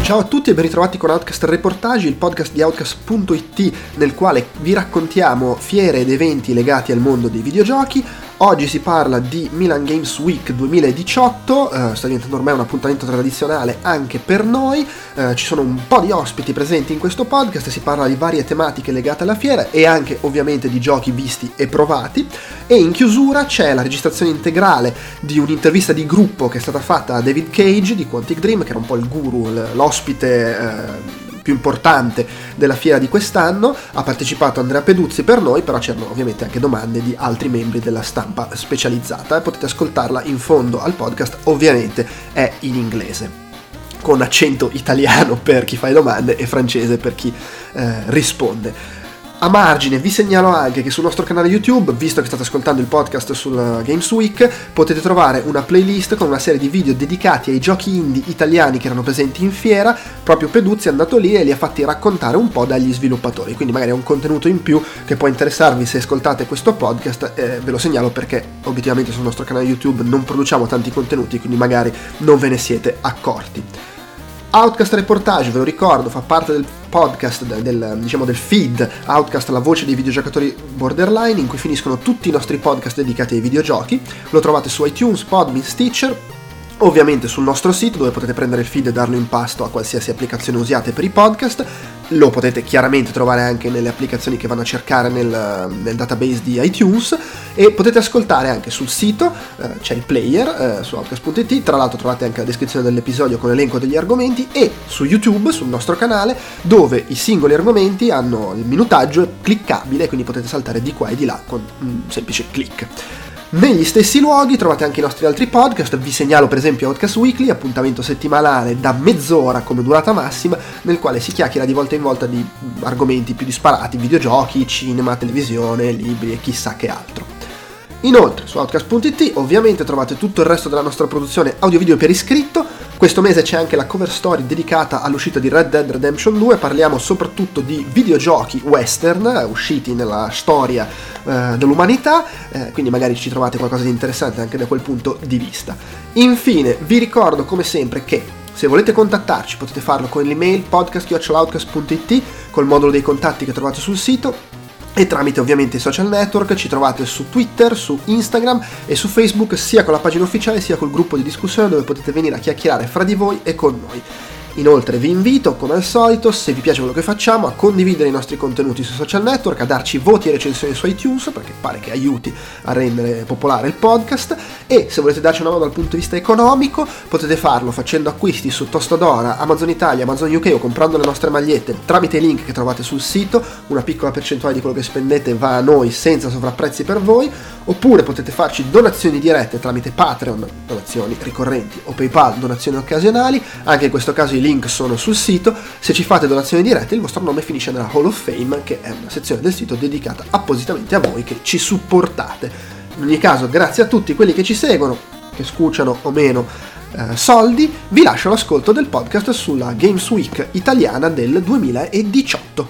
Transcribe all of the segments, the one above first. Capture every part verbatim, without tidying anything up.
Ciao a tutti e ben ritrovati con Outcast Reportage, il podcast di Outcast punto it nel quale vi raccontiamo fiere ed eventi legati al mondo dei videogiochi. Oggi si parla di Milan Games Week duemiladiciotto, eh, sta diventando ormai un appuntamento tradizionale anche per noi, eh, ci sono un po' di ospiti presenti in questo podcast, si parla di varie tematiche legate alla fiera e anche ovviamente di giochi visti e provati, e in chiusura c'è la registrazione integrale di un'intervista di gruppo che è stata fatta a David Cage di Quantic Dream, che era un po' il guru, l'ospite eh, più importante della fiera di quest'anno. Ha partecipato Andrea Peduzzi per noi, però c'erano ovviamente anche domande di altri membri della stampa specializzata e potete ascoltarla in fondo al podcast, ovviamente è in inglese con accento italiano per chi fa le domande e francese per chi eh, risponde. A margine vi segnalo anche che sul nostro canale YouTube, visto che state ascoltando il podcast sul Games Week, potete trovare una playlist con una serie di video dedicati ai giochi indie italiani che erano presenti in fiera. Proprio Peduzzi è andato lì e li ha fatti raccontare un po' dagli sviluppatori, quindi magari è un contenuto in più che può interessarvi se ascoltate questo podcast. Eh, ve lo segnalo perché obiettivamente sul nostro canale YouTube non produciamo tanti contenuti, quindi magari non ve ne siete accorti. Outcast Reportage, ve lo ricordo, fa parte del podcast, del, diciamo del feed Outcast, la voce dei videogiocatori borderline, in cui finiscono tutti i nostri podcast dedicati ai videogiochi. Lo trovate su iTunes, Podbean, Stitcher, ovviamente sul nostro sito dove potete prendere il feed e darlo in pasto a qualsiasi applicazione usiate per i podcast. Lo potete chiaramente trovare anche nelle applicazioni che vanno a cercare nel, nel database di iTunes, e potete ascoltare anche sul sito, eh, c'è il player eh, su Outcast punto it, tra l'altro trovate anche la descrizione dell'episodio con l'elenco degli argomenti, e su YouTube, sul nostro canale, dove i singoli argomenti hanno il minutaggio cliccabile, quindi potete saltare di qua e di là con un semplice click. Negli stessi luoghi trovate anche i nostri altri podcast. Vi segnalo per esempio Outcast Weekly, appuntamento settimanale da mezz'ora come durata massima, nel quale si chiacchiera di volta in volta di argomenti più disparati: videogiochi, cinema, televisione, libri e chissà che altro. Inoltre su Outcast punto it ovviamente trovate tutto il resto della nostra produzione audio-video per iscritto. Questo mese c'è anche la cover story dedicata all'uscita di Red Dead Redemption due, parliamo soprattutto di videogiochi western usciti nella storia eh, dell'umanità, eh, quindi magari ci trovate qualcosa di interessante anche da quel punto di vista. Infine vi ricordo come sempre che se volete contattarci potete farlo con l'email podcast chiocciola outcast punto it, col modulo dei contatti che trovate sul sito, e tramite ovviamente i social network. Ci trovate su Twitter, su Instagram e su Facebook, sia con la pagina ufficiale sia col gruppo di discussione dove potete venire a chiacchierare fra di voi e con noi. Inoltre vi invito, come al solito, se vi piace quello che facciamo, a condividere i nostri contenuti sui social network, a darci voti e recensioni su iTunes, perché pare che aiuti a rendere popolare il podcast, e se volete darci una mano dal punto di vista economico potete farlo facendo acquisti su Tostadora, Amazon Italia, Amazon U K o comprando le nostre magliette tramite i link che trovate sul sito. Una piccola percentuale di quello che spendete va a noi senza sovrapprezzi per voi. Oppure potete farci donazioni dirette tramite Patreon, donazioni ricorrenti, o PayPal, donazioni occasionali. Anche in questo caso i link sono sul sito. Se ci fate donazioni dirette il vostro nome finisce nella Hall of Fame, che è una sezione del sito dedicata appositamente a voi che ci supportate. In ogni caso, grazie a tutti quelli che ci seguono, che scuciano o meno eh, soldi. Vi lascio l'ascolto del podcast sulla Games Week italiana del duemiladiciotto.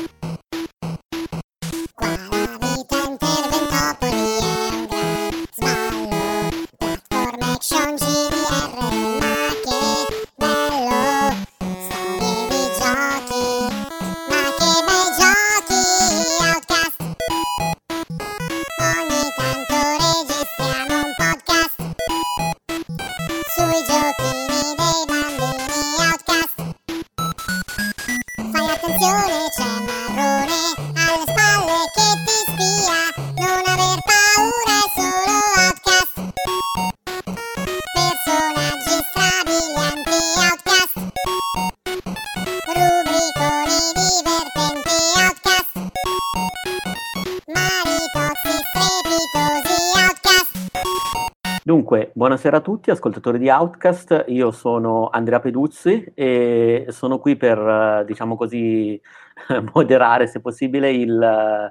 Dunque, buonasera a tutti, ascoltatori di Outcast. Io sono Andrea Peduzzi e sono qui per, diciamo così, moderare, se possibile, il,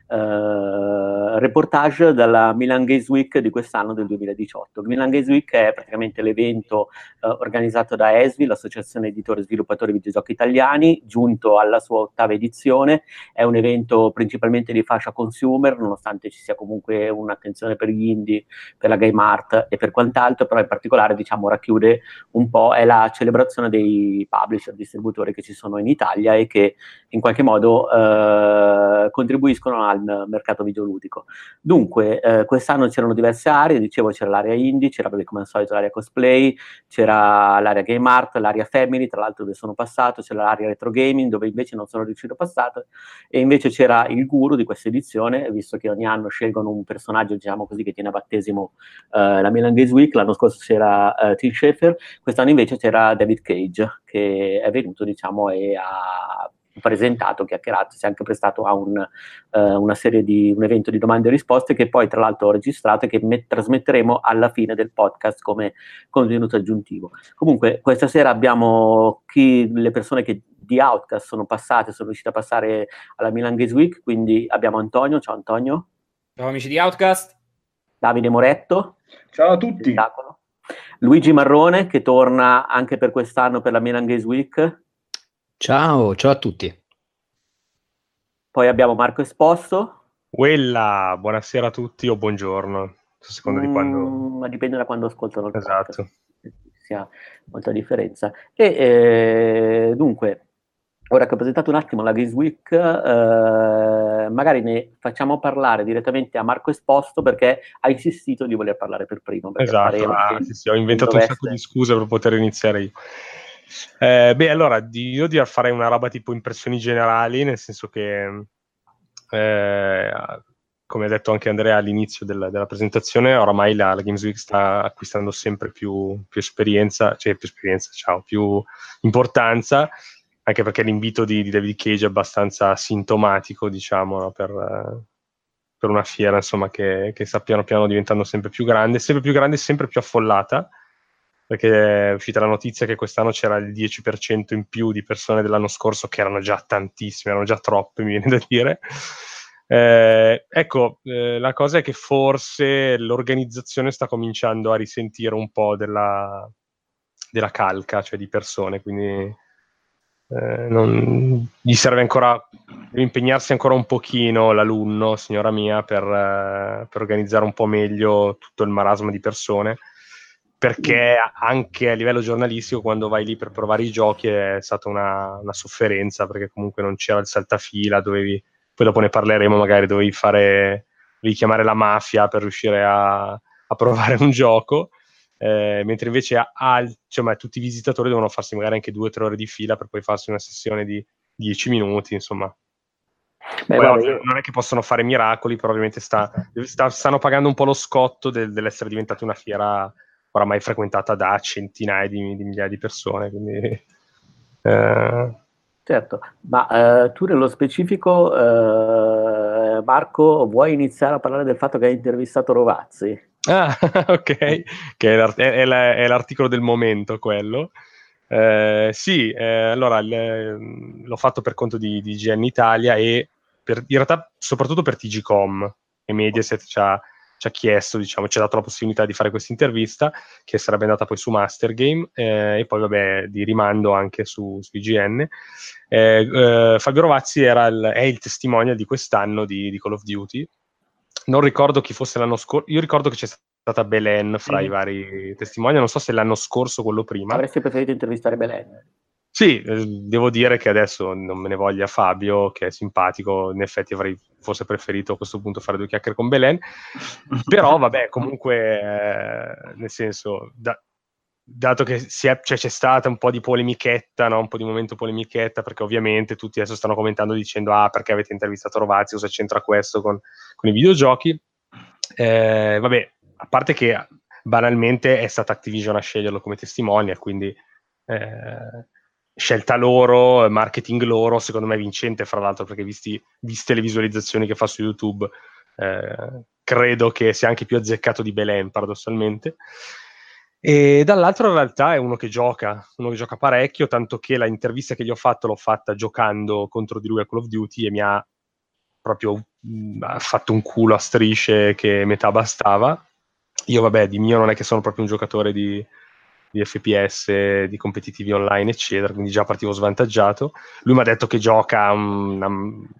Uh, reportage dalla Milan Games Week di quest'anno del duemiladiciotto. Il Milan Games Week è praticamente l'evento uh, organizzato da E S V I, l'Associazione Editori e Sviluppatori Videogiochi Italiani, giunto alla sua ottava edizione. È un evento principalmente di fascia consumer, nonostante ci sia comunque un'attenzione per gli indie, per la game art e per quant'altro, però in particolare diciamo racchiude un po', è la celebrazione dei publisher, distributori che ci sono in Italia e che in qualche modo uh, contribuiscono al mercato videoludico. Dunque, eh, quest'anno c'erano diverse aree, dicevo c'era l'area indie, c'era come al solito l'area cosplay, c'era l'area game art, l'area family, tra l'altro dove sono passato, c'era l'area retro gaming dove invece non sono riuscito a passare, e invece c'era il guru di questa edizione, visto che ogni anno scelgono un personaggio, diciamo così, che tiene a battesimo eh, la Milan Games Week. L'anno scorso c'era eh, Tim Schafer, quest'anno invece c'era David Cage, che è venuto, diciamo, e ha presentato, chiacchierato, si è anche prestato a un, uh, una serie di un evento di domande e risposte che poi tra l'altro ho registrato e che met- trasmetteremo alla fine del podcast come contenuto aggiuntivo. Comunque questa sera abbiamo chi, le persone che di Outcast sono passate, sono riuscite a passare alla Milan Games Week, quindi abbiamo Antonio. Ciao Antonio. Ciao amici di Outcast. Davide Moretto. Ciao a tutti. Tentacolo. Luigi Marrone, che torna anche per quest'anno per la Milan Games Week. Ciao, ciao a tutti. Poi abbiamo Marco Esposto. Quella, buonasera a tutti o buongiorno, a seconda mm, di quando... Ma dipende da quando ascoltano il esatto. podcast. Si ha molta differenza. E eh, dunque, ora che ho presentato un attimo la Games Week, eh, magari ne facciamo parlare direttamente a Marco Esposto, perché ha insistito di voler parlare per primo. Esatto, ah, sì, sì, ho inventato dovesse... un sacco di scuse per poter iniziare io. Eh, beh, allora, di, io direi farei una roba tipo impressioni generali, nel senso che, eh, come ha detto anche Andrea all'inizio del, della presentazione, oramai la, la Games Week sta acquistando sempre più, più esperienza, cioè più esperienza, ciao, più importanza, anche perché l'invito di, di David Cage è abbastanza sintomatico, diciamo, no, per, per una fiera, insomma, che, che sta piano piano diventando sempre più grande, sempre più grande e sempre più affollata, perché è uscita la notizia che quest'anno c'era il dieci per cento in più di persone dell'anno scorso, che erano già tantissime, erano già troppe, mi viene da dire. Eh, ecco, eh, la cosa è che forse l'organizzazione sta cominciando a risentire un po' della, della calca, cioè di persone, quindi eh, non, gli serve ancora, deve impegnarsi ancora un pochino l'alunno, signora mia, per, eh, per organizzare un po' meglio tutto il marasma di persone, perché anche a livello giornalistico quando vai lì per provare i giochi è stata una, una sofferenza, perché comunque non c'era il saltafila, dovevi, poi dopo ne parleremo, magari dovevi fare, dovevi chiamare la mafia per riuscire a, a provare un gioco, eh, mentre invece a, a, cioè, tutti i visitatori devono farsi magari anche due o tre ore di fila per poi farsi una sessione di dieci minuti, insomma. Beh, poi, vabbè, io... non è che possono fare miracoli, probabilmente sta, sta, stanno pagando un po' lo scotto del, dell'essere diventati una fiera oramai frequentata da centinaia di, di migliaia di persone, quindi eh... certo. Ma eh, tu nello specifico, eh, Marco, vuoi iniziare a parlare del fatto che hai intervistato Rovazzi? Ah, ok, che è, l'art- è, la- è l'articolo del momento quello. Eh, sì, eh, allora l- l'ho fatto per conto di, di I G N Italia e per, in realtà soprattutto per T G Com, e Mediaset ci ha ci ha chiesto, diciamo, ci ha dato la possibilità di fare questa intervista, che sarebbe andata poi su Master Game, eh, e poi vabbè di rimando anche su, su I G N. Eh, eh, Fabio Rovazzi era il, è il testimonial di quest'anno di, di Call of Duty. Non ricordo chi fosse l'anno scorso, io ricordo che c'è stata Belen fra mm. i vari testimonial, non so se l'anno scorso o quello prima. Avresti preferito intervistare Belen? Sì, eh, devo dire che adesso non me ne voglia Fabio, che è simpatico, in effetti avrei forse preferito a questo punto fare due chiacchiere con Belen, però vabbè, comunque, eh, nel senso, da, dato che si è, cioè, c'è stata un po' di polemichetta, no? Un po' di momento polemichetta, perché ovviamente tutti adesso stanno commentando dicendo ah, perché avete intervistato Rovazzi, cosa c'entra questo con, con i videogiochi? Eh, vabbè, a parte che banalmente è stata Activision a sceglierlo come testimonial, quindi... Eh, scelta loro, marketing loro, secondo me vincente, fra l'altro, perché visti, viste le visualizzazioni che fa su YouTube, eh, credo che sia anche più azzeccato di Belen, paradossalmente. E dall'altro in realtà è uno che gioca, uno che gioca parecchio, tanto che la intervista che gli ho fatto l'ho fatta giocando contro di lui a Call of Duty e mi ha proprio mh, ha fatto un culo a strisce che metà bastava. Io vabbè, di mio non è che sono proprio un giocatore di, di F P S, di competitivi online, eccetera, quindi già partivo svantaggiato. Lui mi ha detto che gioca una,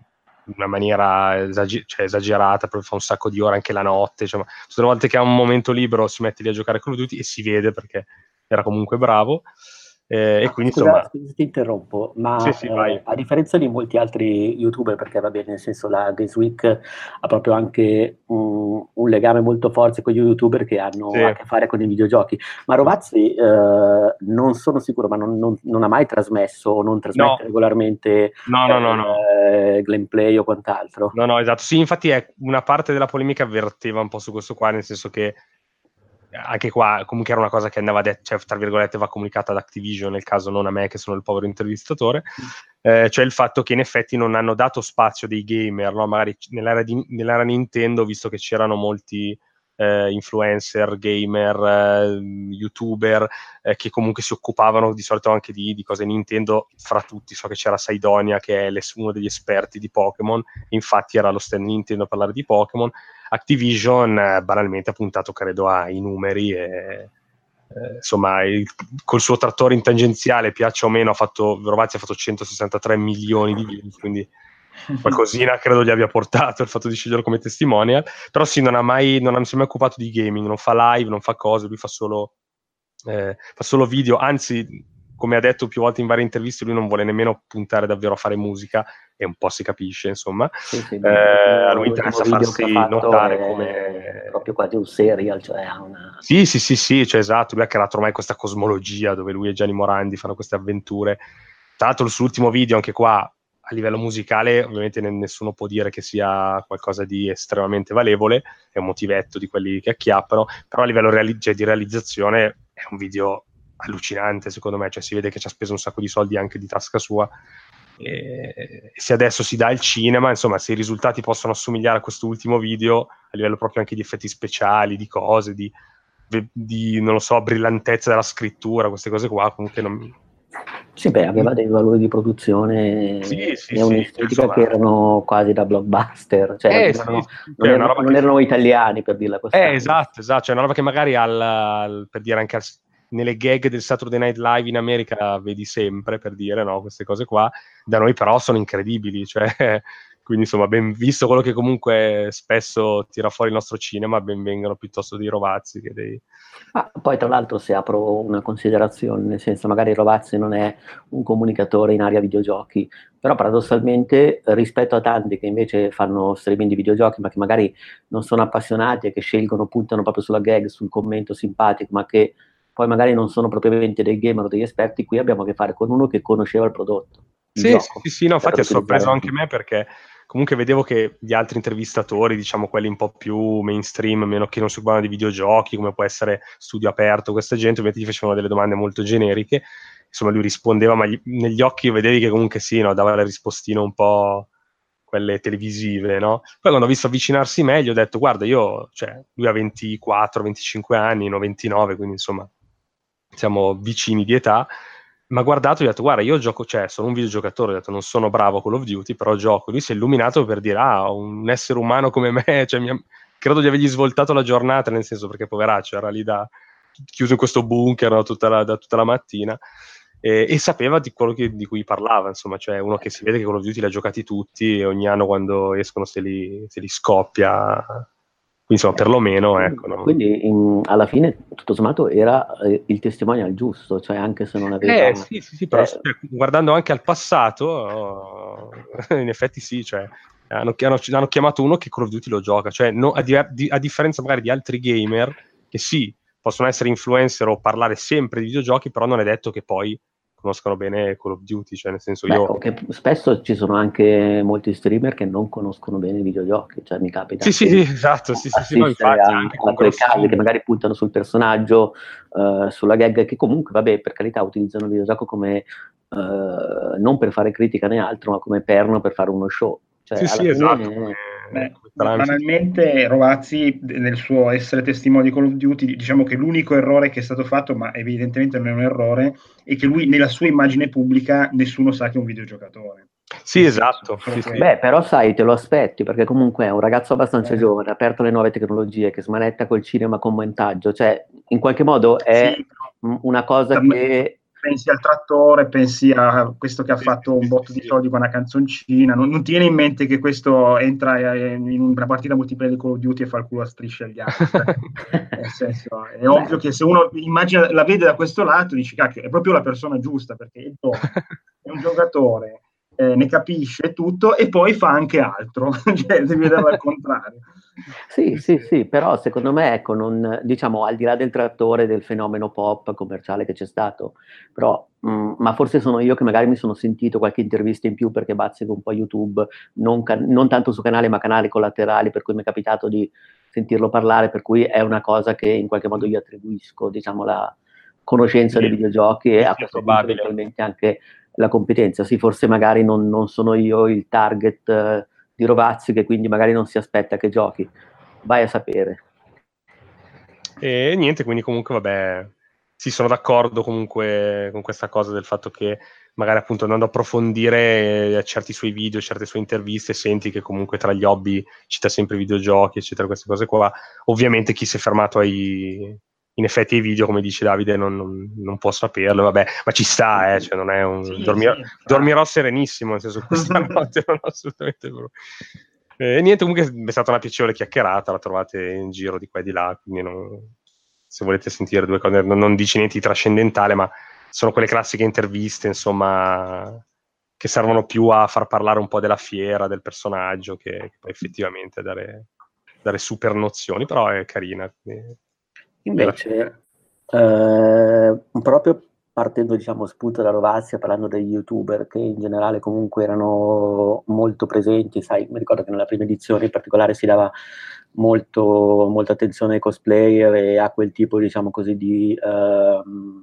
una maniera esager- cioè esagerata, proprio fa un sacco di ore anche la notte, cioè, tutte le volte che ha un momento libero si mette lì a giocare Call of Duty e si vede perché era comunque bravo. Eh, e quindi Scusa, insomma scusa, ti interrompo, ma sì, sì, vai. eh, a differenza di molti altri youtuber, perché va bene, nel senso la Games Week ha proprio anche un, un legame molto forte con gli youtuber che hanno Sì. a che fare con i videogiochi, ma Rovazzi eh, non sono sicuro, ma non, non- non ha mai trasmesso o non trasmette No. regolarmente No, no, no, no. eh, gameplay o quant'altro. No, no, esatto. Sì, infatti è una parte della polemica verteva un po' su questo qua, nel senso che anche qua comunque era una cosa che andava detta, cioè tra virgolette va comunicata ad Activision, nel caso non a me che sono il povero intervistatore, eh, cioè il fatto che in effetti non hanno dato spazio dei gamer, no? Magari nell'era, di, nell'era Nintendo, visto che c'erano molti eh, influencer, gamer, eh, youtuber eh, che comunque si occupavano di solito anche di, di cose Nintendo, fra tutti so che c'era Saidonia che è les- uno degli esperti di Pokémon, infatti era allo stand Nintendo a parlare di Pokémon. Activision eh, banalmente ha puntato credo ai numeri e eh, insomma il, col suo trattore in tangenziale piaccia o meno ha fatto Rovazzi ha fatto centosessantatré milioni di views, quindi qualcosina credo gli abbia portato il fatto di sceglierlo come testimonial, però sì, non ha mai non si è mai occupato di gaming, non fa live, non fa cose, lui fa solo eh, fa solo video, anzi come ha detto più volte in varie interviste lui non vuole nemmeno puntare davvero a fare musica e un po' si capisce, insomma. Sì, sì, Eh, a lui l'ultimo interessa video che ha farsi fatto notare è come proprio quasi un serial, cioè ha una... sì, sì, sì, sì, cioè esatto, lui ha creato ormai questa cosmologia dove lui e Gianni Morandi fanno queste avventure. Tra l'altro sull'ultimo video, anche qua, a livello musicale, ovviamente ne- nessuno può dire che sia qualcosa di estremamente valevole, è un motivetto di quelli che acchiappano, però a livello reali- cioè, di realizzazione è un video allucinante, secondo me, cioè si vede che ci ha speso un sacco di soldi anche di tasca sua. E se adesso si dà il cinema, insomma, se i risultati possono assomigliare a questo ultimo video, a livello proprio anche di effetti speciali, di cose, di di, non lo so, brillantezza della scrittura, queste cose qua, comunque non... Sì, beh, aveva dei valori di produzione Sì, sì, e sì, un'estetica insomma... che erano quasi da blockbuster, cioè Eh, non sì, erano, sì, sì, non cioè una erano, roba non che... erano italiani, per dirla Eh, quest'anno. esatto, esatto, cioè una roba che magari al, al- per dire anche al- nelle gag del Saturday Night Live in America vedi sempre, per dire, no, queste cose qua, da noi però sono incredibili, cioè... Quindi insomma, ben visto quello che comunque spesso tira fuori il nostro cinema, ben vengano piuttosto dei Rovazzi che dei... Ah, poi tra l'altro se apro una considerazione, nel senso magari Rovazzi non è un comunicatore in area videogiochi, però paradossalmente eh, rispetto a tanti che invece fanno streaming di videogiochi ma che magari non sono appassionati e che scelgono, puntano proprio sulla gag, sul commento simpatico, ma che poi magari non sono propriamente dei gamer o degli esperti, qui abbiamo a che fare con uno che conosceva il prodotto, il Sì, sì, gioco, sì, sì, no, per infatti ha utilizzare sorpreso un... anche me perché comunque vedevo che gli altri intervistatori, diciamo quelli un po' più mainstream, meno che non si occupano di videogiochi, come può essere Studio Aperto, questa gente, ovviamente gli facevano delle domande molto generiche, insomma lui rispondeva, ma gli- negli occhi vedevi che comunque sì, no, dava le rispostine un po' quelle televisive, no? Poi quando ho visto avvicinarsi meglio ho detto, guarda, io, cioè, lui ha ventiquattro venticinque anni, no ventinove, quindi insomma siamo vicini di età, ma guardato e ho detto guarda io gioco, cioè sono un videogiocatore, ho detto non sono bravo a Call of Duty, però gioco. Lui si è illuminato per dire ah, un essere umano come me, cioè, mi ha- credo di avergli svoltato la giornata, nel senso perché poveraccio era lì da, chiuso in questo bunker, no, tutta la, da tutta la mattina e, e sapeva di quello che- di cui parlava, insomma, cioè uno che si vede che Call of Duty li ha giocati tutti e ogni anno quando escono se li, se li scoppia, quindi insomma perlomeno ecco, no? Quindi in- alla fine, tutto sommato, era eh, il testimonial giusto, cioè anche se non aveva... Eh sì, sì, sì, però cioè, cioè, guardando anche al passato, oh, in effetti sì, cioè, hanno, hanno- hanno chiamato uno che Call of Duty lo gioca, cioè no- a, di- di- a differenza magari di altri gamer che sì, possono essere influencer o parlare sempre di videogiochi, però non è detto che poi conoscano bene Call of Duty, cioè nel senso beh, io... o che spesso ci sono anche molti streamer che non conoscono bene i videogiochi, cioè mi capita Sì, sì, anche sì, di esatto, sì, sì, sì, no, assistere infatti, a, anche a con quei casi che grossini. magari puntano sul personaggio, eh, sulla gag, che comunque, vabbè, per carità, utilizzano il videogioco come, eh, non per fare critica né altro, ma come perno per fare uno show. Cioè, Sì, alla sì, esatto, fine... come, Beh, banalmente Rovazzi nel suo essere testimone di Call of Duty, diciamo che l'unico errore che è stato fatto, ma evidentemente non è un errore, è che lui nella sua immagine pubblica nessuno sa che è un videogiocatore. Sì, esatto. Sì, sì. Beh, però sai, te lo aspetti, perché comunque è un ragazzo abbastanza eh. giovane, aperto alle nuove tecnologie, che smanetta col cinema con montaggio, cioè in qualche modo è sì, una cosa che... Pensi al trattore, pensi a questo che ha fatto un botto di soldi con una canzoncina, non, non tieni in mente che questo entra in una partita multiplayer di Call of Duty e fa il culo a strisce agli altri. Nel senso, è ovvio che se uno immagina, la vede da questo lato, dici cacchio, è proprio la persona giusta, perché è, è un giocatore, eh, ne capisce tutto e poi fa anche altro, cioè devi vederlo al contrario. Sì, sì, sì, però secondo me, ecco, non, diciamo, al di là del trattore, del fenomeno pop commerciale che c'è stato, però, mh, ma forse sono io che magari mi sono sentito qualche intervista in più perché bazzico un po' YouTube, non, can- non tanto su canale, ma canali collaterali, per cui mi è capitato di sentirlo parlare, per cui è una cosa che in qualche modo io attribuisco, diciamo, la conoscenza sì, dei videogiochi e a questo punto eventualmente anche la competenza. Sì, forse magari non, non sono io il target eh, di Rovazzi, che quindi magari non si aspetta che giochi, vai a sapere. E niente, quindi comunque vabbè, sì, sono d'accordo comunque con questa cosa del fatto che magari appunto andando a approfondire certi suoi video, certe sue interviste, senti che comunque tra gli hobby cita sempre i videogiochi, eccetera, queste cose qua. Ovviamente chi si è fermato ai, in effetti ai video, come dice Davide, non, non, non può saperlo, vabbè, ma ci sta, eh, cioè non è un... Sì, dormirò, sì, dormirò serenissimo, nel senso questa notte non ho assolutamente proprio... E niente, comunque è stata una piacevole chiacchierata, la trovate in giro di qua e di là, quindi non, se volete sentire due cose, non, non dici niente di trascendentale, ma sono quelle classiche interviste, insomma, che servono più a far parlare un po' della fiera, del personaggio, che, che poi effettivamente dare, dare super nozioni, però è carina. Invece, eh, proprio partendo, diciamo, spunto da Rovazzi, parlando degli youtuber che in generale comunque erano molto presenti, sai, mi ricordo che nella prima edizione in particolare si dava molto, molta attenzione ai cosplayer e a quel tipo, diciamo così, di eh,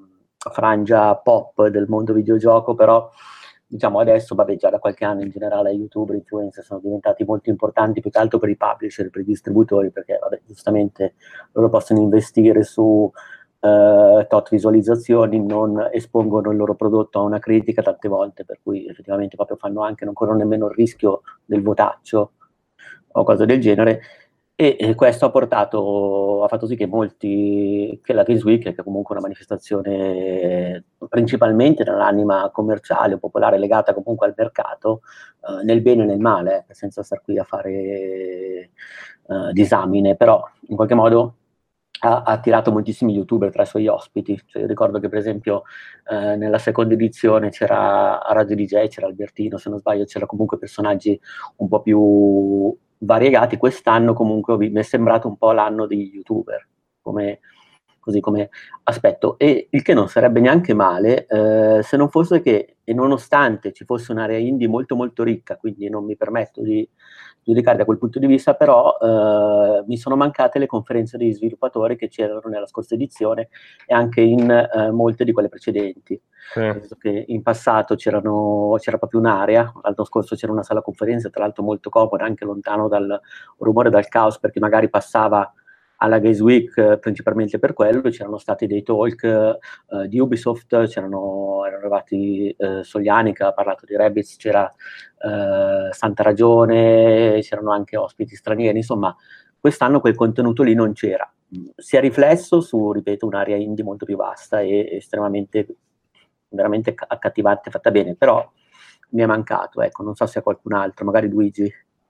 frangia pop del mondo videogioco, però diciamo adesso, vabbè, già da qualche anno in generale youtuber, influencer sono diventati molto importanti, più che altro per i publisher, per i distributori, perché vabbè, giustamente loro possono investire su Uh, tot visualizzazioni, non espongono il loro prodotto a una critica tante volte, per cui effettivamente proprio fanno anche, non corrono nemmeno il rischio del votaccio o cose del genere, e, e questo ha portato, ha fatto sì che molti, che la Games Week, che è comunque una manifestazione principalmente nell'anima commerciale o popolare legata comunque al mercato, uh, nel bene e nel male, senza star qui a fare uh, disamine, però in qualche modo ha attirato moltissimi youtuber tra i suoi ospiti. Cioè, io ricordo che per esempio eh, nella seconda edizione c'era a Radio D J, c'era Albertino, se non sbaglio, c'era comunque personaggi un po' più variegati. Quest'anno comunque mi è sembrato un po' l'anno degli youtuber, come, così come aspetto, e il che non sarebbe neanche male eh, se non fosse che, e nonostante ci fosse un'area indie molto molto ricca, quindi non mi permetto di giudicare da quel punto di vista, però eh, mi sono mancate le conferenze degli sviluppatori che c'erano nella scorsa edizione e anche in eh, molte di quelle precedenti. Eh. Che in passato c'erano, c'era proprio un'area, l'anno scorso c'era una sala conferenze, tra l'altro molto comoda, anche lontano dal rumore, dal caos, perché magari passava alla Games Week eh, principalmente per quello. C'erano stati dei talk eh, di Ubisoft, c'erano, erano arrivati eh, Soliani che ha parlato di Rabbids, c'era eh, Santa Ragione, c'erano anche ospiti stranieri, insomma quest'anno quel contenuto lì non c'era. Si è riflesso su, ripeto, un'area indie molto più vasta e estremamente, veramente accattivante, fatta bene, però mi è mancato, ecco, non so se a qualcun altro, magari Luigi.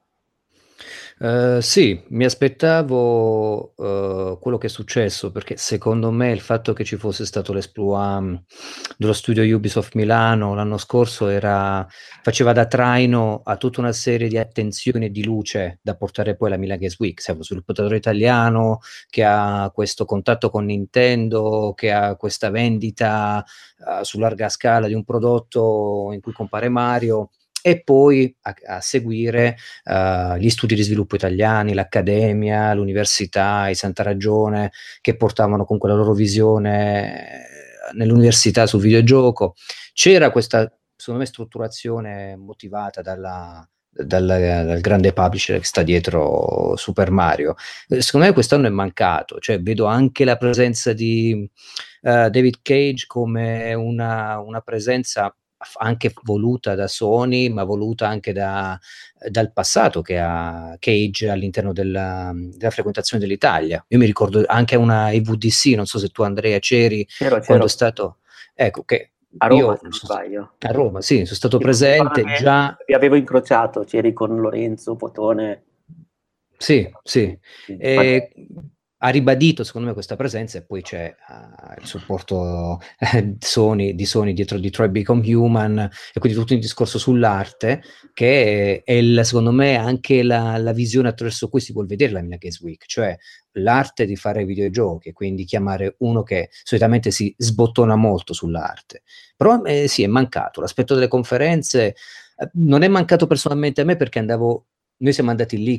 Uh, sì, mi aspettavo uh, quello che è successo, perché secondo me il fatto che ci fosse stato l'esploit dello studio Ubisoft Milano l'anno scorso era, faceva da traino a tutta una serie di attenzioni e di luce da portare poi alla Milan Games Week. Siamo uno sviluppatore italiano che ha questo contatto con Nintendo, che ha questa vendita uh, su larga scala di un prodotto in cui compare Mario, e poi a, a seguire uh, gli studi di sviluppo italiani, l'accademia, l'università, i Santa Ragione, che portavano comunque la loro visione nell'università sul videogioco. C'era questa, secondo me, strutturazione motivata dalla, dal, dal grande publisher che sta dietro Super Mario. Secondo me quest'anno è mancato, cioè vedo anche la presenza di uh, David Cage come una, una presenza anche voluta da Sony, ma voluta anche da, dal passato che ha Cage all'interno della, della frequentazione dell'Italia. Io mi ricordo anche una E V D C, non so se tu Andrea c'eri, c'ero, c'ero. quando è stato, ecco, che a Roma, io se non sbaglio. A Roma, sì, sono stato Io presente già. Vi avevo incrociato, c'eri con Lorenzo Potone. Sì, sì. E ha ribadito secondo me questa presenza, e poi c'è uh, il supporto eh, Sony, di Sony dietro Detroit Become Human, e quindi tutto il discorso sull'arte che è, è il, secondo me anche la, la visione attraverso cui si vuol vedere la Milan Games Week, cioè l'arte di fare videogiochi, quindi chiamare uno che solitamente si sbottona molto sull'arte. Però eh, sì, è mancato l'aspetto delle conferenze, eh, non è mancato personalmente a me perché andavo, noi siamo andati lì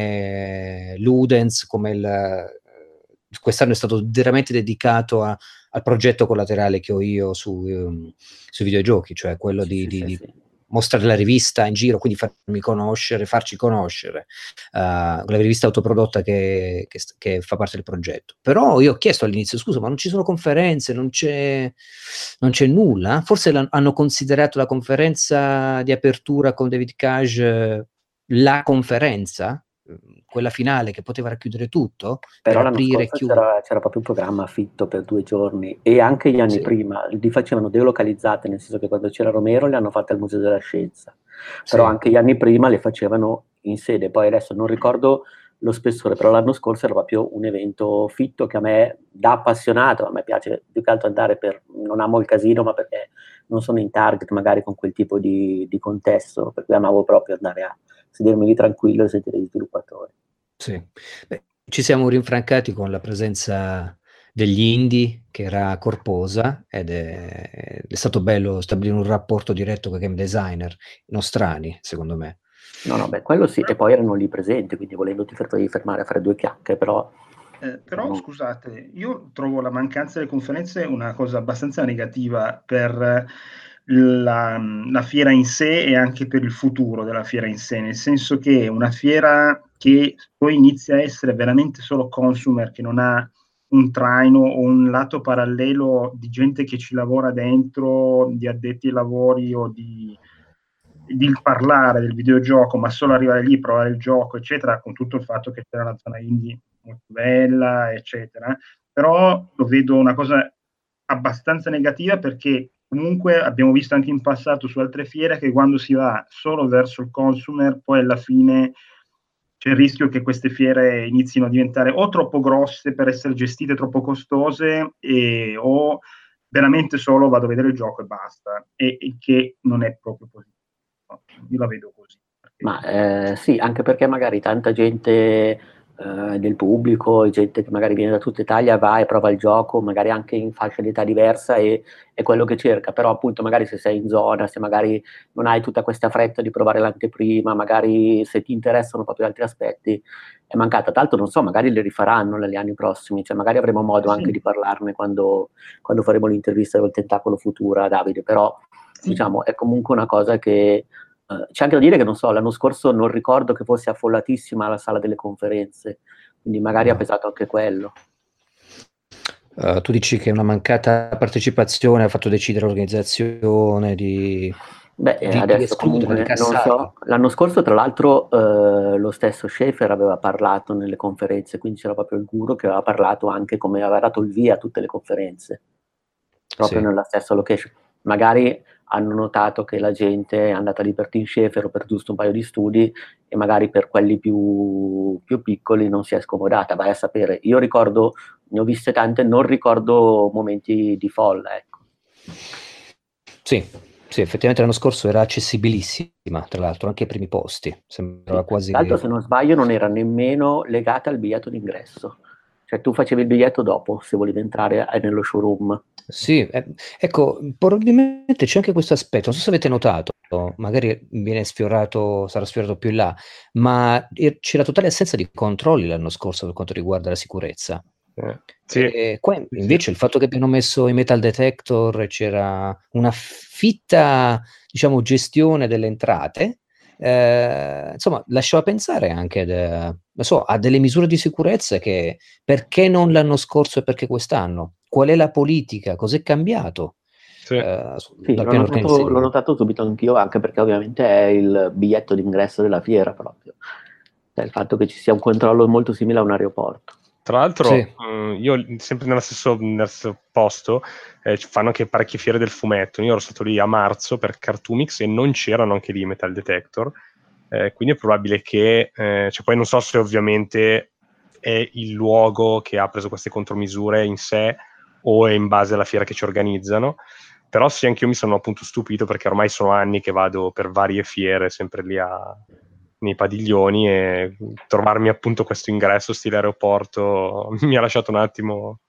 come Ludens, come il quest'anno è stato veramente dedicato a, al progetto collaterale che ho io su, um, sui videogiochi, cioè quello sì, di, sì, di, sì, di sì. mostrare la rivista in giro, quindi farmi conoscere, farci conoscere, uh, la rivista autoprodotta che, che, che fa parte del progetto. Però io ho chiesto all'inizio, scusa, ma non ci sono conferenze, non c'è, non c'è nulla? Forse hanno considerato la conferenza di apertura con David Cage la conferenza, quella finale che poteva racchiudere tutto, però per l'anno aprire e scorso chiudere. c'era, c'era proprio un programma fitto per due giorni, e anche gli anni Sì. prima li facevano delocalizzate, nel senso che quando c'era Romero le hanno fatte al Museo della Scienza, però Sì. anche gli anni prima le facevano in sede. Poi adesso non ricordo lo spessore, però l'anno scorso era proprio un evento fitto che a me, da appassionato, a me piace più che altro andare per, non amo il casino, ma perché non sono in target magari con quel tipo di, di contesto, per cui amavo proprio andare a sedermi lì tranquillo e sentire gli sviluppatori. Sì. Beh, ci siamo rinfrancati con la presenza degli indie, che era corposa, ed è, è stato bello stabilire un rapporto diretto con i game designer nostrani, secondo me. No, no, beh, quello sì, e poi erano lì presenti, quindi volendo ti potevi fermare a fare due chiacchiere, però... Eh, però no. Scusate, io trovo la mancanza delle conferenze una cosa abbastanza negativa per la, la fiera in sé e anche per il futuro della fiera in sé, nel senso che è una fiera che poi inizia a essere veramente solo consumer, che non ha un traino o un lato parallelo di gente che ci lavora dentro, di addetti ai lavori o di, di parlare del videogioco, ma solo arrivare lì, provare il gioco, eccetera, con tutto il fatto che c'era una zona indie molto bella, eccetera. Però lo vedo una cosa abbastanza negativa, perché comunque abbiamo visto anche in passato su altre fiere che quando si va solo verso il consumer, poi alla fine c'è il rischio che queste fiere inizino a diventare o troppo grosse per essere gestite, troppo costose, e, o veramente solo vado a vedere il gioco e basta, e, e che non è proprio positivo. Io la vedo così. Ma eh, sì, anche perché magari tanta gente eh, del pubblico, gente che magari viene da tutta Italia, va e prova il gioco, magari anche in fascia di età diversa, e è quello che cerca. Però appunto magari se sei in zona, se magari non hai tutta questa fretta di provare l'anteprima, magari se ti interessano proprio altri aspetti, è mancata. Tra l'altro non so, magari le rifaranno negli anni prossimi, cioè magari avremo modo Sì. anche di parlarne quando, quando faremo l'intervista del Tentacolo Futura a Davide, però Sì. diciamo è comunque una cosa che... Uh, c'è anche da dire che, non so, l'anno scorso non ricordo che fosse affollatissima la sala delle conferenze, quindi magari no. ha pesato anche quello. Uh, tu dici che una mancata partecipazione ha fatto decidere l'organizzazione di, Beh, di, adesso di escludere, comunque, di non cassare. so, l'anno scorso tra l'altro eh, lo stesso Schaefer aveva parlato nelle conferenze, quindi c'era proprio il guru che aveva parlato anche come aveva dato il via a tutte le conferenze, proprio Sì. nella stessa location. Magari hanno notato che la gente è andata lì per Tim Schaefer o per giusto un paio di studi, e magari per quelli più, più piccoli non si è scomodata, vai a sapere. Io ricordo, ne ho viste tante, non ricordo momenti di folla, ecco. Sì, sì, effettivamente l'anno scorso era accessibilissima, tra l'altro, anche ai primi posti. Sembrava Sì. quasi... Tra l'altro, se non sbaglio, non era nemmeno legata al biglietto d'ingresso. Cioè tu facevi il biglietto dopo, se volevi entrare nello showroom. Sì, eh, ecco, probabilmente c'è anche questo aspetto, non so se avete notato, magari viene sfiorato, sarà sfiorato più in là, ma c'era totale assenza di controlli l'anno scorso per quanto riguarda la sicurezza. Eh, sì, E qua sì, invece sì. il fatto che abbiano messo i metal detector, c'era una fitta, diciamo, gestione delle entrate, eh, insomma, lasciava pensare anche de, non so, a delle misure di sicurezza che perché non l'anno scorso e perché quest'anno? Qual è la politica? Cos'è cambiato? Sì. Eh, sì, l'ho, notato, l'ho notato subito anch'io, anche perché ovviamente è il biglietto d'ingresso della fiera proprio, cioè il fatto che ci sia un controllo molto simile a un aeroporto. Tra l'altro, sì. mh, io sempre nello stesso, nello stesso posto eh, fanno anche parecchie fiere del fumetto. Io ero stato lì a marzo per Cartoomix e non c'erano anche lì Metal Detector, eh, quindi è probabile che, eh, cioè poi non so se ovviamente è il luogo che ha preso queste contromisure in sé o è in base alla fiera che ci organizzano, però sì, anche io mi sono appunto stupito perché ormai sono anni che vado per varie fiere sempre lì a... nei padiglioni, e trovarmi appunto questo ingresso stile aeroporto mi ha lasciato un attimo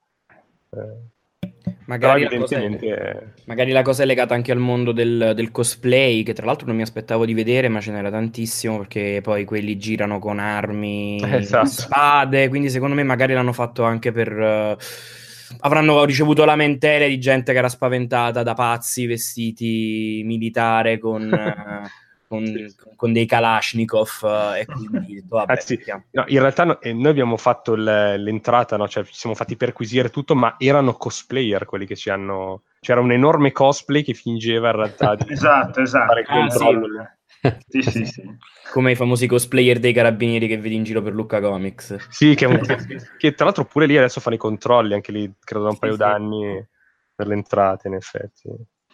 eh, magari, però evidentemente la cosa è, magari la cosa è legata anche al mondo del, del cosplay, che tra l'altro non mi aspettavo di vedere, ma ce n'era tantissimo, perché poi quelli girano con armi, esatto. spade, quindi secondo me magari l'hanno fatto anche per uh, avranno ricevuto lamentele di gente che era spaventata da pazzi vestiti militare con uh, Con, sì. con dei Kalashnikov uh, e quindi vabbè, anzi, no, in realtà no, eh, noi abbiamo fatto l- l'entrata, no? Cioè ci siamo fatti perquisire tutto, ma erano cosplayer quelli che ci hanno, c'era un enorme cosplay che fingeva in realtà di esatto, esatto. fare il controllo. Ah, sì. sì, sì, sì. Come i famosi cosplayer dei carabinieri che vedi in giro per Lucca Comics. Sì, che, un, che, che tra l'altro pure lì adesso fanno i controlli, anche lì credo da un sì, paio sì. d'anni per le entrate, in effetti.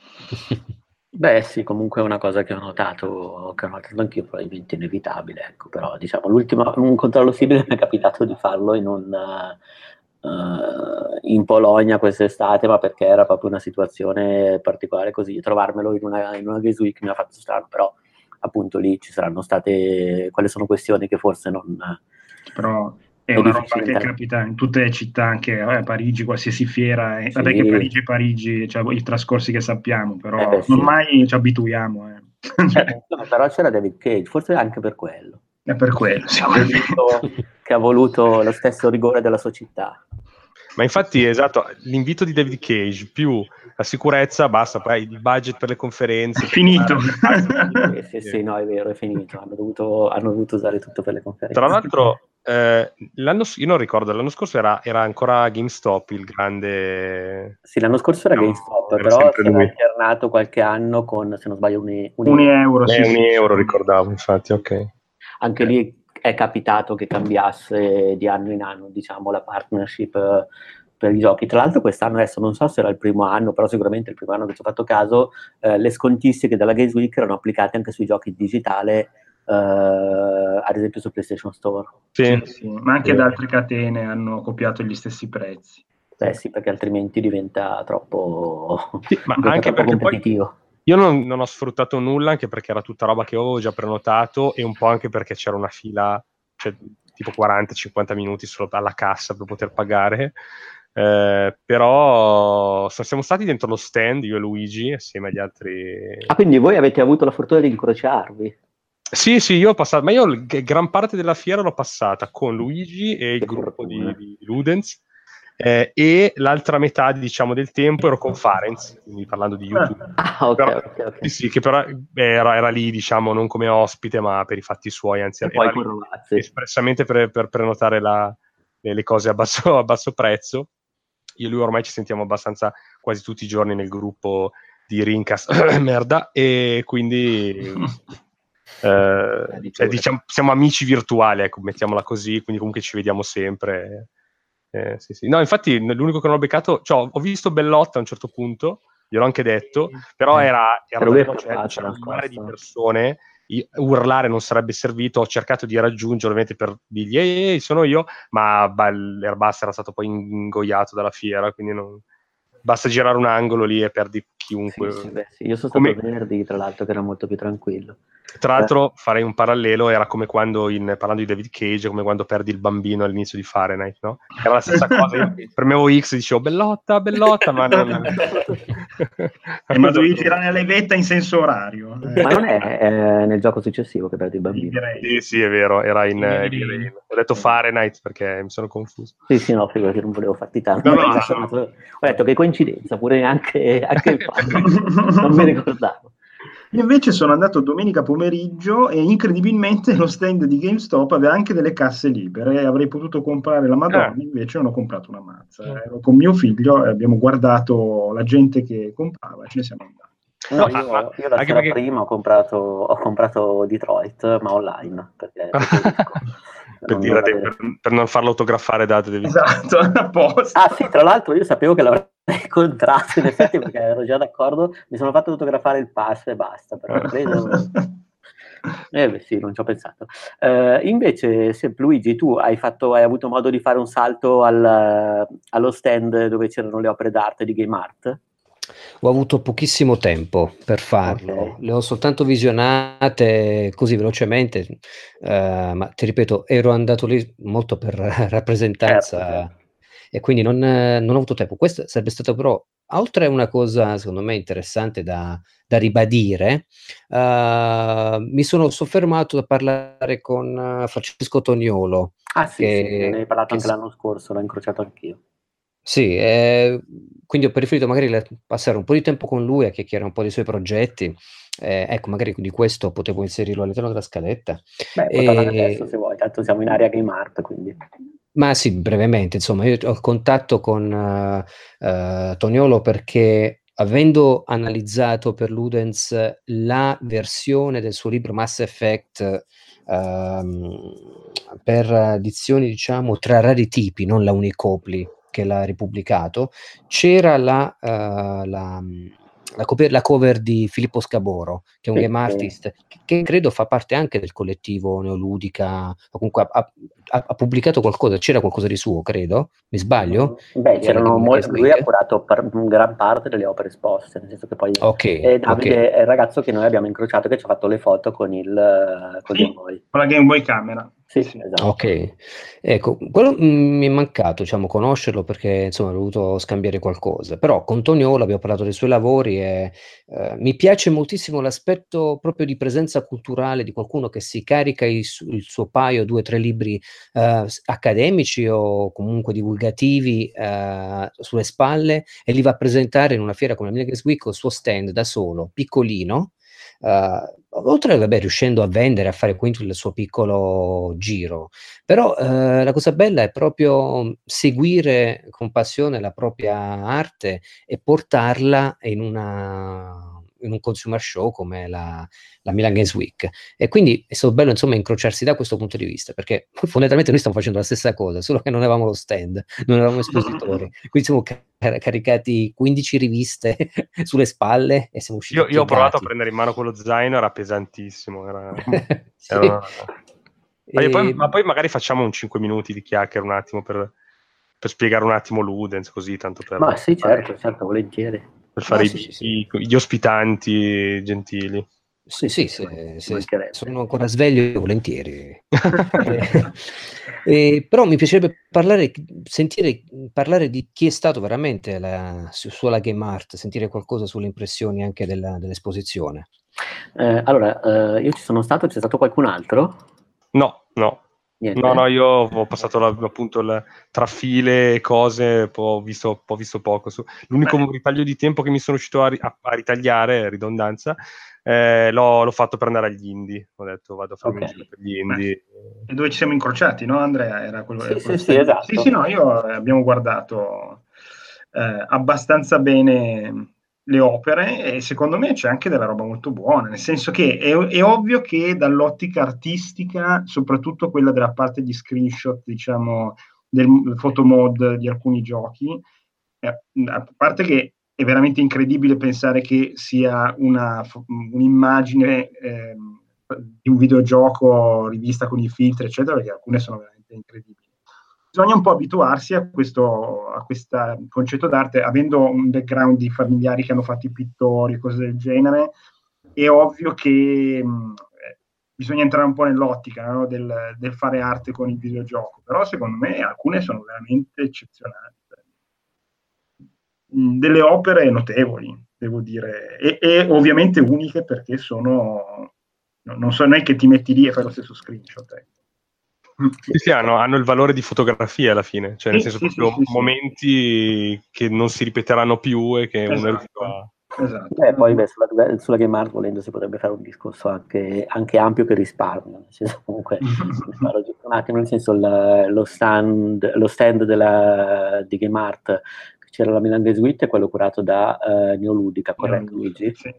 Beh sì, comunque è una cosa che ho notato, che ho notato anch'io, probabilmente inevitabile, ecco, però diciamo l'ultimo, un controllo simile mi è capitato di farlo in un uh, in Polonia quest'estate, ma perché era proprio una situazione particolare così, trovarmelo in una, in una Games Week mi ha fatto strano, però appunto lì ci saranno state, quelle sono questioni che forse non... Però... è una roba che capita in tutte le città, anche a eh, Parigi, qualsiasi fiera. Eh. Sì. Vabbè che Parigi è Parigi, cioè, i trascorsi che sappiamo, però eh beh, sì. Ormai ci abituiamo. Eh. Eh, no, però c'era David Cage, forse anche per quello. È per quello, che ha, voluto, che ha voluto lo stesso rigore della sua città. Ma infatti, esatto, l'invito di David Cage più la sicurezza, basta, poi il budget per le conferenze. È finito. Eh, sì, sì, no, è vero, è finito. Hanno dovuto, hanno dovuto usare tutto per le conferenze. Tra l'altro... Eh, l'anno, io non ricordo, l'anno scorso era, era ancora GameStop il grande... Sì, l'anno scorso era no, GameStop, era però si era alternato qualche anno con, se non sbaglio, un, un, un euro. Eh, sì, un sì, euro sì. Ricordavo, infatti, ok. Anche eh. lì è capitato che cambiasse di anno in anno, diciamo, la partnership per i giochi. Tra l'altro quest'anno, adesso non so se era il primo anno, però sicuramente il primo anno che ci ho fatto caso, eh, le scontistiche della Games Week erano applicate anche sui giochi digitale, Uh, ad esempio su PlayStation Store. Sì, sì, ma anche sì. Da altre catene hanno copiato gli stessi prezzi. Beh sì, perché altrimenti diventa troppo, sì, ma diventa anche troppo perché competitivo. Poi io non, non ho sfruttato nulla, anche perché era tutta roba che avevo già prenotato, e un po' anche perché c'era una fila, cioè tipo quaranta cinquanta minuti solo alla cassa per poter pagare. Eh, però siamo stati dentro lo stand, io e Luigi, assieme agli altri. Ah, quindi voi avete avuto la fortuna di incrociarvi? Sì, sì, io ho passato, ma io gran parte della fiera l'ho passata con Luigi e il che gruppo di, di Ludens, eh, e l'altra metà, diciamo, del tempo ero con Farenz, quindi parlando di YouTube. Ah, ok, però, ok, ok. Sì, sì, che però era, era lì, diciamo, non come ospite, ma per i fatti suoi, anzi, era lì espressamente per, per prenotare la, le, le cose a basso, a basso prezzo. Io e lui ormai ci sentiamo abbastanza quasi tutti i giorni nel gruppo di Rincast merda, e quindi... Eh, cioè, diciamo, siamo amici virtuali, ecco, mettiamola così, quindi comunque ci vediamo sempre. Eh, sì, sì. No, infatti l'unico che non ho beccato, cioè, ho visto Bellotta a un certo punto, gliel'ho anche detto, però eh, era, era davvero, c'era, c'era un mare di persone, urlare non sarebbe servito, ho cercato di raggiungere ovviamente per dirgli ehi, ehi, sono io, ma bah, l'Airbus era stato poi ingoiato dalla fiera, quindi non... basta girare un angolo lì e perdi chiunque. Sì, sì, beh, sì. Io sono come... stato venerdì, tra l'altro, che era molto più tranquillo. Tra l'altro, eh. farei un parallelo, era come quando, in, parlando di David Cage, come quando perdi il bambino all'inizio di Fahrenheit, no? Era la stessa cosa, io premevo X e dicevo Bellotta, Bellotta, ma non... E ma dovevi tirare la levetta in senso orario. Eh. Ma non è, è nel gioco successivo che perdi il bambino? Sì, sì, è vero, era in... in ho detto Fahrenheit perché mi sono confuso. Sì, sì, no, figurati, non volevo farti tanto. No, no, no. Ho detto che coincidenza, pure anche, anche il padre. Non mi ricordavo. Io invece sono andato domenica pomeriggio e incredibilmente lo stand di GameStop aveva anche delle casse libere, avrei potuto comprare la Madonna, Ah. invece non ho comprato una mazza. Ero con mio figlio e abbiamo guardato la gente che comprava e ce ne siamo andati. No, No, io, ah, io la anche sera perché- prima ho comprato, ho comprato Detroit, ma online, perché preferisco per, non, dire, non per, avere... per non farlo autografare da devi... Esatto, apposta. Ah sì, tra l'altro io sapevo che l'avrei incontrato, in effetti, perché ero già d'accordo, mi sono fatto fotografare il pass e basta, però credo... Eh beh sì, non ci ho pensato. Eh, invece, se, Luigi, tu hai, fatto, hai avuto modo di fare un salto al, allo stand dove c'erano le opere d'arte di Game Art? Ho avuto pochissimo tempo per farlo, Ok. le ho soltanto visionate così velocemente, eh, ma ti ripeto, ero andato lì molto per rappresentanza Certo, certo. e quindi non, eh, non ho avuto tempo. Questo sarebbe stato però, oltre a una cosa secondo me interessante da, da ribadire, eh, mi sono soffermato a parlare con eh, Francesco Toniolo, Ah sì, sì, me ne hai che, parlato che anche l'anno scorso, l'ho incrociato anch'io. sì, eh, quindi ho preferito magari le- passare un po' di tempo con lui a chiacchierare un po' dei suoi progetti. Eh, ecco, magari di questo potevo inserirlo all'interno della scaletta. Beh, puoi parlare adesso se E- vuoi, tanto siamo in area Game Art, quindi... Ma sì, brevemente, insomma, io ho il contatto con eh, eh, Toniolo perché avendo analizzato per Ludens la versione del suo libro Mass Effect ehm, per edizioni, diciamo, tra rari tipi, non la Unicopli che l'ha ripubblicato, c'era la, eh, la, la cover, la cover di Filippo Scaboro, che è un Sì, game sì. artist, che, che credo fa parte anche del collettivo Neoludica, o comunque ha, ha- ha- ha pubblicato qualcosa, c'era qualcosa di suo, credo, mi sbaglio? Mm, Beh, Di- alla c'erano Game mol- Games lui ha Week? curato per gran parte delle opere esposte, nel senso che poi Ok, eh, ok. Davide è il ragazzo che noi abbiamo incrociato che ci ha fatto le foto con il eh, col Game Sì, Boy. con la Game Boy Camera. Sì, Sì, sì. esatto. Ok, ecco, quello mm, mi è mancato, diciamo, conoscerlo perché insomma ho dovuto scambiare qualcosa, però con Toniolo abbiamo parlato dei suoi lavori e eh, mi piace moltissimo l'aspetto proprio di presenza culturale di qualcuno che si carica il, su- il suo paio, due o tre libri eh, s- accademici o comunque divulgativi eh, sulle spalle e li va a presentare in una fiera come la Milan Games Week col suo stand da solo, piccolino. Uh, oltre vabbè, riuscendo a vendere, a fare quindi il suo piccolo giro, però uh, la cosa bella è proprio seguire con passione la propria arte e portarla in una in un consumer show come la, la Milan Games Week. E quindi è stato bello insomma incrociarsi da questo punto di vista, perché fondamentalmente noi stiamo facendo la stessa cosa, solo che non avevamo lo stand, non eravamo espositori, quindi siamo car- caricati quindici riviste sulle spalle e siamo usciti Io, io ho provato a piegati. prendere in mano quello zaino, era pesantissimo. Era... Sì. era- Ma, io poi, E- ma poi magari facciamo un cinque minuti di chiacchiere un attimo per, per spiegare un attimo Ludens, così, tanto per, Ma sì, fare, certo, certo, volentieri. per Ma fare sì, sì, i- sì. i- gli ospitanti gentili. Sì, Sì, sì, sì, se, ci se mancherebbe. sono ancora sveglio, volentieri. Eh, eh, però mi piacerebbe parlare, sentire parlare di chi è stato veramente la, su, sulla Game Art, sentire qualcosa sulle impressioni anche della- dell'esposizione. Eh, allora, eh, io ci sono stato, c'è stato qualcun altro? No, no. Niente? No, no, io ho passato la- appunto il- tra file e cose, poi ho visto, ho visto poco. Su- L'unico Beh, ritaglio di tempo che mi sono riuscito a, ri- a- a ritagliare, ridondanza, eh, l'ho, l'ho fatto per andare agli indie. Ho detto vado a farmi un Ok. giro per gli beh, indie. e dove ci siamo incrociati, no Andrea? Era quello, era Sì, quello sì, sì, stand lì. Sì, sì, esatto. no, io eh, abbiamo guardato eh, abbastanza bene le opere e secondo me c'è anche della roba molto buona, nel senso che è, è ovvio che dall'ottica artistica, soprattutto quella della parte di screenshot, diciamo, del photomod di alcuni giochi, eh, a parte che è veramente incredibile pensare che sia una, un'immagine ehm, di un videogioco rivista con i filtri, eccetera, perché alcune sono veramente incredibili. Bisogna un po' abituarsi a questo a questa concetto d'arte, avendo un background di familiari che hanno fatto i pittori, cose del genere, è ovvio che mh, bisogna entrare un po' nell'ottica, no, del, del fare arte con il videogioco, però secondo me alcune sono veramente eccezionali. Mh, delle opere notevoli, devo dire, e, e ovviamente uniche perché sono, no, non so, non è che ti metti lì e fai lo stesso screenshot. Ecco. Sì, sì, hanno, hanno il valore di fotografia alla fine, cioè nel Sì, senso sì, sì, proprio sì, sì. momenti che non si ripeteranno più e che uno è riuscito Esatto. a... Esatto. Beh, poi beh, sulla, sulla Game Art volendo si potrebbe fare un discorso anche, anche ampio che risparmia, nel senso comunque mi sparo giusto un attimo, nel senso il- lo stand, lo stand della, di Game Art che c'era la Milan Games Week è quello curato da uh, Neoludica, corretto Luigi? Sì.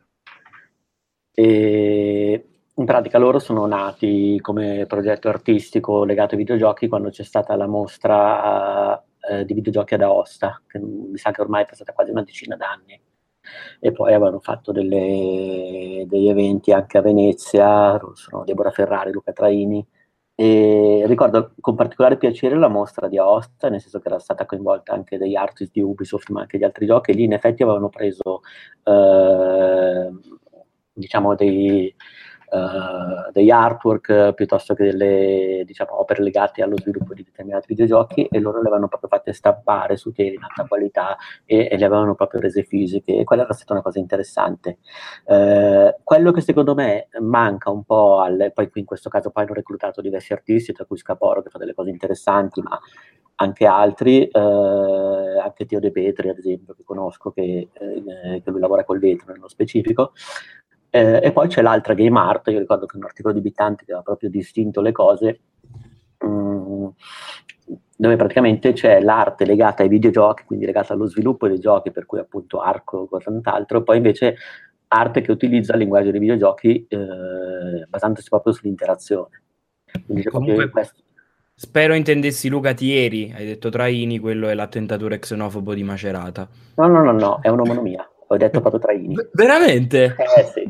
E in pratica loro sono nati come progetto artistico legato ai videogiochi quando c'è stata la mostra uh, di videogiochi ad Aosta, che mi sa che ormai è passata quasi una decina d'anni. E poi avevano fatto delle, degli eventi anche a Venezia, sono Deborah Ferrari, Luca Traini, e ricordo con particolare piacere la mostra di Aosta, nel senso che era stata coinvolta anche degli artist di Ubisoft ma anche di altri giochi, e lì in effetti avevano preso eh, diciamo dei, uh, degli artwork piuttosto che delle diciamo, opere legate allo sviluppo di determinati videogiochi, e loro le avevano proprio fatte stampare su tele in alta qualità e, e le avevano proprio rese fisiche, e quella era stata una cosa interessante. Uh, quello che secondo me manca un po' al, poi qui in questo caso poi hanno reclutato diversi artisti, tra cui Scaporo che fa delle cose interessanti, ma anche altri, eh, anche Teo De Petri ad esempio, che conosco, che, eh, che lui lavora col vetro nello specifico. Eh, e poi c'è l'altra Game Art, io ricordo che un articolo di Bittanti che aveva proprio distinto le cose, mh, dove praticamente c'è l'arte legata ai videogiochi, quindi legata allo sviluppo dei giochi, per cui appunto arco o quant'altro, poi invece arte che utilizza il linguaggio dei videogiochi eh, basandosi proprio sull'interazione. Quindi c'è Comunque, proprio questo. Spero intendessi Luca Tieri, hai detto Traini, quello è l'attentatore xenofobo di Macerata. No, no, no, no, è un'omonimia. Ho detto proprio Traini. V- veramente? Eh sì.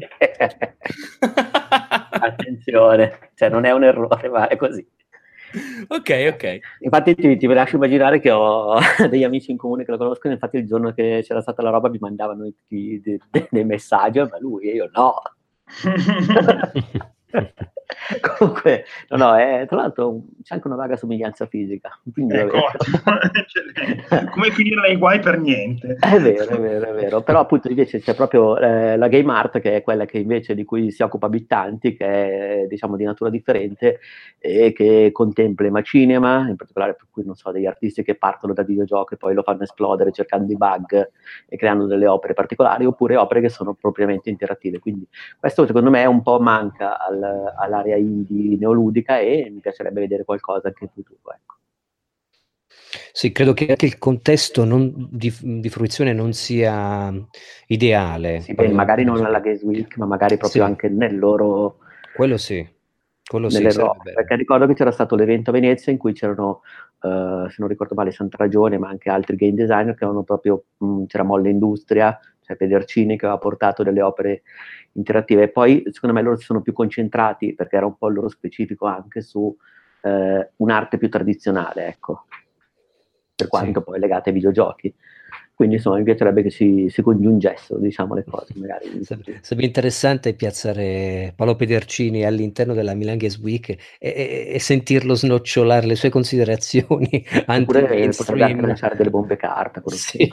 Attenzione, cioè non è un errore, ma è così. Ok, ok. Infatti ti, ti lascio immaginare che ho degli amici in comune che lo conoscono, infatti il giorno che c'era stata la roba mi mandavano i- i- de- de- dei messaggi, ma lui e io no. Comunque, no, no, è, tra l'altro c'è anche una vaga somiglianza fisica. Quindi, ecco, vabbè. come finire nei guai per niente. È vero, è vero, è vero. Però appunto invece c'è proprio eh, la Game Art, che è quella che invece di cui si occupa Bittanti, che è diciamo di natura differente e che contempla il cinema, in particolare per cui non so, degli artisti che partono da videogiochi e poi lo fanno esplodere cercando i bug e creando delle opere particolari, oppure opere che sono propriamente interattive. Quindi questo secondo me un po' manca al, all'area indie neoludica, e mi piacerebbe vedere qualcosa anche in futuro, ecco. Sì, credo che anche il contesto non, di, di fruizione non sia ideale. Sì, beh, magari non alla Games Week, ma magari proprio Sì. anche nel loro... Quello sì, quello nelle sì, loro, sarebbe bello. perché ricordo che c'era stato l'evento a Venezia in cui c'erano, uh, se non ricordo male, Santragione, ma anche altri game designer che avevano proprio, mh, c'era Molle Industria, cioè Pedercini che aveva portato delle opere interattive, e poi secondo me loro si sono più concentrati, perché era un po' il loro specifico, anche su uh, un'arte più tradizionale, ecco, per quanto Sì. poi legate ai videogiochi. Quindi insomma mi piacerebbe che si, si congiungessero, diciamo, le cose magari. Sarebbe interessante piazzare Paolo Pedercini all'interno della Milan Games Week e, e, e sentirlo snocciolare le sue considerazioni Oppure potrebbe anche anti-mainstream. lanciare delle bombe carta. Sì.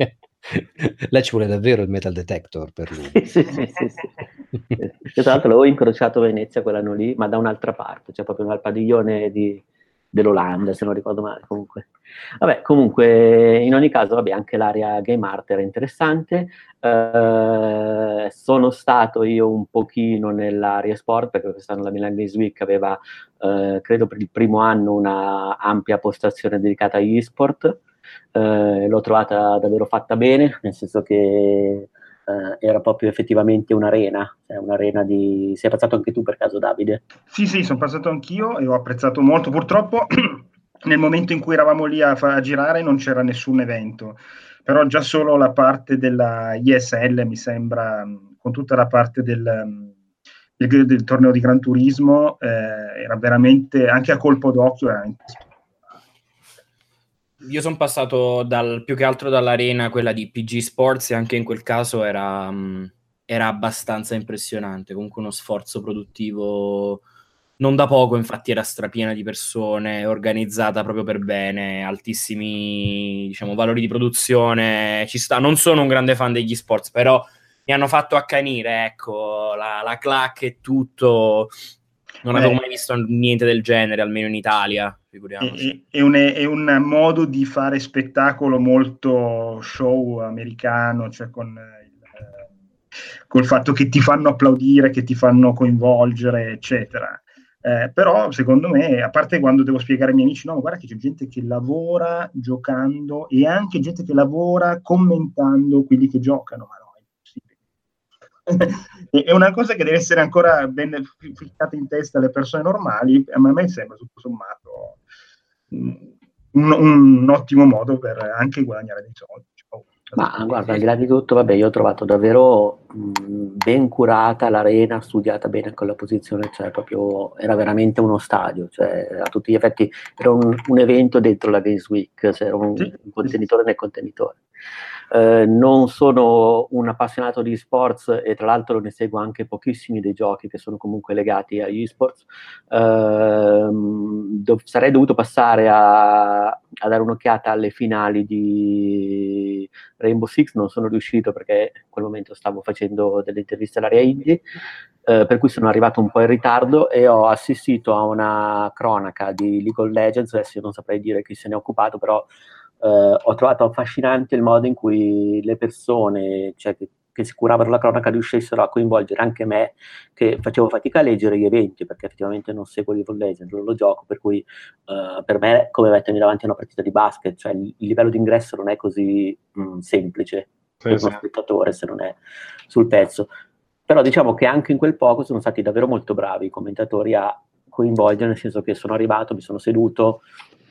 Là ci vuole davvero il metal detector per lui. Sì, sì, sì, sì. Io tra l'altro l'avevo incrociato a Venezia quell'anno lì, ma da un'altra parte, cioè proprio nel padiglione di, dell'Olanda, se non ricordo male. Comunque, vabbè, comunque in ogni caso, vabbè, anche l'area Game Art era interessante. Uh, sono stato io un pochino nell'area sport, perché quest'anno la Milan Games Week aveva, uh, credo per il primo anno, una ampia postazione dedicata agli e-sport. Uh, l'ho trovata davvero fatta bene, nel senso che Uh, era proprio effettivamente un'arena, cioè un'arena di... Sei passato anche tu per caso, Davide? Sì, sì, sono passato anch'io e ho apprezzato molto. Purtroppo nel momento in cui eravamo lì a, fa- a girare non c'era nessun evento, però già solo la parte della I S L mi sembra, con tutta la parte del, del, del torneo di Gran Turismo, eh, era veramente, anche a colpo d'occhio, veramente Io sono passato dal, più che altro dall'arena, quella di P G Sports, e anche in quel caso era, mh, era abbastanza impressionante. Comunque uno sforzo produttivo non da poco, infatti era strapiena di persone, organizzata proprio per bene, altissimi, diciamo, valori di produzione. Ci sta. Non sono un grande fan degli sports, però mi hanno fatto accanire, ecco, la, la clac e tutto. Non avevo mai visto niente del genere, almeno in Italia, figuriamoci. È, è, un, è un modo di fare spettacolo molto show americano, cioè con il, col fatto che ti fanno applaudire, che ti fanno coinvolgere, eccetera. Eh, però secondo me, a parte quando devo spiegare ai miei amici, no, guarda che c'è gente che lavora giocando e anche gente che lavora commentando quelli che giocano, ma no, è impossibile. È una cosa che deve essere ancora ben ficcata in testa alle persone normali, ma a me sembra tutto sommato un, un ottimo modo per anche guadagnare dei soldi. Ma guarda, al di là di tutto, vabbè, io ho trovato davvero mh, ben curata l'arena, studiata bene con la posizione, cioè proprio era veramente uno stadio, cioè a tutti gli effetti era un, un evento dentro la Games Week, cioè era un, Sì. un contenitore nel contenitore. Eh, non sono un appassionato di sports e tra l'altro ne seguo anche pochissimi dei giochi che sono comunque legati agli sports. Eh, dov- sarei dovuto passare a, a dare un'occhiata alle finali di Rainbow Six, non sono riuscito perché in quel momento stavo facendo delle interviste all'area indie, eh, per cui sono arrivato un po' in ritardo e ho assistito a una cronaca di League of Legends. Adesso io non saprei dire chi se ne è occupato, però eh, ho trovato affascinante il modo in cui le persone, cioè, che, che si curavano la cronaca, riuscissero a coinvolgere anche me, che facevo fatica a leggere gli eventi perché effettivamente non seguo League of Legends, non lo gioco, per cui uh, per me è come mettermi davanti a una partita di basket, cioè il, il livello di ingresso non è così mh, semplice sì, per sì. uno spettatore se non è sul pezzo. Però diciamo che anche in quel poco sono stati davvero molto bravi i commentatori a coinvolgere, nel senso che sono arrivato, mi sono seduto,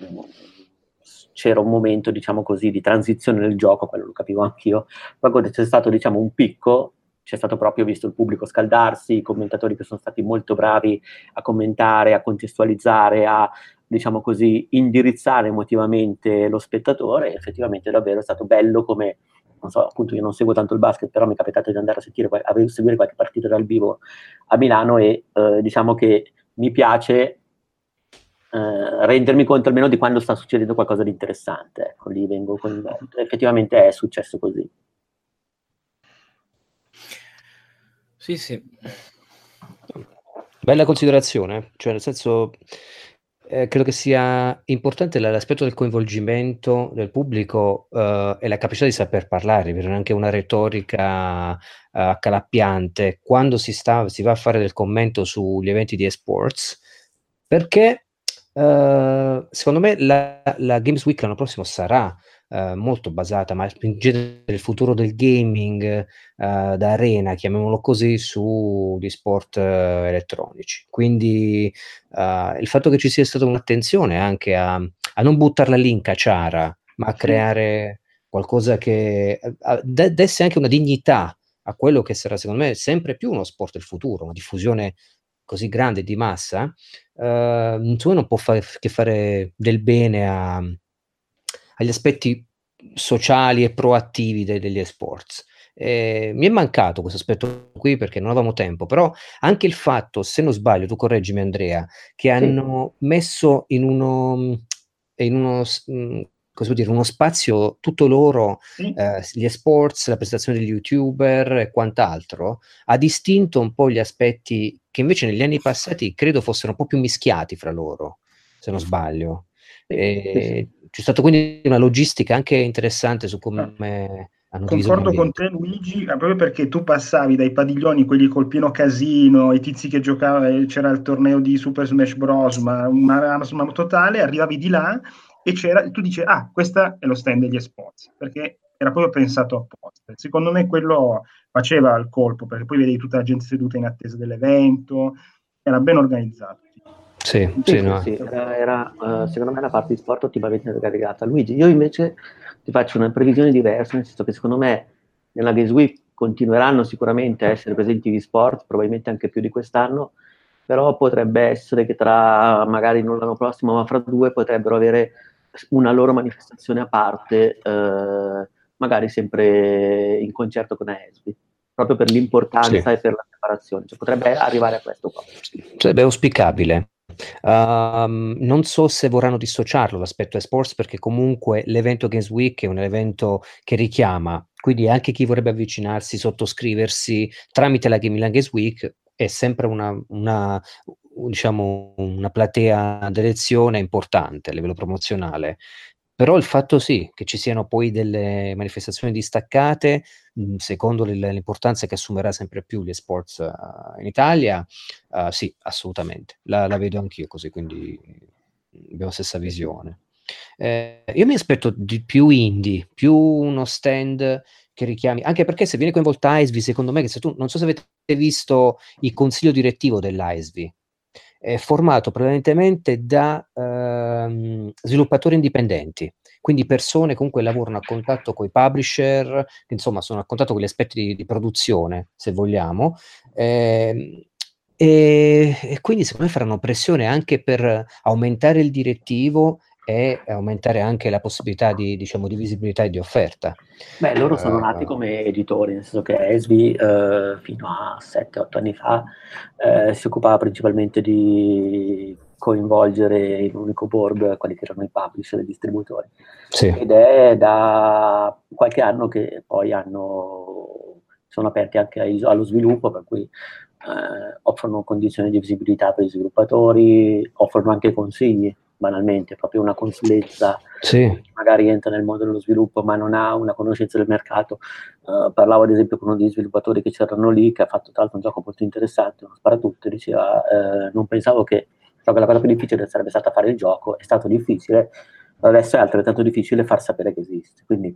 c'era un momento, diciamo così, di transizione nel gioco, quello lo capivo anch'io, poi quando c'è stato, diciamo, un picco, c'è stato proprio visto il pubblico scaldarsi, i commentatori che sono stati molto bravi a commentare, a contestualizzare, a, diciamo così, indirizzare emotivamente lo spettatore. Effettivamente davvero è stato bello, come, non so, appunto io non seguo tanto il basket, però mi è capitato di andare a, sentire, a seguire qualche partita dal vivo a Milano e eh, diciamo che mi piace Uh, rendermi conto almeno di quando sta succedendo qualcosa di interessante, ecco, lì vengo coinvolto. Effettivamente è successo così. Sì, sì. Bella considerazione, cioè nel senso eh, credo che sia importante l'aspetto del coinvolgimento del pubblico eh, e la capacità di saper parlare, avere anche una retorica eh, accalappiante quando si, sta, si va a fare del commento sugli eventi di esports, perché Uh, secondo me la, la Games Week l'anno prossimo sarà uh, molto basata, ma in genere il futuro del gaming uh, da arena, chiamiamolo così, sugli sport uh, elettronici. Quindi uh, il fatto che ci sia stata un'attenzione anche a, a non buttarla lì in caciara, ma a creare qualcosa che uh, d- desse anche una dignità a quello che sarà, secondo me, sempre più uno sport del futuro, una diffusione così grande di massa, uh, insomma non può fare che fare del bene a, agli aspetti sociali e proattivi de- degli esports. Eh, mi è mancato questo aspetto qui perché non avevamo tempo, però anche il fatto, se non sbaglio, tu correggimi Andrea, che hanno sì. messo in uno, in uno mh, cosa dire, uno spazio tutto loro, sì. eh, gli esports, la presentazione degli youtuber e quant'altro, ha distinto un po' gli aspetti che invece negli anni passati credo fossero un po' più mischiati fra loro, se non sbaglio. Sì, e sì. C'è stata quindi una logistica anche interessante su come hanno diviso Concordo con te Luigi, proprio perché tu passavi dai padiglioni, quelli col pieno casino, i tizi che giocavano, c'era il torneo di Super Smash Bros, ma una, una totale, arrivavi di là e c'era, tu dici, ah, questo è lo stand degli esports, perché era proprio pensato apposta. Secondo me quello faceva il colpo, perché poi vedevi tutta la gente seduta in attesa dell'evento, era ben organizzato. Sì, sì, sì, sì, no. sì. Era, era uh, secondo me la parte di sport ottimamente caricata. Luigi, io invece ti faccio una previsione diversa, nel senso che secondo me nella Games Week continueranno sicuramente a essere presenti gli sport, probabilmente anche più di quest'anno, però potrebbe essere che tra, magari non l'anno prossimo, ma fra due, potrebbero avere una loro manifestazione a parte, eh, magari sempre in concerto con A S B, proprio per l'importanza sì. e per la preparazione. Cioè, potrebbe arrivare a questo qua. Sarebbe auspicabile. Um, non so se vorranno dissociarlo l'aspetto esports, perché comunque l'evento Games Week è un evento che richiama, quindi anche chi vorrebbe avvicinarsi, sottoscriversi tramite la Milan Games Week è sempre una, una, diciamo, una platea d'elezione importante a livello promozionale. Però il fatto sì, che ci siano poi delle manifestazioni distaccate, mh, secondo l- l'importanza che assumerà sempre più gli esports uh, in Italia, uh, sì, assolutamente. La, la vedo anch'io così, quindi abbiamo la stessa visione. Eh, io mi aspetto di più indie, più uno stand che richiami, anche perché se viene coinvolta I S V, secondo me, che se tu, non so se avete visto il consiglio direttivo dell'I S V, è formato prevalentemente da ehm, sviluppatori indipendenti, quindi persone comunque lavorano a contatto con i publisher, che insomma sono a contatto con gli aspetti di, di produzione, se vogliamo, ehm, e, e quindi secondo me faranno pressione anche per aumentare il direttivo e aumentare anche la possibilità di, diciamo, di visibilità e di offerta. Beh, loro sono Uh, nati come editori, nel senso che E S V eh, fino a sette otto anni fa eh, si occupava principalmente di coinvolgere in un unico board quelli che erano i publisher e i distributori. sì. Ed è da qualche anno che poi hanno, sono aperti anche ai- allo sviluppo, per cui eh, offrono condizioni di visibilità per gli sviluppatori, offrono anche consigli, banalmente, proprio una consulenza Sì. per chi magari entra nel mondo dello sviluppo ma non ha una conoscenza del mercato. Uh, parlavo ad esempio con uno degli sviluppatori che c'erano lì, che ha fatto tra l'altro un gioco molto interessante, uno sparatutto, e diceva eh, non pensavo che, so che la cosa più difficile sarebbe stata fare il gioco, è stato difficile, adesso è altrettanto difficile far sapere che esiste. Quindi,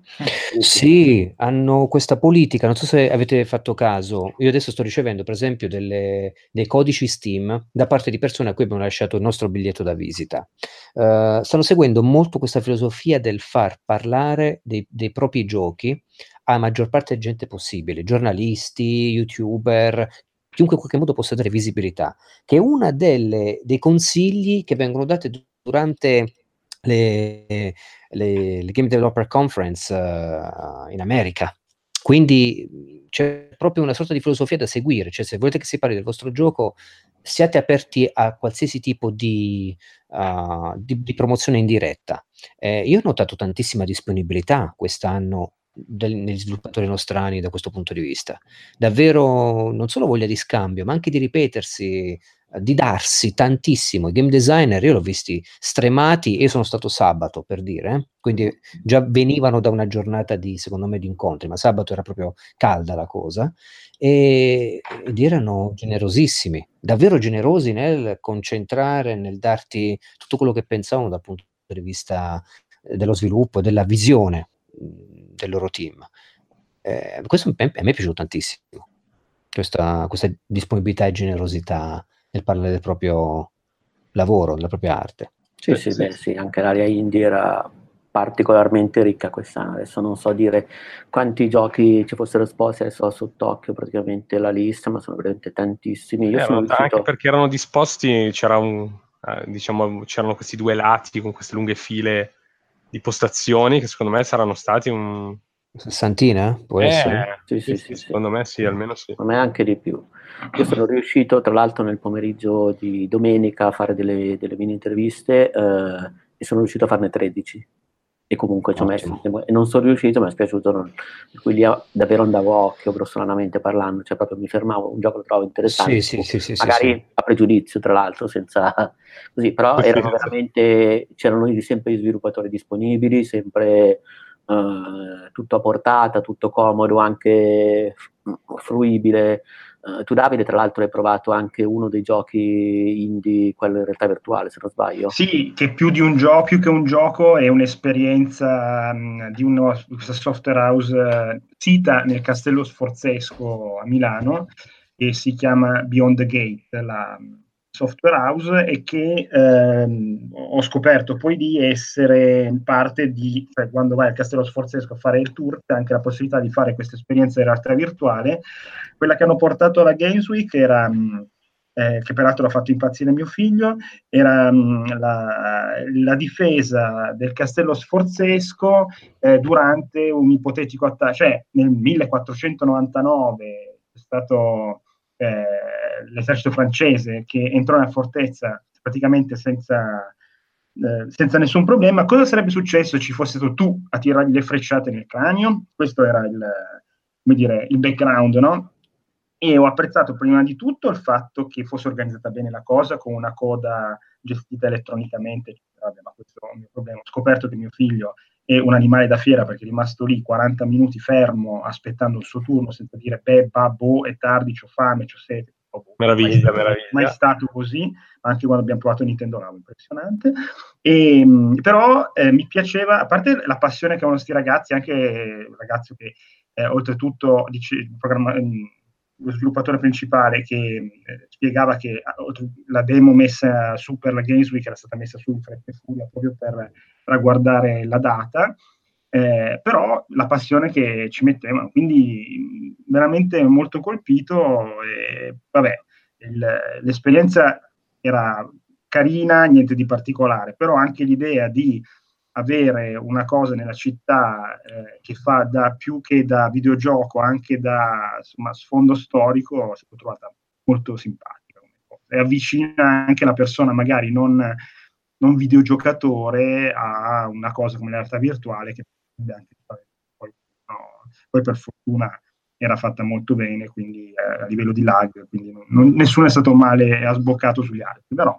sì, hanno questa politica, non so se avete fatto caso, io adesso sto ricevendo per esempio delle, dei codici Steam da parte di persone a cui abbiamo lasciato il nostro biglietto da visita. Uh, stanno seguendo molto questa filosofia del far parlare dei, dei propri giochi a maggior parte di gente possibile, giornalisti, youtuber, chiunque in qualche modo possa dare visibilità, che è una delle, dei consigli che vengono dati durante le, le, le Game Developer Conference uh, in America. Quindi c'è proprio una sorta di filosofia da seguire, cioè se volete che si parli del vostro gioco, siate aperti a qualsiasi tipo di, uh, di, di promozione in diretta. Eh, io ho notato tantissima disponibilità quest'anno del, negli sviluppatori nostrani da questo punto di vista. Davvero non solo voglia di scambio, ma anche di ripetersi, di darsi tantissimo. I game designer io l'ho visti stremati, io sono stato sabato per dire, eh? Quindi già venivano da una giornata di, secondo me, di incontri, ma sabato era proprio calda la cosa, e, ed erano generosissimi, davvero generosi nel concentrare, nel darti tutto quello che pensavano dal punto di vista dello sviluppo, della visione del loro team. Eh, questo a me è piaciuto tantissimo, questa, questa disponibilità e generosità nel parlare del proprio lavoro, della propria arte. Sì, sì, sì, beh, sì, anche l'area indie era particolarmente ricca quest'anno. Adesso non so dire quanti giochi ci fossero esposti, adesso ho sott'occhio praticamente la lista, ma sono veramente tantissimi. Io eh, sono anche riuscito... perché erano disposti, c'era un, eh, diciamo, c'erano questi due lati con queste lunghe file di postazioni che secondo me saranno stati un... Sessantina? Può Eh, essere? Sì, sì, sì, sì, sì, sì. secondo me sì, almeno sì. A me anche di più. Io sono riuscito, tra l'altro, nel pomeriggio di domenica a fare delle, delle mini interviste eh, e sono riuscito a farne tredici. E comunque ci ho messo il tempo. E non sono riuscito, mi è spiaciuto. Non, per cui lì a- davvero andavo a occhio, grossolanamente parlando, cioè proprio mi fermavo, un gioco lo trovo interessante, Sì, sì, sì, sì, magari sì, sì. a pregiudizio, tra l'altro, senza così, però Sì, erano sì. veramente, c'erano sempre gli sviluppatori disponibili, sempre eh, tutto a portata, tutto comodo, anche fruibile. Uh, tu Davide tra l'altro hai provato anche uno dei giochi indie, quello in realtà virtuale se non sbaglio. Sì, che più di un gioco, più che un gioco è un'esperienza um, di uno, questa software house uh, sita nel Castello Sforzesco a Milano, che si chiama Beyond the Gate, la software house, e che ehm, ho scoperto poi di essere parte di, cioè quando vai al Castello Sforzesco a fare il tour, c'è anche la possibilità di fare questa esperienza in realtà virtuale. Quella che hanno portato alla Games Week era... Mh, eh, che peraltro l'ha fatto impazzire mio figlio, era mh, la, la difesa del Castello Sforzesco eh, durante un ipotetico attacco, cioè nel millequattrocentonovantanove è stato eh, l'esercito francese che entrò nella fortezza praticamente senza, eh, senza nessun problema. Cosa sarebbe successo se ci fosse stato tu a tirargli le frecciate nel cranio? Questo era il, come dire, il background, no? E ho apprezzato prima di tutto il fatto che fosse organizzata bene la cosa, con una coda gestita elettronicamente, vabbè, ma questo è un mio problema. Ho scoperto che mio figlio è un animale da fiera perché è rimasto lì quaranta minuti fermo aspettando il suo turno senza dire beh, babbo, è tardi, c'ho fame, c'ho sete. Meraviglia, mai, meraviglia. Mai stato così, anche quando abbiamo provato Nintendo Now, impressionante. E, però eh, mi piaceva, a parte la passione che avevano questi ragazzi, anche un ragazzo che eh, oltretutto dice, il programma, lo sviluppatore principale che eh, spiegava che la demo messa su per la Games Week era stata messa su in fretta e furia proprio per ragguardare la data. Eh, però la passione che ci mettevano, quindi veramente molto colpito. E, vabbè, il, l'esperienza era carina, niente di particolare, però anche l'idea di avere una cosa nella città eh, che fa da più che da videogioco, anche da insomma, sfondo storico, si è trovata molto simpatica e avvicina anche la persona magari non, non videogiocatore a una cosa come la realtà virtuale che anche poi, no, poi per fortuna era fatta molto bene, quindi eh, a livello di lag, quindi non, non, nessuno è stato male e ha sboccato sugli altri, però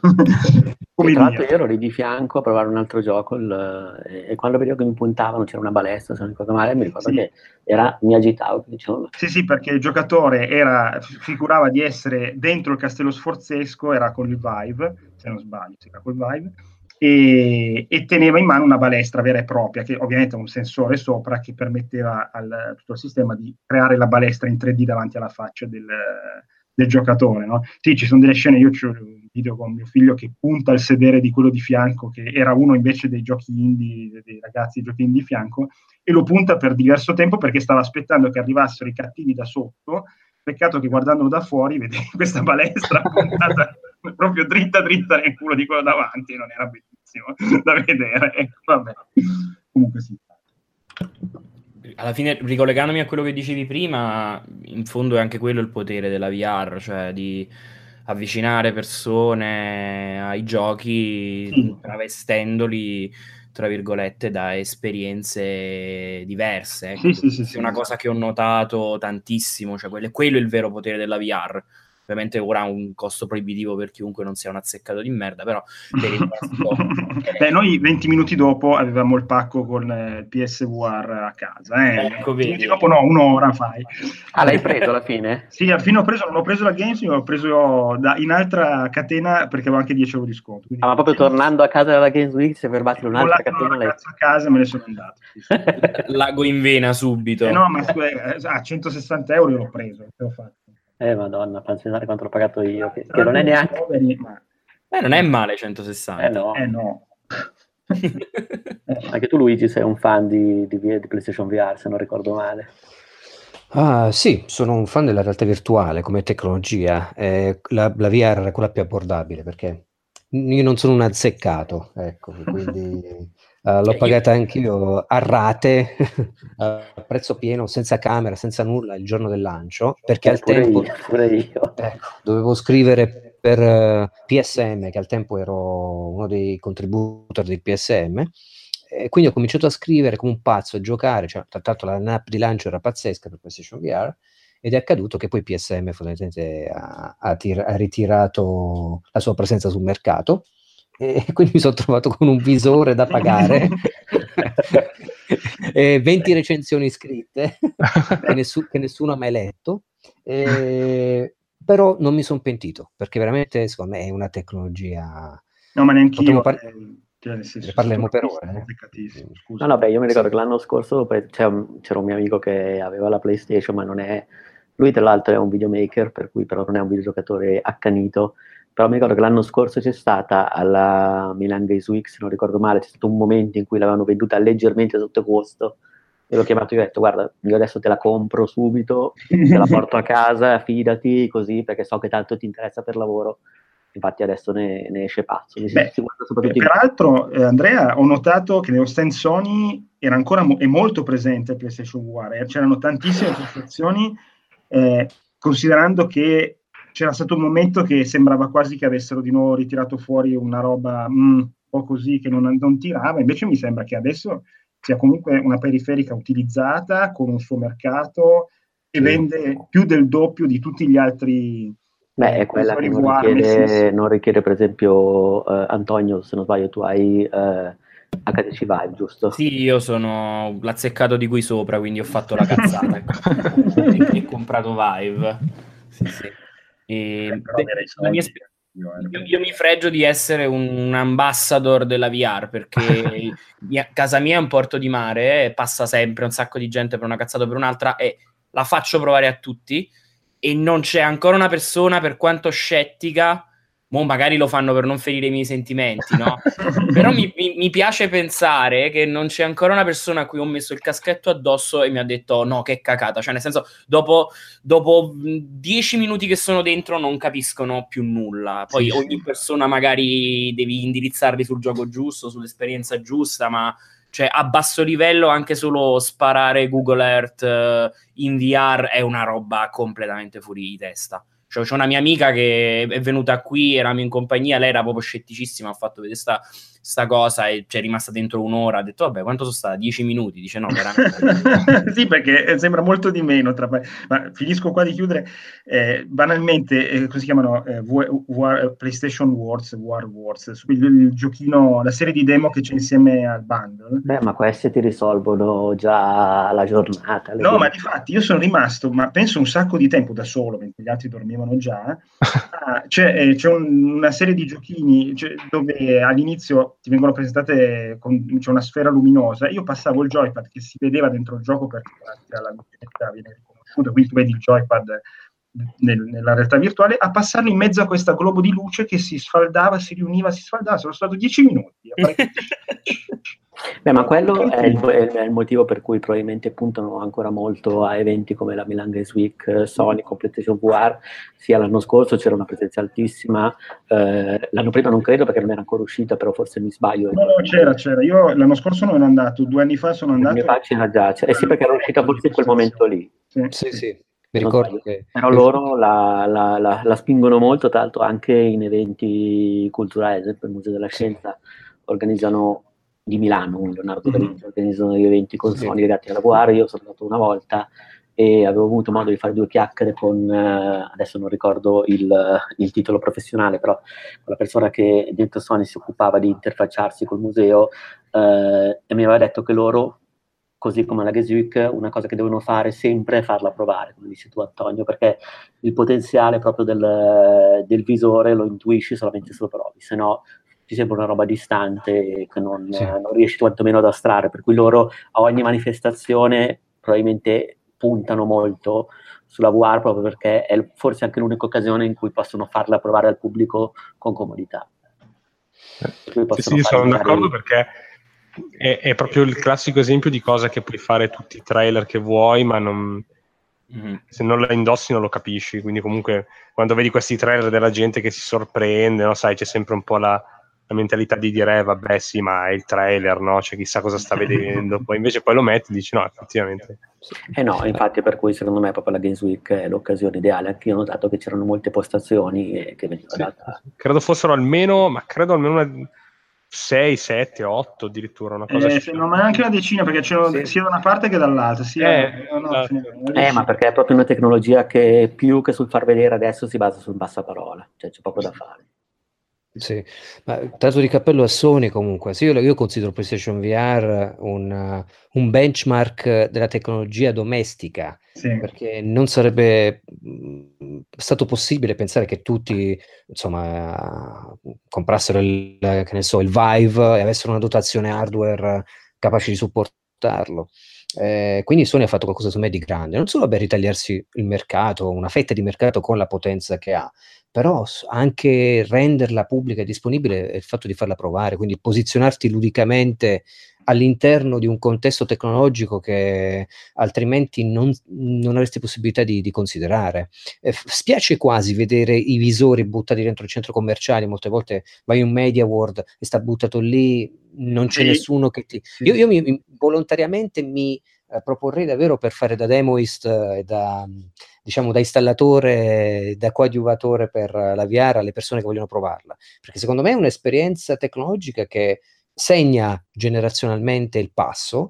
come tra l'altro io ero lì di fianco a provare un altro gioco il, e, e quando vedevo che mi puntavano c'era una balestra, se non ricordo male, mi ricordo sì. che era, mi agitavo. Dicevo... Sì, sì, perché il giocatore era, figurava di essere dentro il castello sforzesco, era con il Vive, se non sbaglio, era col Vive, E, e teneva in mano una balestra vera e propria, che ovviamente ha un sensore sopra che permetteva al tutto il sistema di creare la balestra in tre D davanti alla faccia del, del giocatore, no? Sì, ci sono delle scene, io ho un video con mio figlio che punta il sedere di quello di fianco, che era uno invece dei giochi indie, dei ragazzi dei giochi indie di fianco, e lo punta per diverso tempo perché stava aspettando che arrivassero i cattivi da sotto. Peccato che guardandolo da fuori vede questa balestra puntata proprio dritta dritta nel culo di quello davanti, e non era bellissimo da vedere. Vabbè, comunque sì. Alla fine, ricollegandomi a quello che dicevi prima, in fondo è anche quello il potere della V R, cioè di avvicinare persone ai giochi sì. travestendoli, tra virgolette, da esperienze diverse. Ecco. Sì, sì, sì, è sì, una sì. cosa che ho notato tantissimo, cioè quello, quello è il vero potere della V R. Ovviamente ora ha un costo proibitivo per chiunque non sia un azzeccato di merda, però per il resto... Beh, noi venti minuti dopo avevamo il pacco con il P S V R a casa. Eh. Ecco, venti minuti dopo no, un'ora fai. Ah, l'hai preso alla fine? Sì, alla fine ho preso, non ho preso la Games, ma ho preso da, in altra catena perché avevo anche dieci euro di sconto. Ah, ma proprio tornando a casa dalla Games Week, si è fermato in un'altra catena? Ho a casa e me ne sono andato. Sì, sì. Lago in vena subito. Eh no, ma a centosessanta euro io l'ho preso, che ho fatto. Eh madonna, fammi pensare quanto l'ho pagato io, che, che non è neanche... Poveri, ma... Eh, non è male centosessanta. Eh no. Eh no. Anche tu Luigi sei un fan di, di, di PlayStation V R, se non ricordo male. Ah, sì, sono un fan della realtà virtuale come tecnologia. Eh, la, la V R è quella più abbordabile perché io non sono un azzeccato, ecco, quindi uh, l'ho pagata anch'io a rate, a prezzo pieno, senza camera, senza nulla, il giorno del lancio, perché eh, al tempo io, pure io. Ecco, dovevo scrivere per uh, P S M, che al tempo ero uno dei contributor del P S M, e quindi ho cominciato a scrivere come un pazzo, a giocare, cioè, tra l'altro la app di lancio era pazzesca per PlayStation V R, ed è accaduto che poi P S M fondamentalmente ha, ha, tir- ha ritirato la sua presenza sul mercato, e quindi mi sono trovato con un visore da pagare e venti recensioni scritte che, nessu- che nessuno ha mai letto, e... però non mi sono pentito perché veramente secondo me è una tecnologia. No, ma neanche io. Par- cioè, nel senso, ne parleremo per ore. Eh? No, no, beh, io mi ricordo sì. che l'anno scorso c'era un, c'era un mio amico che aveva la PlayStation, ma non è. Lui, tra l'altro, è un videomaker, per cui però non è un videogiocatore accanito. Però mi ricordo che l'anno scorso c'è stata alla Milan Games Week, se non ricordo male, c'è stato un momento in cui l'avevano venduta leggermente sotto costo. E l'ho chiamato e ho detto: guarda, io adesso te la compro subito, te la porto a casa, fidati, così, perché so che tanto ti interessa per lavoro. Infatti adesso ne, ne esce pazzo. Beh, soprattutto peraltro, in... eh, Andrea, ho notato che nello stand Sony era ancora mo- è molto presente il PlayStation V R. Eh? C'erano tantissime prestazioni, eh, considerando che c'era stato un momento che sembrava quasi che avessero di nuovo ritirato fuori una roba mm, un po' così, che non, non tirava. Invece mi sembra che adesso sia comunque una periferica utilizzata, con un suo mercato, e sì. Vende più del doppio di tutti gli altri Beh, è quella che non richiede, non richiede, per esempio, eh, Antonio, se non sbaglio, tu hai eh, H T C Vive, giusto? Sì, io sono l'azzeccato di qui sopra, quindi ho fatto la cazzata e ho comprato Vive. Sì, sì. E, però beh, la mia esper- io, io mi fregio di essere un, un ambassador della V R, perché mia, casa mia è un porto di mare, passa sempre un sacco di gente per una cazzata o per un'altra e la faccio provare a tutti e non c'è ancora una persona, per quanto scettica, mo magari lo fanno per non ferire i miei sentimenti, no? Però mi, mi, mi piace pensare che non c'è ancora una persona a cui ho messo il caschetto addosso e mi ha detto no, che cacata, cioè nel senso dopo, dopo dieci minuti che sono dentro non capiscono più nulla, poi sì, ogni sì. persona magari devi indirizzarli sul gioco giusto, sull'esperienza giusta, ma cioè a basso livello anche solo sparare Google Earth uh, in V R è una roba completamente fuori di testa. Cioè, c'è una mia amica che è venuta qui, eravamo in compagnia, lei era proprio scetticissima, ha fatto vedere sta, sta cosa e c'è rimasta dentro un'ora, ha detto vabbè quanto sono stata? dieci minuti? Dice no, veramente. Sì, perché sembra molto di meno, tra... ma finisco qua di chiudere, eh, banalmente, eh, come si chiamano? Eh, v- v- PlayStation Wars, War Wars, il, il giochino, la serie di demo che c'è insieme al bundle. Beh, ma queste ti risolvono già la giornata. No, ma difatti io sono rimasto, ma penso un sacco di tempo da solo, mentre gli altri dormivano già. Ah, c'è eh, c'è un, una serie di giochini cioè, dove all'inizio ti vengono presentate, con, c'è una sfera luminosa. Io passavo il joypad che si vedeva dentro il gioco perché grazie alla lucidità viene riconosciuto, quindi tu vedi il joypad nel, nella realtà virtuale, a passarlo in mezzo a questa globo di luce che si sfaldava, si riuniva, si sfaldava. Sono stato dieci minuti a fare... Beh, ma quello è il, è il motivo per cui probabilmente puntano ancora molto a eventi come la Milan Games Week, Sony con PlayStation V R. Sia l'anno scorso c'era una presenza altissima, eh, l'anno prima non credo perché non era ancora uscita, però forse mi sbaglio. No, no, c'era, c'era. Io l'anno scorso non ero andato, due anni fa sono andato. Mi fa c'era già, c'era. Eh sì, perché era uscita forse in quel momento lì. Sì, sì, sì. Mi ricordo che... Però loro la, la, la, la spingono molto, tra l'altro anche in eventi culturali, ad esempio il Museo della Scienza organizzano di Milano, Leonardo da Vinci, organizzano degli eventi con Sony legati alla V R. Io sono andato una volta e avevo avuto modo di fare due chiacchiere con, eh, adesso non ricordo il, il titolo professionale, però con la persona che dentro Sony si occupava di interfacciarsi col museo, eh, e mi aveva detto che loro, così come la Games Week, una cosa che devono fare sempre è farla provare, come dici tu Antonio, perché il potenziale proprio del, del visore lo intuisci solamente se lo provi, se no ti sembra una roba distante che non, sì. non riesci quantomeno ad astrarre, per cui loro a ogni manifestazione probabilmente puntano molto sulla V R proprio perché è forse anche l'unica occasione in cui possono farla provare al pubblico con comodità. Sì, sì, sono magari... d'accordo perché è, è proprio il classico esempio di cosa che puoi fare tutti i trailer che vuoi, ma non... Mm-hmm. Se non la indossi non lo capisci, quindi comunque quando vedi questi trailer della gente che si sorprende, no? Sai, c'è sempre un po' la, la mentalità di dire eh, vabbè sì, ma è il trailer, no? Cioè chissà cosa sta vedendo, poi invece poi lo metti e dici no, effettivamente eh no, infatti per cui secondo me proprio la Games Week è l'occasione ideale. Anche io ho notato che c'erano molte postazioni e che venivano sì, data... credo fossero almeno, ma credo almeno una sei, sette, otto addirittura, una cosa eh, no, ma anche una decina perché c'è sì. sia da una parte che dall'altra sia, eh, no, no, eh, ma perché è proprio una tecnologia che più che sul far vedere adesso si basa sul passaparola, cioè c'è poco da fare. Sì, ma tanto di cappello a Sony comunque, sì, io, io considero PlayStation V R un, un benchmark della tecnologia domestica, sì. Perché non sarebbe mh, stato possibile pensare che tutti insomma comprassero il, che ne so, il Vive e avessero una dotazione hardware capace di supportarlo. Eh, quindi Sony ha fatto qualcosa su me di grande, non solo per ritagliarsi il mercato, una fetta di mercato con la potenza che ha, però anche renderla pubblica e disponibile è il fatto di farla provare, quindi posizionarti ludicamente all'interno di un contesto tecnologico che altrimenti non, non avresti possibilità di, di considerare. Eh, spiace quasi vedere i visori buttati dentro il centro commerciale, molte volte vai in un Media World e sta buttato lì, non c'è sì. nessuno che ti... Sì. Io, io mi, volontariamente mi eh, proporrei davvero per fare da demoist e eh, da... diciamo da installatore, da coadiuvatore per la V R alle persone che vogliono provarla, perché secondo me è un'esperienza tecnologica che segna generazionalmente il passo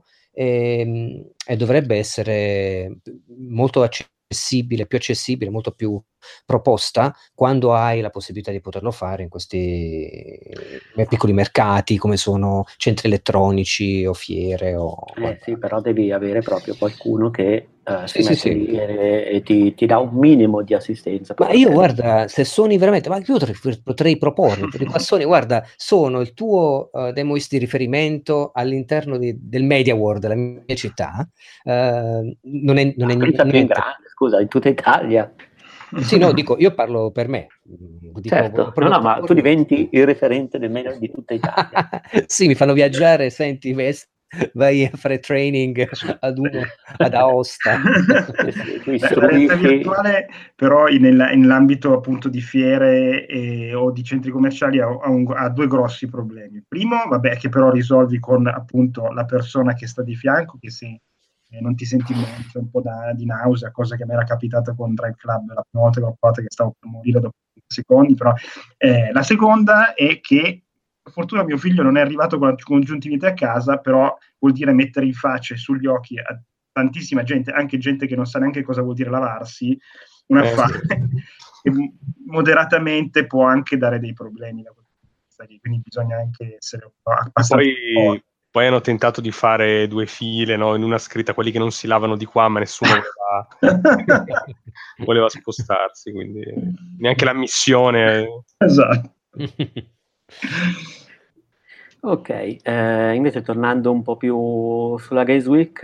e, e dovrebbe essere molto accessibile, più accessibile, molto più proposta quando hai la possibilità di poterlo fare in questi piccoli mercati come sono centri elettronici o fiere o... Eh sì, però devi avere proprio qualcuno che uh, sì, si mette sì, lì sì. e, e ti, ti dà un minimo di assistenza. Ma io guarda, se Sony veramente, ma io potrei, potrei propormi, per qua Sony, guarda, sono il tuo uh, demoist di riferimento all'interno di, del Media World della mia città, uh, non è, non è niente. Più in grande, scusa, in tutta Italia. Sì, no, dico, io parlo per me. Dico, certo, no, no, ma tu diventi il referente del meglio di tutta Italia. Sì, mi fanno viaggiare, senti, vest- vai a fare training ad, uno, ad Aosta. Beh, la realtà virtuale però in, nell'ambito appunto di fiere e, o di centri commerciali ha, ha, un, ha due grossi problemi. Il primo, vabbè, che però risolvi con appunto la persona che sta di fianco, che se eh, non ti senti bene, c'è un po' da, di nausea, cosa che mi era capitata con Drive Club la prima volta che l'ho fatta, che stavo per morire dopo secondi, però eh, la seconda è che per fortuna mio figlio non è arrivato con la congiuntivite a casa, però vuol dire mettere in faccia e sugli occhi a tantissima gente, anche gente che non sa neanche cosa vuol dire lavarsi, un affare eh, sì. che moderatamente può anche dare dei problemi da questo punto di vista, quindi bisogna anche essere un po' abbastanza poi, poi hanno tentato di fare due file, no? In una scritta quelli che non si lavano di qua, ma nessuno voleva, voleva spostarsi, quindi neanche la missione. Esatto. Ok, eh, invece tornando un po' più sulla Games Week,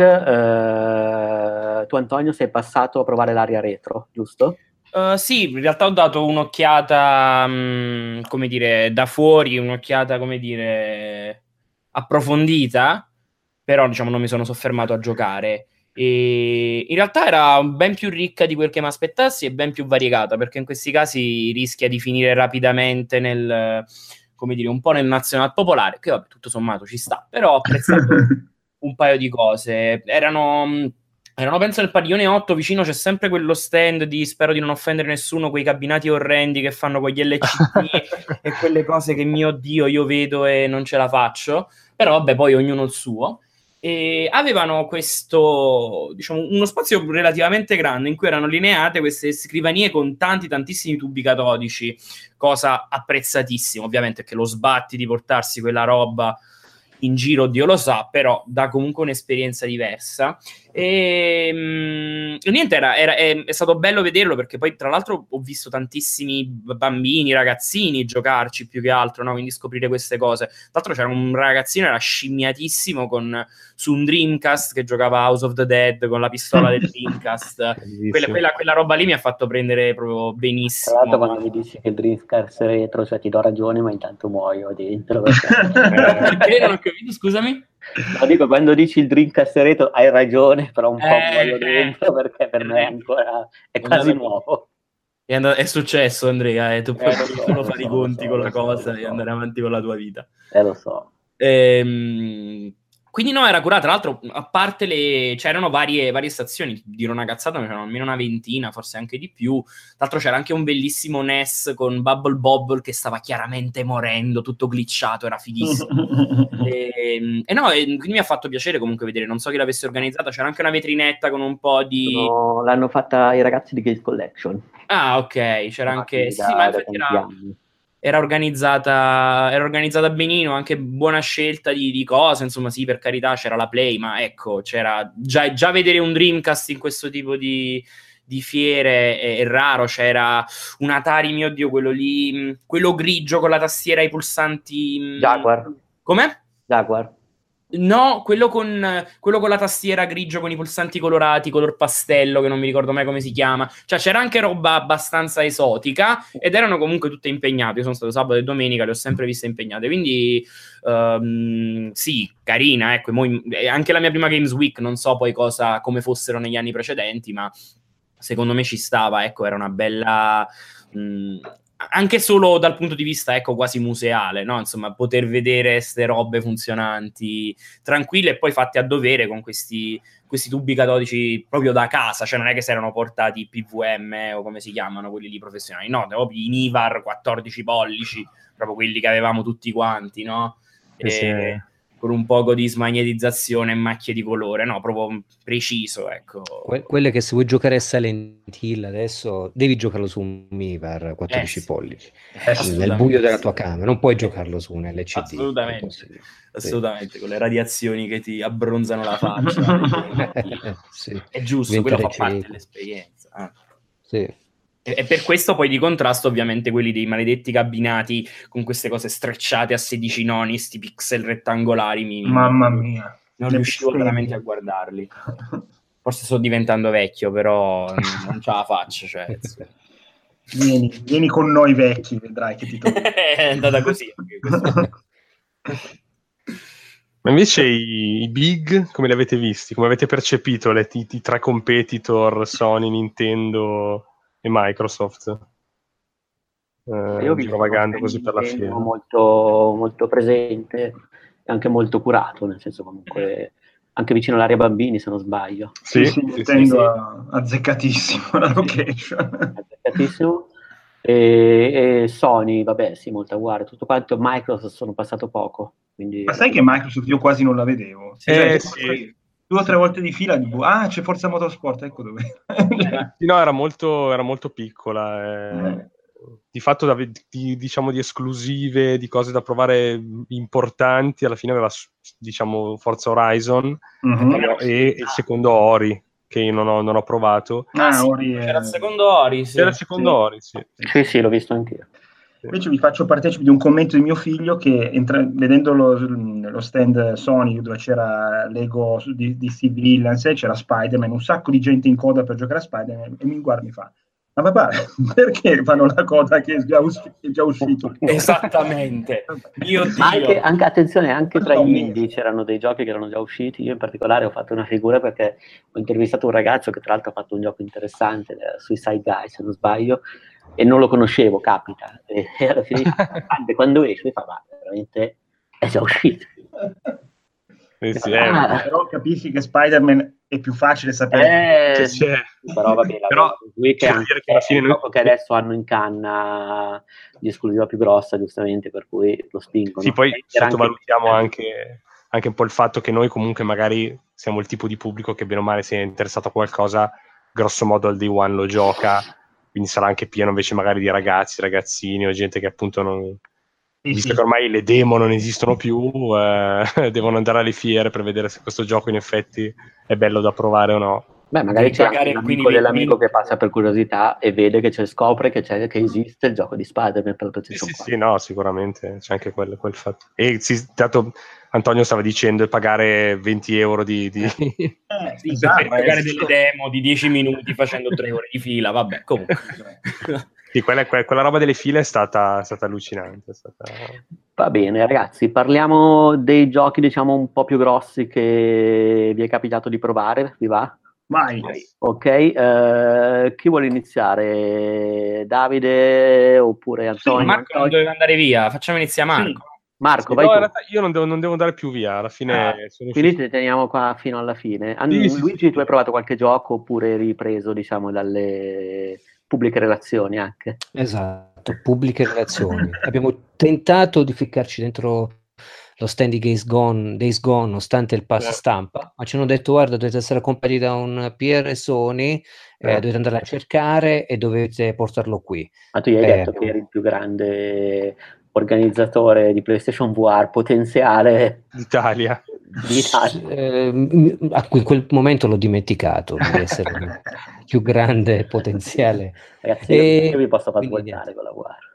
eh, tu Antonio sei passato a provare l'area retro, giusto? Uh, sì, in realtà ho dato un'occhiata, mh, come dire, da fuori, un'occhiata, come dire, approfondita, però diciamo non mi sono soffermato a giocare. E in realtà era ben più ricca di quel che mi aspettassi e ben più variegata, perché in questi casi rischia di finire rapidamente nel, come dire, un po' nel nazional popolare, che vabbè, tutto sommato ci sta, però ho apprezzato un paio di cose. Erano... Erano penso nel padiglione otto, vicino c'è sempre quello stand di, spero di non offendere nessuno, quei cabinati orrendi che fanno con gli L C D e quelle cose che mio Dio io vedo e non ce la faccio, però vabbè poi ognuno il suo. E avevano questo, diciamo, uno spazio relativamente grande in cui erano lineate queste scrivanie con tanti tantissimi tubi catodici, cosa apprezzatissima ovviamente, che lo sbatti di portarsi quella roba in giro Dio lo sa, però dà comunque un'esperienza diversa. E mh, niente, era, era, è, è stato bello vederlo, perché poi tra l'altro ho visto tantissimi bambini, ragazzini giocarci più che altro, no? Quindi scoprire queste cose. Tra l'altro c'era un ragazzino, era scimmiatissimo con, su un Dreamcast che giocava House of the Dead con la pistola del Dreamcast. quella, quella, quella roba lì mi ha fatto prendere proprio benissimo. Tra l'altro quando mi dici che il Dreamcast retro, cioè ti do ragione, ma intanto muoio dentro. Perché, perché non ho capito, scusami? No, dico, quando dici il Dreamcast retro hai ragione, però un po' eh, muoio dentro, perché per me è ancora è quasi andato... nuovo. È, and- è successo, Andrea, eh, tu puoi eh, so, solo fare so, i conti so, con la so, cosa so. e andare avanti con la tua vita. Eh, lo so. Ehm... Quindi no, era curata. Tra l'altro, a parte le... c'erano varie, varie stazioni, dirò una cazzata, ma c'erano almeno una ventina, forse anche di più. Tra l'altro c'era anche un bellissimo N E S con Bubble Bobble che stava chiaramente morendo, tutto glitchato, era fighissimo. e, e no, e quindi mi ha fatto piacere comunque vedere, non so chi l'avesse organizzata, c'era anche una vetrinetta con un po' di... No, l'hanno fatta i ragazzi di Games Collection. Ah, ok, c'era no, anche... Sì, da, sì, ma infatti era... Era organizzata, era organizzata benino, anche buona scelta di, di cose, insomma sì, per carità c'era la Play, ma ecco, c'era già, già vedere un Dreamcast in questo tipo di, di fiere è, è raro. C'era un Atari, mio Dio, quello lì, quello grigio con la tastiera e i pulsanti... Jaguar. Com'è? Jaguar. No, quello con, quello con la tastiera grigio con i pulsanti colorati, color pastello, che non mi ricordo mai come si chiama. Cioè c'era anche roba abbastanza esotica ed erano comunque tutte impegnate. Io sono stato sabato e domenica, le ho sempre viste impegnate. Quindi um, sì, carina, ecco. Anche la mia prima Games Week, non so poi cosa, come fossero negli anni precedenti, ma secondo me ci stava, ecco, era una bella... Mh, anche solo dal punto di vista, ecco, quasi museale, no? Insomma, poter vedere ste robe funzionanti, tranquille e poi fatte a dovere con questi, questi tubi catodici proprio da casa, cioè non è che si erano portati P V M o come si chiamano quelli lì professionali, no, proprio i Nivar quattordici pollici, proprio quelli che avevamo tutti quanti, no? Sì, e, con un poco di smagnetizzazione e macchie di colore, no, proprio preciso, ecco. Que- quelle che se vuoi giocare a Silent Hill adesso devi giocarlo su un Mivar quattordici Eh, sì. pollici, Eh, nel buio della tua camera, non puoi giocarlo su un L C D. Assolutamente, Sì. assolutamente, con le radiazioni che ti abbronzano la faccia. Sì. È giusto, Diventa quello fa parte cieco. dell'esperienza. Ah. Sì. E per questo poi di contrasto ovviamente quelli dei maledetti cabinati con queste cose strecciate a sedici noni, sti pixel rettangolari mi, Mamma mia, non le riuscivo bestemmie. veramente a guardarli. Forse sto diventando vecchio, però non ce la faccio, cioè. Vieni, vieni con noi vecchi, vedrai che ti trovi. È andata così. Ma invece i, i big, come li avete visti? Come avete percepito le, i, i tre competitor Sony, Nintendo e Microsoft? Eh, Io ho visto girovagando così per la Nintendo fiera. molto, molto presente e anche molto curato, nel senso comunque anche vicino all'area bambini, se non sbaglio. Sì, Sì, sì, sì, Nintendo sì. ha azzeccatissimo la location. Azzeccatissimo. E, e Sony, vabbè, sì, molto uguale. Tutto quanto Microsoft sono passato poco. Quindi Ma sai che Microsoft io quasi non la vedevo? Eh, Cioè, sì. due o tre volte di fila, dico, ah, c'è Forza Motorsport, ecco dove. Sì, no, era molto, era molto piccola. Eh. Di fatto, da- di, diciamo, di esclusive, di cose da provare importanti, alla fine aveva, diciamo, Forza Horizon Mhm. e, e il secondo Ori, che io non ho, non ho provato. Ah, Ah, sì, Ori è- c'era il secondo Ori, sì. C'era il secondo Sì. Ori, sì. sì, sì, l'ho visto anch'io. Invece vi faccio partecipe di un commento di mio figlio che entra- vedendo lo, lo stand Sony dove c'era Lego su- di, di Steve Villains e c'era Spider-Man, un sacco di gente in coda per giocare a Spider-Man e mi guarda e mi fa, ma papà, perché fanno la coda che è già, us- è già uscito? Esattamente. Mio Ma anche, Dio. anche attenzione, anche tra Questo gli è un indie mese. c'erano dei giochi che erano già usciti. Io in particolare ho fatto una figura perché ho intervistato un ragazzo che tra l'altro ha fatto un gioco interessante, eh, Suicide Guy se non sbaglio, e non lo conoscevo, capita. E, e alla fine anche quando esce mi fa, ma veramente è già uscito. Sì, sì, Ah, eh, Però capisci che Spider-Man è più facile sapere. eh, c'è- però vabbè, la Però Week è c'è da anche dire che alla è fine il noi- gioco che adesso hanno in canna di esclusiva più grossa, giustamente, per cui lo spingono. Sì, poi Era anche- sottovalutiamo anche, anche un po' il fatto che noi comunque magari siamo il tipo di pubblico che bene o male si è interessato a qualcosa, grosso modo al day one lo gioca, quindi sarà anche pieno invece magari di ragazzi, ragazzini o gente che appunto non... Sì, Visto sì. che ormai le demo non esistono più, eh, devono andare alle fiere per vedere se questo gioco in effetti è bello da provare o no. Beh, magari Devi c'è anche pagare, un amico quindi dell'amico devi- che passa per curiosità e vede che c'è, scopre che, c'è, che esiste il gioco di Spider-Man per la Sì, PlayStation sì, quattro. sì, no, sicuramente c'è anche quel, quel fatto. E sì, tanto Antonio stava dicendo pagare venti euro di... di... Eh, Sì, per, esatto, per giocare eh. delle demo di dieci minuti facendo tre ore di fila, vabbè, comunque. Sì, quella, que- quella roba delle file è stata, è stata allucinante. È stata... Va bene, ragazzi, parliamo dei giochi, diciamo, un po' più grossi che vi è capitato di provare, vi va? Vai. Ok, eh, chi vuole iniziare? Davide oppure Antonio? Marco non doveva andare via, facciamo iniziare Marco. Sì. Marco, Sì, vai no, tu. in realtà io non devo, non devo andare più via, alla fine Ah, sono quindi uscito... ti teniamo qua fino alla fine. An- Sì, sì, Luigi, sì, tu hai provato qualche gioco oppure eri ripreso, diciamo, dalle pubbliche relazioni anche? Esatto, pubbliche relazioni. Abbiamo tentato di ficcarci dentro lo stand di Days Gone, Days Gone nonostante il pass Eh. stampa, ma ci hanno detto guarda dovete essere accompagnati da un P R Sony, eh, Eh. dovete andare a cercare e dovete portarlo qui. Ma tu gli hai Eh, detto che eri il più grande organizzatore di PlayStation V R potenziale D'Italia. d'Italia. Eh, m- a cui in quel momento l'ho dimenticato di essere il più grande potenziale. Ragazzi, io, E io vi posso far quindi svoltare niente. con la V R.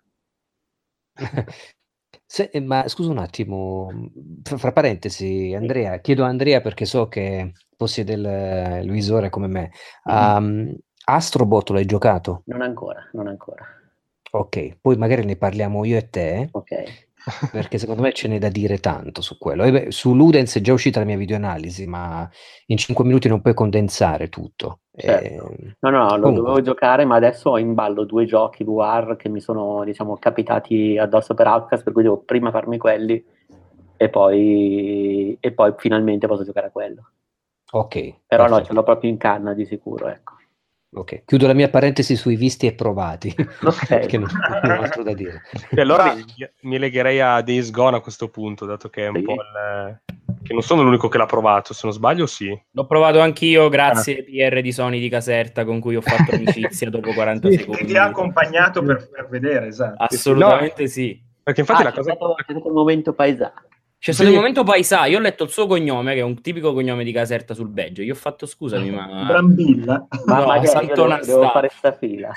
Se- eh, ma scusa un attimo, fra, fra parentesi, Andrea, chiedo a Andrea perché so che possiede il, il visore come me. Um, Astrobot l'hai giocato? Non ancora, non ancora. Ok, poi magari ne parliamo io e te, Ok. perché secondo me ce n'è da dire tanto su quello. E beh, su Ludens è già uscita la mia videoanalisi, ma in cinque minuti non puoi condensare tutto. Certo. Eh, No, no, lo comunque, dovevo giocare, ma adesso ho in ballo due giochi V R che mi sono, diciamo, capitati addosso per Outcast, per cui devo prima farmi quelli e poi, e poi finalmente posso giocare a quello. ok, Però no, ce perfetto. l'ho proprio in canna di sicuro, ecco. Ok, chiudo la mia parentesi sui visti e provati, Ok. perché non, non ho altro da dire. E allora Va bene. mi legherei a Days Gone a questo punto, dato che è un Sì. po' il, che non sono l'unico che l'ha provato, se non sbaglio sì. L'ho provato anch'io grazie ah. P R di Sony di Caserta, con cui ho fatto amicizia dopo quaranta sì, secondi. Che ti ha accompagnato per, per vedere, esatto. Assolutamente no, sì. Perché infatti ah, la c'è cosa... Stato, c'è stato il momento paesaggio. C'è stato sì. il momento Paisà, io ho letto il suo cognome, che è un tipico cognome di Caserta sul badge. Io ho fatto scusami, ma. Brambilla. Ma no, magari io devo, devo fare sta fila.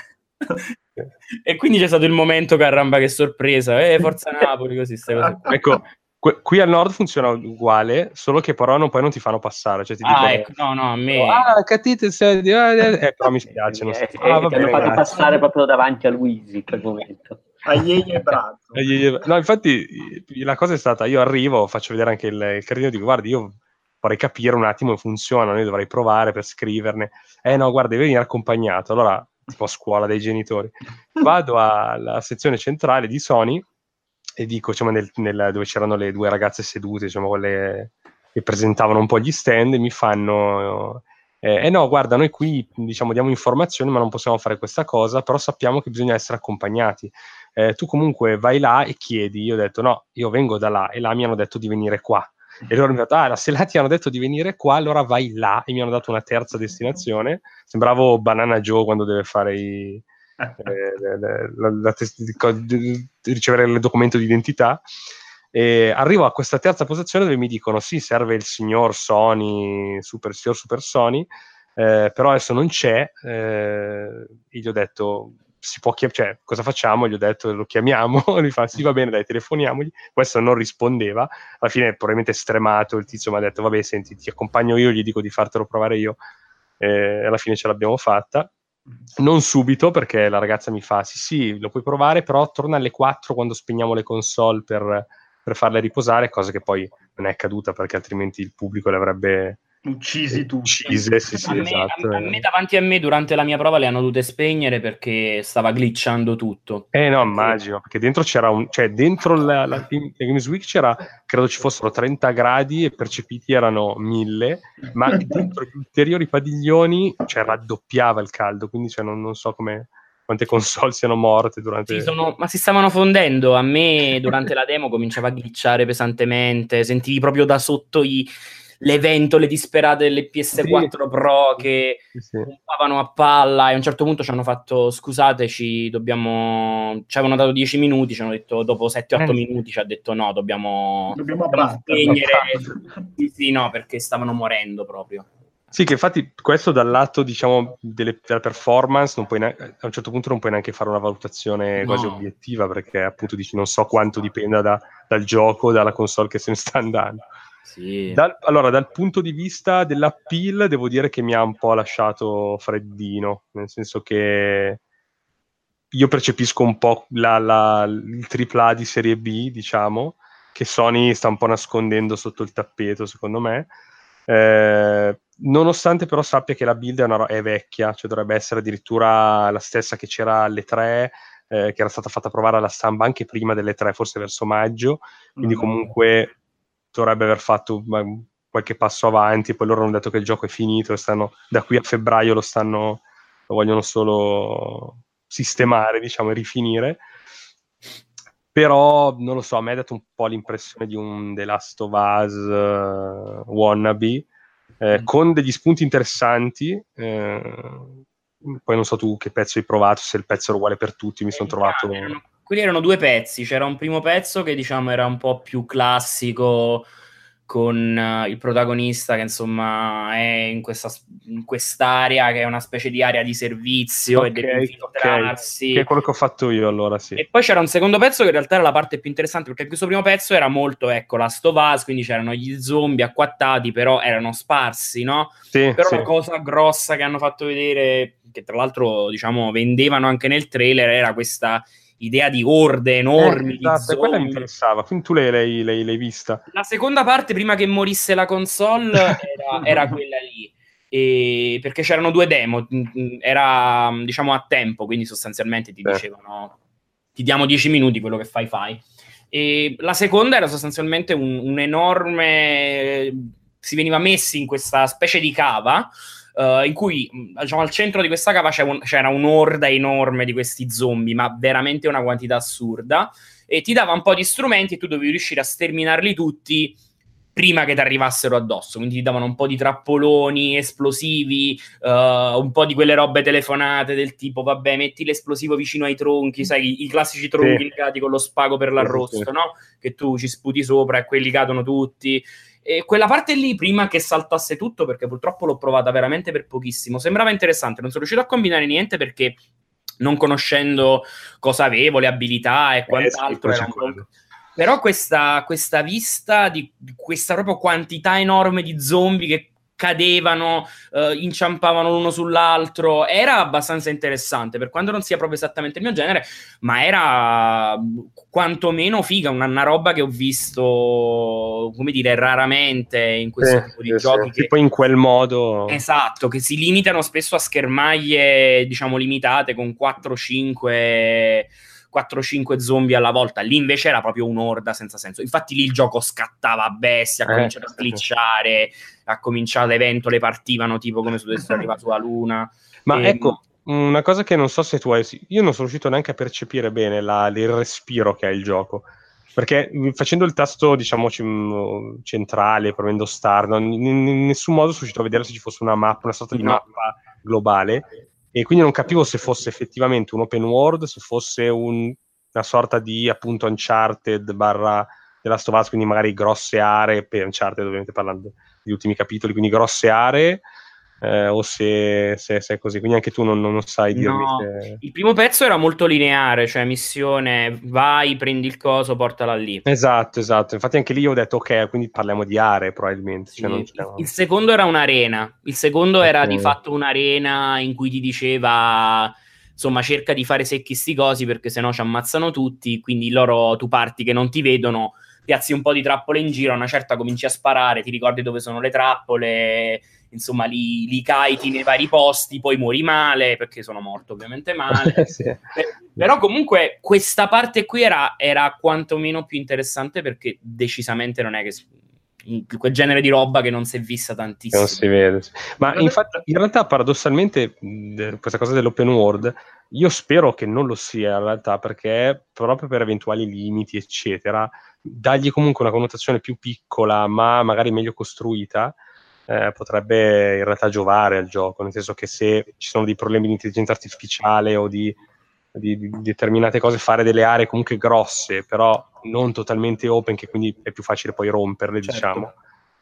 E quindi c'è stato il momento, caramba, che sorpresa. Eh, Forza Napoli, così, ste cose. Ecco, que- qui al nord funziona uguale, solo che però non, poi non ti fanno passare. Cioè ti ah, dicono, ecco, no, no, a me. Ah, catite, sei... eh, però mi spiace. Non so. eh, ah, ti hanno fatto grazie. passare proprio davanti a Luigi in quel momento. A Ieye e Brazzo. No, infatti la cosa è stata, io arrivo, faccio vedere anche il, il cartino, dico guardi, io vorrei capire un attimo come funzionano, io dovrei provare per scriverne. Eh no, guarda, devi venire accompagnato. Allora, tipo a scuola dai genitori, vado alla sezione centrale di Sony e dico, diciamo, nel, nel, dove c'erano le due ragazze sedute, diciamo, quelle che presentavano un po' gli stand, e mi fanno... Eh, eh no, guarda, noi qui diciamo diamo informazioni, ma non possiamo fare questa cosa, però sappiamo che bisogna essere accompagnati. Eh, tu comunque vai là e chiedi. Io ho detto no, io vengo da là, e là mi hanno detto di venire qua. E loro mi hanno detto, ah, se là ti hanno detto di venire qua, allora vai là, e mi hanno dato una terza destinazione. Sembravo Banana Joe quando deve fare i, eh, la, la, la test- di, di ricevere il documento di identità. E arrivo a questa terza posizione dove mi dicono sì, serve il signor Sony, super signor Super Sony, eh, però adesso non c'è. Eh, e gli ho detto si può chiam- cioè, cosa facciamo? Gli ho detto lo chiamiamo. Gli fa sì, va bene, dai, telefoniamogli. Questo non rispondeva. Alla fine probabilmente stremato il tizio mi ha detto vabbè, senti, ti accompagno io, gli dico di fartelo provare io. E alla fine ce l'abbiamo fatta. Non subito, perché la ragazza mi fa sì sì, lo puoi provare, però torna alle quattro quando spegniamo le console per per farle riposare, cosa che poi non è accaduta, perché altrimenti il pubblico le avrebbe uccisi tutti. Uccise, sì, sì, a, me, esatto. a, a me davanti a me durante la mia prova le hanno dovute spegnere perché stava glitchando tutto. Eh no, perché... immagino, perché dentro c'era un, cioè dentro la, la, la Games Week c'era, credo ci fossero trenta gradi e percepiti erano mille, ma dentro gli ulteriori padiglioni, cioè raddoppiava il caldo, quindi cioè, non, non so come quante console siano morte durante... Sì, sono... ma si stavano fondendo. A me durante la demo cominciava a glitchare pesantemente, sentivi proprio da sotto i... le ventole disperate delle P S quattro sì. Pro che sì. pumpavano a palla, e a un certo punto ci hanno fatto scusateci, dobbiamo... ci avevano dato dieci minuti, ci hanno detto dopo sette otto eh. minuti, ci ha detto no, dobbiamo, dobbiamo spegnere. Sì, sì, no, perché stavano morendo proprio. Sì, che infatti questo dal lato, diciamo, delle, della performance non puoi ne- a un certo punto non puoi neanche fare una valutazione no. quasi obiettiva, perché appunto dici non so quanto dipenda da, dal gioco, dalla console che se ne sta andando. Sì. Dal, allora, dal punto di vista dell'appeal, devo dire che mi ha un po' lasciato freddino, nel senso che io percepisco un po' la, la, il tripla A di serie B, diciamo, che Sony sta un po' nascondendo sotto il tappeto, secondo me. Eh, nonostante però sappia che la build è, una, è vecchia, cioè dovrebbe essere addirittura la stessa che c'era alle tre, eh, che era stata fatta provare alla stampa anche prima delle tre, forse verso maggio, quindi comunque dovrebbe aver fatto ma, qualche passo avanti. Poi loro hanno detto che il gioco è finito e stanno, da qui a febbraio lo stanno, lo vogliono solo sistemare, diciamo, e rifinire. Però, non lo so, a me ha dato un po' l'impressione di un The Last of Us uh, wannabe, eh, mm. con degli spunti interessanti. Eh, poi non so tu che pezzo hai provato, se il pezzo era uguale per tutti, mi eh, sono trovato... Erano, quelli erano due pezzi, c'era un primo pezzo che diciamo era un po' più classico, con uh, il protagonista che insomma è in, questa, in quest'area che è una specie di area di servizio, okay, e deve infiltrarsi. Okay. Che è quello che ho fatto io, allora, sì. E poi c'era un secondo pezzo che in realtà era la parte più interessante, perché questo primo pezzo era molto, ecco, Last of Us, quindi c'erano gli zombie acquattati, però erano sparsi, no? Sì, però sì. La cosa grossa che hanno fatto vedere, che tra l'altro, diciamo, vendevano anche nel trailer, era questa... idea di orde enormi, eh, esatto, di quella mi interessava, quindi tu l'hai, l'hai, l'hai, l'hai vista. La seconda parte, prima che morisse la console, era, era quella lì, e perché c'erano due demo, era diciamo a tempo, quindi sostanzialmente ti eh. dicevano ti diamo dieci minuti, quello che fai fai. E la seconda era sostanzialmente un, un enorme, si veniva messi in questa specie di cava, Uh, in cui, diciamo, al centro di questa cava c'era, un, c'era un'orda enorme di questi zombie, ma veramente una quantità assurda, e ti dava un po' di strumenti e tu dovevi riuscire a sterminarli tutti prima che ti arrivassero addosso, quindi ti davano un po' di trappoloni, esplosivi, uh, un po' di quelle robe telefonate del tipo, vabbè, metti l'esplosivo vicino ai tronchi, sai, i, i classici tronchi sì. legati con lo spago per l'arrosto, sì, sì. no? Che tu ci sputi sopra e quelli cadono tutti. E quella parte lì, prima che saltasse tutto, perché purtroppo l'ho provata veramente per pochissimo, sembrava interessante, non sono riuscito a combinare niente perché non conoscendo cosa avevo, le abilità e quant'altro, eh, sì, era un po'... Però questa, questa vista di, di questa proprio quantità enorme di zombie che cadevano, eh, inciampavano l'uno sull'altro, era abbastanza interessante, per quanto non sia proprio esattamente il mio genere, ma era quantomeno figa, una, una roba che ho visto, come dire, raramente in questo sì, tipo di sì, giochi. Sì. Che, poi in quel modo... Esatto, che si limitano spesso a schermaglie, diciamo, limitate con quattro cinque... quattro cinque zombie alla volta. Lì invece era proprio un'orda senza senso. Infatti lì il gioco scattava a bestia, ha eh. cominciato a glitchare, ha cominciato l'evento, le partivano tipo come se dovessero arrivare sulla luna. Ma e... ecco, una cosa che non so se tu hai... Io non sono riuscito neanche a percepire bene la, il respiro che ha il gioco. Perché facendo il tasto, diciamo, centrale, premendo Start, no, in, in nessun modo sono riuscito a vedere se ci fosse una mappa, una sorta di no. mappa globale. E quindi non capivo se fosse effettivamente un open world, se fosse un, una sorta di appunto Uncharted barra The Last of Us, quindi magari grosse aree, per Uncharted ovviamente parlando degli ultimi capitoli, quindi grosse aree, eh, o se, se, se è così, quindi anche tu non, non sai dirmi no, se... Il primo pezzo era molto lineare, cioè missione, vai, prendi il coso, portala lì. Esatto, esatto, infatti anche lì ho detto ok, quindi parliamo di aree probabilmente. Sì. Cioè non il, il secondo era un'arena, il secondo okay. era di fatto un'arena in cui ti diceva... insomma, cerca di fare secchi sti cosi perché sennò ci ammazzano tutti, quindi loro, tu parti che non ti vedono, piazzi un po' di trappole in giro, a una certa cominci a sparare, ti ricordi dove sono le trappole, insomma, li, li kiti nei vari posti, poi muori male, perché sono morto ovviamente male. sì. eh, però comunque questa parte qui era, era quantomeno più interessante perché decisamente non è che... quel genere di roba che non si è vista tantissimo. Non si vede. Ma infatti, in realtà, paradossalmente, questa cosa dell'open world, io spero che non lo sia in realtà, perché proprio per eventuali limiti, eccetera, dargli comunque una connotazione più piccola, ma magari meglio costruita, eh, potrebbe in realtà giovare al gioco, nel senso che se ci sono dei problemi di intelligenza artificiale o di Di, di determinate cose, fare delle aree comunque grosse, però non totalmente open, che quindi è più facile poi romperle, certo. diciamo,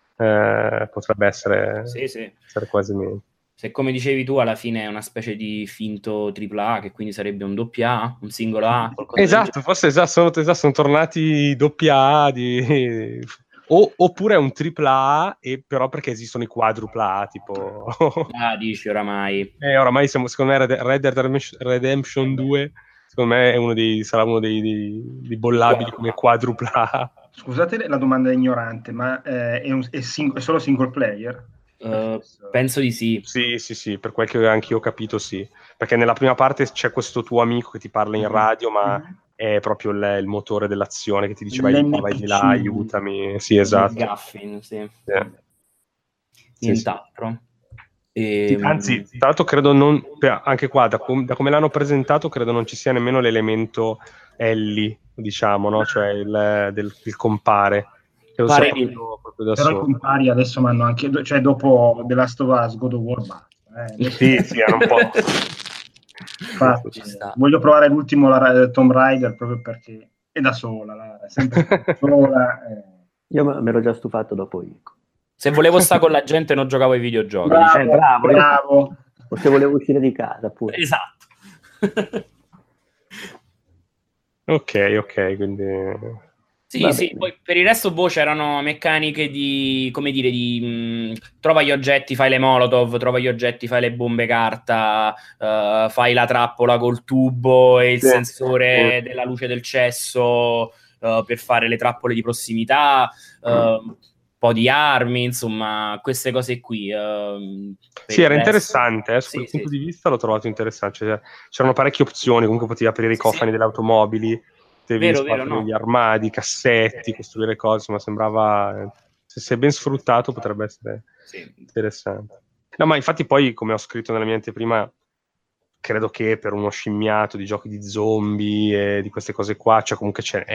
eh, potrebbe essere, sì, sì. essere quasi meglio. Se come dicevi tu alla fine è una specie di finto tripla A, che quindi sarebbe un doppia A, un singolo A, esatto, forse esatto, sono, esatto, sono tornati doppia A di... O, oppure è un tripla A, e però perché esistono i quadrupla A, tipo... ah, dici oramai. Eh, oramai siamo, secondo me Red Dead Redemption due, secondo me è uno dei, sarà uno dei, dei, dei bollabili come quadrupla A. Scusate la domanda ignorante, ma eh, è, un, è, sing- è solo single player? Uh, penso di sì. Sì, sì, sì, per quel che anche io ho capito sì. Perché nella prima parte c'è questo tuo amico che ti parla in radio, ma... Mm-hmm. È proprio il, il motore dell'azione che ti dice vai di qua, vai di là, aiutami. Sì, esatto. Gaffin, sì. Yeah. Nient'altro. Sì, sì. E... Anzi, tra l'altro credo non... Anche qua, da, com- da come l'hanno presentato, credo non ci sia nemmeno l'elemento Ellie, diciamo, no? Cioè il, del, il compare. Pare di... Però solo. Il compari adesso mi hanno anche... Cioè dopo The Last of Us, God of War, basta. Eh. Sì, sì, hanno un po'... Infatti, voglio provare l'ultimo la, Tomb Raider proprio perché è da sola, la, è sempre sola. Eh. Io me l'ho già stufato dopo Ico. Se volevo stare con la gente non giocavo ai videogiochi. Bravo, eh, bravo, bravo. O se volevo uscire di casa pure. Esatto. ok, ok, quindi... Sì, Va sì, bene. Poi per il resto boh, c'erano meccaniche di, come dire, di mh, trova gli oggetti, fai le molotov, trova gli oggetti, fai le bombe carta, uh, fai la trappola col tubo e il sì. sensore della luce del cesso uh, per fare le trappole di prossimità, uh, un po' di armi, insomma, queste cose qui. Uh, sì, era resto... interessante, eh, su sì, quel sì. punto di vista l'ho trovato interessante, cioè, c'erano parecchie opzioni, comunque potevi aprire i cofani sì. delle automobili, vero, vero, no. gli armadi, cassetti, costruire cose, ma sembrava, se sei ben sfruttato, potrebbe essere sì. interessante. No, ma infatti poi, come ho scritto nella mia anteprima, credo che per uno scimmiato di giochi di zombie e di queste cose qua, cioè comunque c'è, è,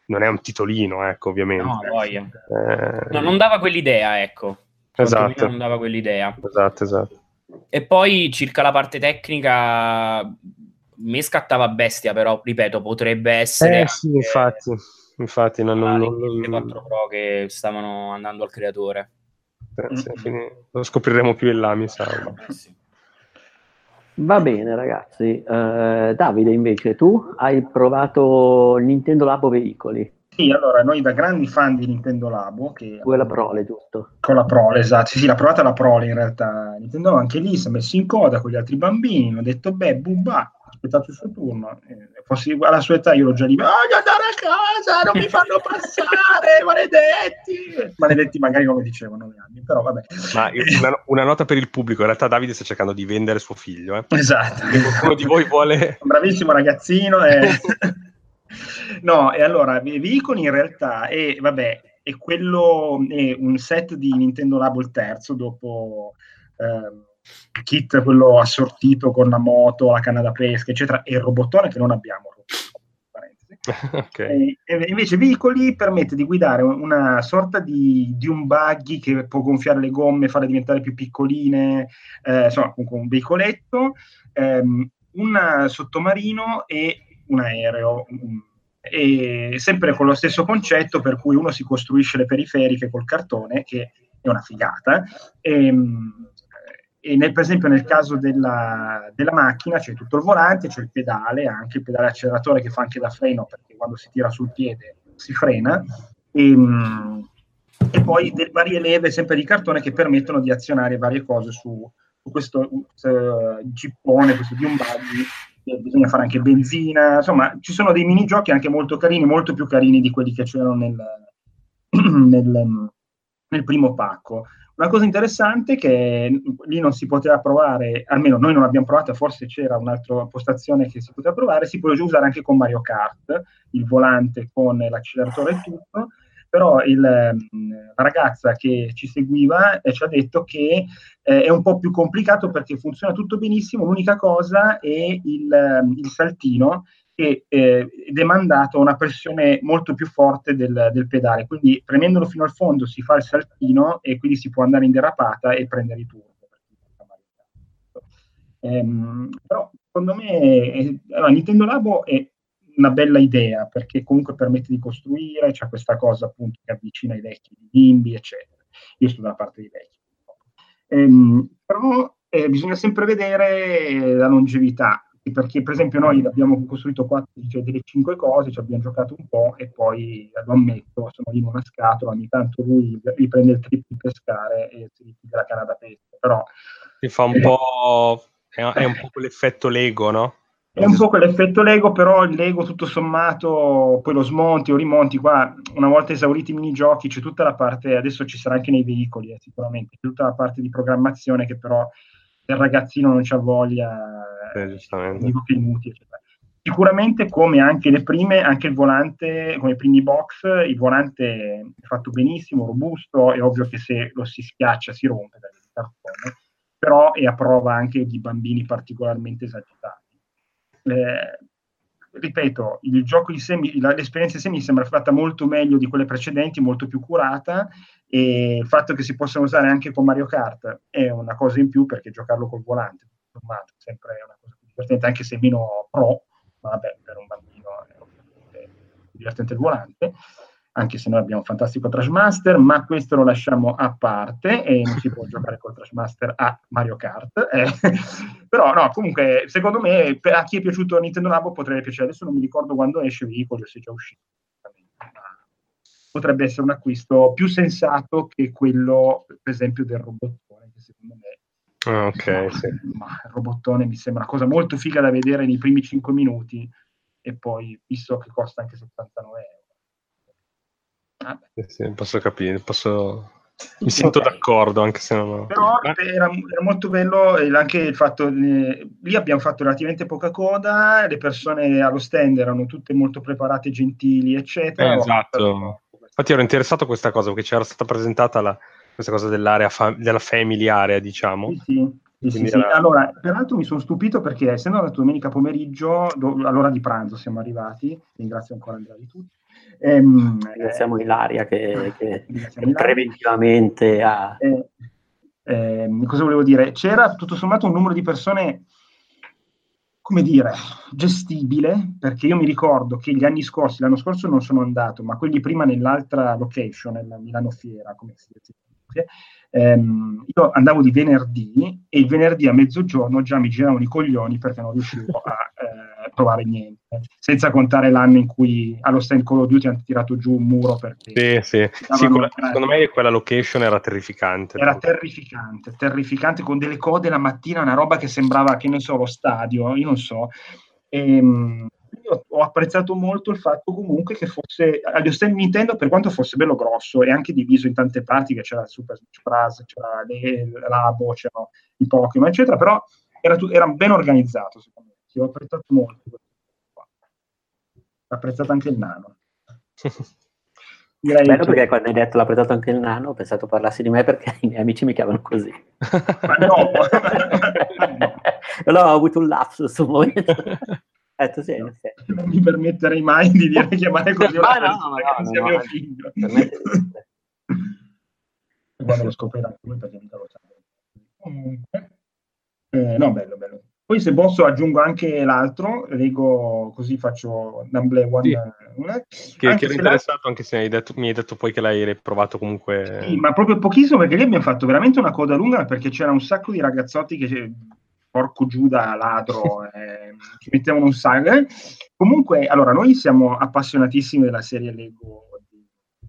non è un titolino, ecco, ovviamente. No, voglia. Eh... No, non dava quell'idea, ecco. Esatto. Non dava quell'idea. Esatto, esatto. E poi circa la parte tecnica, mi scattava bestia, però ripeto, potrebbe essere eh sì, infatti, infatti non, non, non, non... quattro Pro che stavano andando al creatore. Eh, sì, quindi lo scopriremo più in là, mi sa. Eh sì. Va bene ragazzi, uh, Davide invece tu hai provato Nintendo Labo Veicoli? Sì, allora noi da grandi fan di Nintendo Labo, che quella Prole, giusto? Con la Prole, esatto, sì, sì, l'ha provata la Prole in realtà. Nintendo anche lì si è messo in coda con gli altri bambini, hanno detto beh, bubba, ha aspettato il suo turno, eh, fossi alla sua età io l'ho già lì, voglio andare a casa, non mi fanno passare, maledetti! Maledetti magari non lo dicevano nove anni, però vabbè. Ma una, una nota per il pubblico, in realtà Davide sta cercando di vendere suo figlio. Eh. Esatto. Se qualcuno di voi vuole... Un bravissimo ragazzino. E... no, e allora, Veicoli in realtà è, vabbè, è quello, è un set di Nintendo Labo il terzo, dopo eh, kit, quello assortito con la moto, la canna da pesca, eccetera, e il robottone che non abbiamo. Okay. E, e invece Veicoli permette di guidare una sorta di, di un buggy che può gonfiare le gomme, farle diventare più piccoline, eh, insomma comunque un veicoletto, ehm, un sottomarino e un aereo, un, e sempre con lo stesso concetto per cui uno si costruisce le periferiche col cartone, che è una figata, e, e nel, per esempio nel caso della, della macchina c'è tutto il volante, c'è il pedale, anche il pedale acceleratore che fa anche da freno, perché quando si tira sul piede si frena, e, e poi delle varie leve sempre di cartone che permettono di azionare varie cose su, su questo uh, gippone, questo di un buggy. Bisogna fare anche benzina, insomma ci sono dei minigiochi anche molto carini, molto più carini di quelli che c'erano nel, nel, nel primo pacco. Una cosa interessante è che lì non si poteva provare, almeno noi non abbiamo provato, forse c'era un'altra postazione che si poteva provare, si può usare anche con Mario Kart, il volante con l'acceleratore e tutto, però il, la ragazza che ci seguiva eh, ci ha detto che eh, è un po' più complicato perché funziona tutto benissimo, l'unica cosa è il, il saltino che eh, è demandato a una pressione molto più forte del, del pedale, quindi premendolo fino al fondo si fa il saltino e quindi si può andare in derapata e prendere i turni. Ehm, però secondo me è, allora, Nintendo Labo è una bella idea perché comunque permette di costruire, c'è questa cosa appunto che avvicina i vecchi bimbi, eccetera. Io sto dalla parte dei vecchi. Ehm, però eh, bisogna sempre vedere la longevità, perché per esempio noi abbiamo costruito quattro, cioè, delle cinque cose, ci abbiamo giocato un po' e poi lo ammetto, sono in una scatola, ogni tanto lui riprende il trip di pescare e si ripiglia la canna da pesca, però si fa un eh, po', è, è un po' quell'effetto Lego, no? È un po' quell'effetto Lego, però il Lego tutto sommato poi lo smonti o rimonti, qua una volta esauriti i minigiochi c'è tutta la parte, adesso ci sarà anche nei veicoli eh, sicuramente, c'è tutta la parte di programmazione che però il ragazzino non c'ha voglia, eh, giustamente. dico che inutili, eccetera. Sicuramente come anche le prime, anche il volante, come i primi box, il volante è fatto benissimo, robusto, è ovvio che se lo si schiaccia si rompe dal cartone, però è a prova anche di bambini particolarmente esagitati. Eh, ripeto, il gioco in sé, l'esperienza in sé mi sembra fatta molto meglio di quelle precedenti, molto più curata, e il fatto che si possano usare anche con Mario Kart è una cosa in più perché giocarlo col volante insomma, sempre è una cosa più divertente, anche se meno pro, ma vabbè, per un bambino è ovviamente più divertente il volante, anche se noi abbiamo un fantastico Trashmaster, ma questo lo lasciamo a parte e non si può giocare col Trashmaster a Mario Kart. Eh. Però no, comunque, secondo me, a chi è piaciuto Nintendo Labo potrebbe piacere. Adesso non mi ricordo quando esce Veicoli o se è già uscito. Potrebbe essere un acquisto più sensato che quello, per esempio, del robottone, che secondo me... Oh, ok, ma, sì. Ma il robottone mi sembra una cosa molto figa da vedere nei primi cinque minuti e poi, visto che costa anche settantanove euro. Ah, sì, sì, posso capire, posso... mi sento okay. d'accordo anche se non ho... Però era, era molto bello anche il fatto eh, lì abbiamo fatto relativamente poca coda, le persone allo stand erano tutte molto preparate, gentili eccetera. Eh, esatto, infatti ero interessato a questa cosa perché c'era stata presentata la, questa cosa dell'area fa- della family area, diciamo, sì, sì. Sì, sì, sì. era... Allora, peraltro mi sono stupito perché essendo andato domenica pomeriggio, do, all'ora di pranzo siamo arrivati, ringrazio ancora Andrea di tutti. Ehm, ringraziamo eh, Ilaria che, che, ringraziamo che Ilaria. preventivamente ha... Eh, eh, cosa volevo dire? C'era tutto sommato un numero di persone, come dire, gestibile, perché io mi ricordo che gli anni scorsi, l'anno scorso non sono andato, ma quelli prima nell'altra location, nella Milano Fiera, come si dice, ehm, io andavo di venerdì e il venerdì a mezzogiorno già mi giravano i coglioni perché non riuscivo a eh, trovare niente, senza contare l'anno in cui allo stand Call of Duty hanno tirato giù un muro perché... Sì, sì. Sì, quella, secondo me quella location era terrificante. Era terrificante, terrificante, con delle code la mattina, una roba che sembrava, che ne so, lo stadio, io non so. E, io ho apprezzato molto il fatto comunque che fosse, allo stand Nintendo, per quanto fosse bello grosso e anche diviso in tante parti, che c'era il Super Smash Bros, c'era le, l'Abo, c'erano i Pokémon, eccetera, però era, tu, era ben organizzato, secondo me. Sì, ho apprezzato molto. Ho apprezzato anche il nano. Direi bello che... perché quando hai detto l'ha apprezzato anche il nano ho pensato parlassi di me perché i miei amici mi chiamano così. Ma no! Allora ho avuto un lapsus un momento. Eh, tu sei, no, sei. Non mi permetterei mai di dire chiamare così una no, persona no, che no, non no, sia no, mio no, figlio. Per Quando lo scoprirà lui perché mica lo sa. Comunque, eh, no, bello, bello. Poi se posso aggiungo anche l'altro, leggo così faccio d'amblè one, sì. una. Che, che ero interessato la... anche se hai detto, mi hai detto poi che l'hai provato comunque. Sì, ma proprio pochissimo perché lì abbiamo fatto veramente una coda lunga perché c'era un sacco di ragazzotti che porco Giuda, ladro, eh, ci mettevano un sacco. Eh. Comunque, allora, noi siamo appassionatissimi della serie Lego. Di...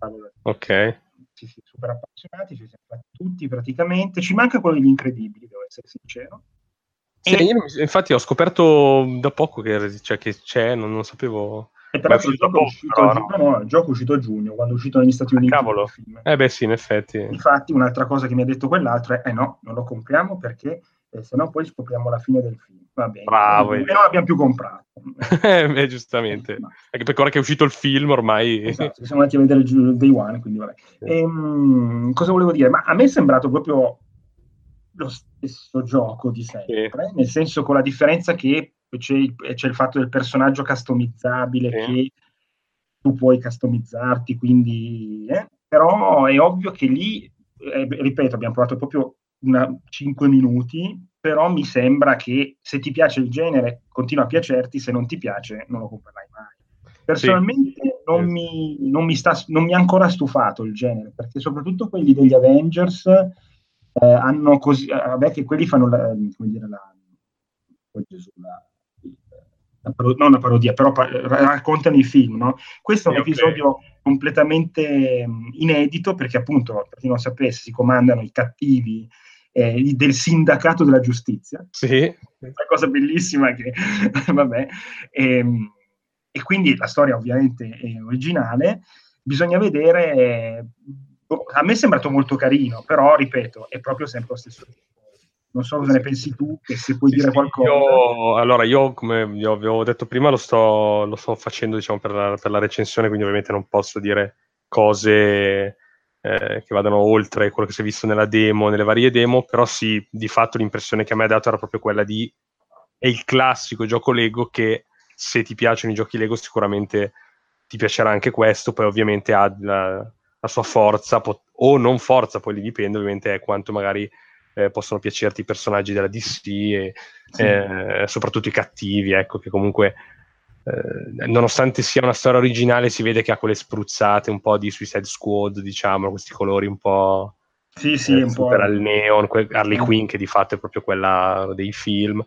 Ok. Sì, sì, super appassionati, ci siamo fatti tutti praticamente. Ci manca quello degli incredibili, devo essere sincero. Sì, e... io infatti ho scoperto da poco che, cioè, che c'è, non, non sapevo... E però il gioco, poco, però, giugno, no? No, il gioco è uscito a giugno, quando è uscito negli Stati ah, Uniti. Cavolo. Il film. Eh beh sì, in effetti. Infatti un'altra cosa che mi ha detto quell'altro è eh no, non lo compriamo perché eh, se no poi scopriamo la fine del film. Va bene. Bravo. E non l'abbiamo più comprato. eh, beh, giustamente. Eh, Anche perché ora che è uscito il film ormai... Esatto, siamo andati a vedere il Day One, quindi vabbè. Sì. E, um, cosa volevo dire? Ma a me è sembrato proprio lo stesso gioco di sempre, sì. Nel senso con la differenza che c'è, c'è il fatto del personaggio customizzabile, sì. Che tu puoi customizzarti, quindi... Eh, però è ovvio che lì, eh, ripeto, abbiamo provato proprio una, cinque minuti, però mi sembra che se ti piace il genere continua a piacerti, se non ti piace non lo comprerai mai. Personalmente sì. non, mi, non, mi sta, non mi ha ancora stufato il genere, perché soprattutto quelli degli Avengers eh, hanno così, eh, vabbè che quelli fanno la, come dire, la, oh Gesù, la, la parodia, non una parodia, però pa- raccontano i film, no? Questo è un episodio okay. completamente um, inedito, perché appunto, per chi non sapesse, si comandano i cattivi eh, del sindacato della giustizia. Sì. Una cosa bellissima che, vabbè, e, e quindi la storia ovviamente è originale, bisogna vedere, eh, a me è sembrato molto carino, però ripeto, è proprio sempre lo stesso tipo. Non so cosa ne pensi tu, e se puoi sì, dire sì, qualcosa. Io, allora, io come vi avevo detto prima, lo sto, lo sto facendo diciamo, per, la, per la recensione, quindi ovviamente non posso dire cose eh, che vadano oltre quello che si è visto nella demo, nelle varie demo, però sì, di fatto l'impressione che a me ha dato era proprio quella di è il classico gioco Lego che se ti piacciono i giochi Lego sicuramente ti piacerà anche questo, poi ovviamente ha la, la sua forza, pot- o non forza, poi lì dipende, ovviamente è quanto magari eh, possono piacerti i personaggi della D C e sì. eh, soprattutto i cattivi, ecco, che comunque eh, nonostante sia una storia originale si vede che ha quelle spruzzate un po' di Suicide Squad, diciamo, questi colori un po' sì, sì, eh, un super po'... al neon, que- Harley eh. Quinn che di fatto è proprio quella dei film.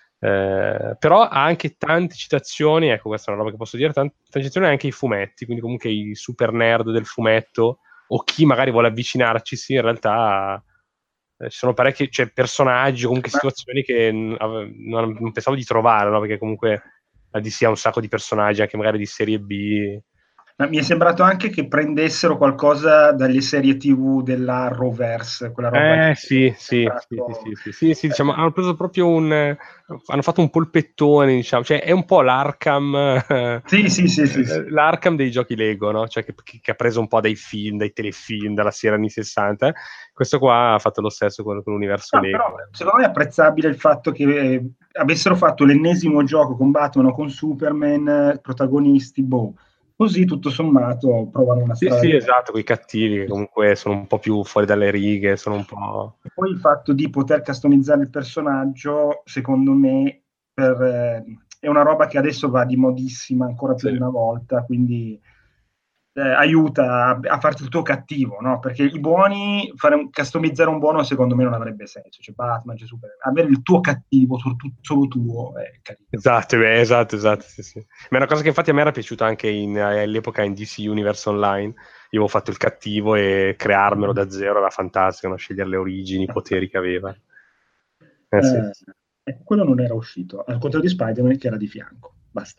Eh, però ha anche tante citazioni, ecco questa è una roba che posso dire, tante, tante citazioni anche ai fumetti, quindi comunque i super nerd del fumetto o chi magari vuole avvicinarci, sì, in realtà eh, ci sono parecchi cioè, personaggi o comunque Ma... situazioni che n- non, non pensavo di trovare, no? Perché comunque la D C ha un sacco di personaggi anche magari di serie B. Ma mi è sembrato anche che prendessero qualcosa dalle serie tivù dell'Arrowverse, quella roba. Eh sì, sì, sì, sì, sì, sì, sì, diciamo, hanno preso proprio un... hanno fatto un polpettone, diciamo, cioè è un po' l'Arkham, Sì, sì, sì, sì, sì. l'Arkham dei giochi Lego, no? Cioè che, che ha preso un po' dai film, dai telefilm, dalla serie anni sessanta. Questo qua ha fatto lo stesso con, con l'universo No, Lego. però secondo me è apprezzabile il fatto che eh, avessero fatto l'ennesimo gioco con Batman o con Superman, eh, protagonisti, boh. Così tutto sommato provano una Sì, strada. sì, esatto, quei cattivi che comunque sono un po' più fuori dalle righe, sono un po'... E poi il fatto di poter customizzare il personaggio, secondo me, per, eh, è una roba che adesso va di modissima ancora più Sì. di una volta, quindi eh, aiuta a, a farti il tuo cattivo, no? Perché i buoni, fare un, customizzare un buono secondo me non avrebbe senso, c'è Batman, c'è Superman, avere il tuo cattivo solo, tu, solo tuo è carino. Esatto, beh, esatto, esatto, sì, sì. Ma è una cosa che infatti a me era piaciuta anche in, all'epoca in D C Universe Online. Io avevo fatto il cattivo e crearmelo da zero era fantastico, no? Scegliere le origini, i poteri che aveva. Eh, sì. Eh, quello non era uscito, al contrario di Spider-Man che era di fianco. Basta.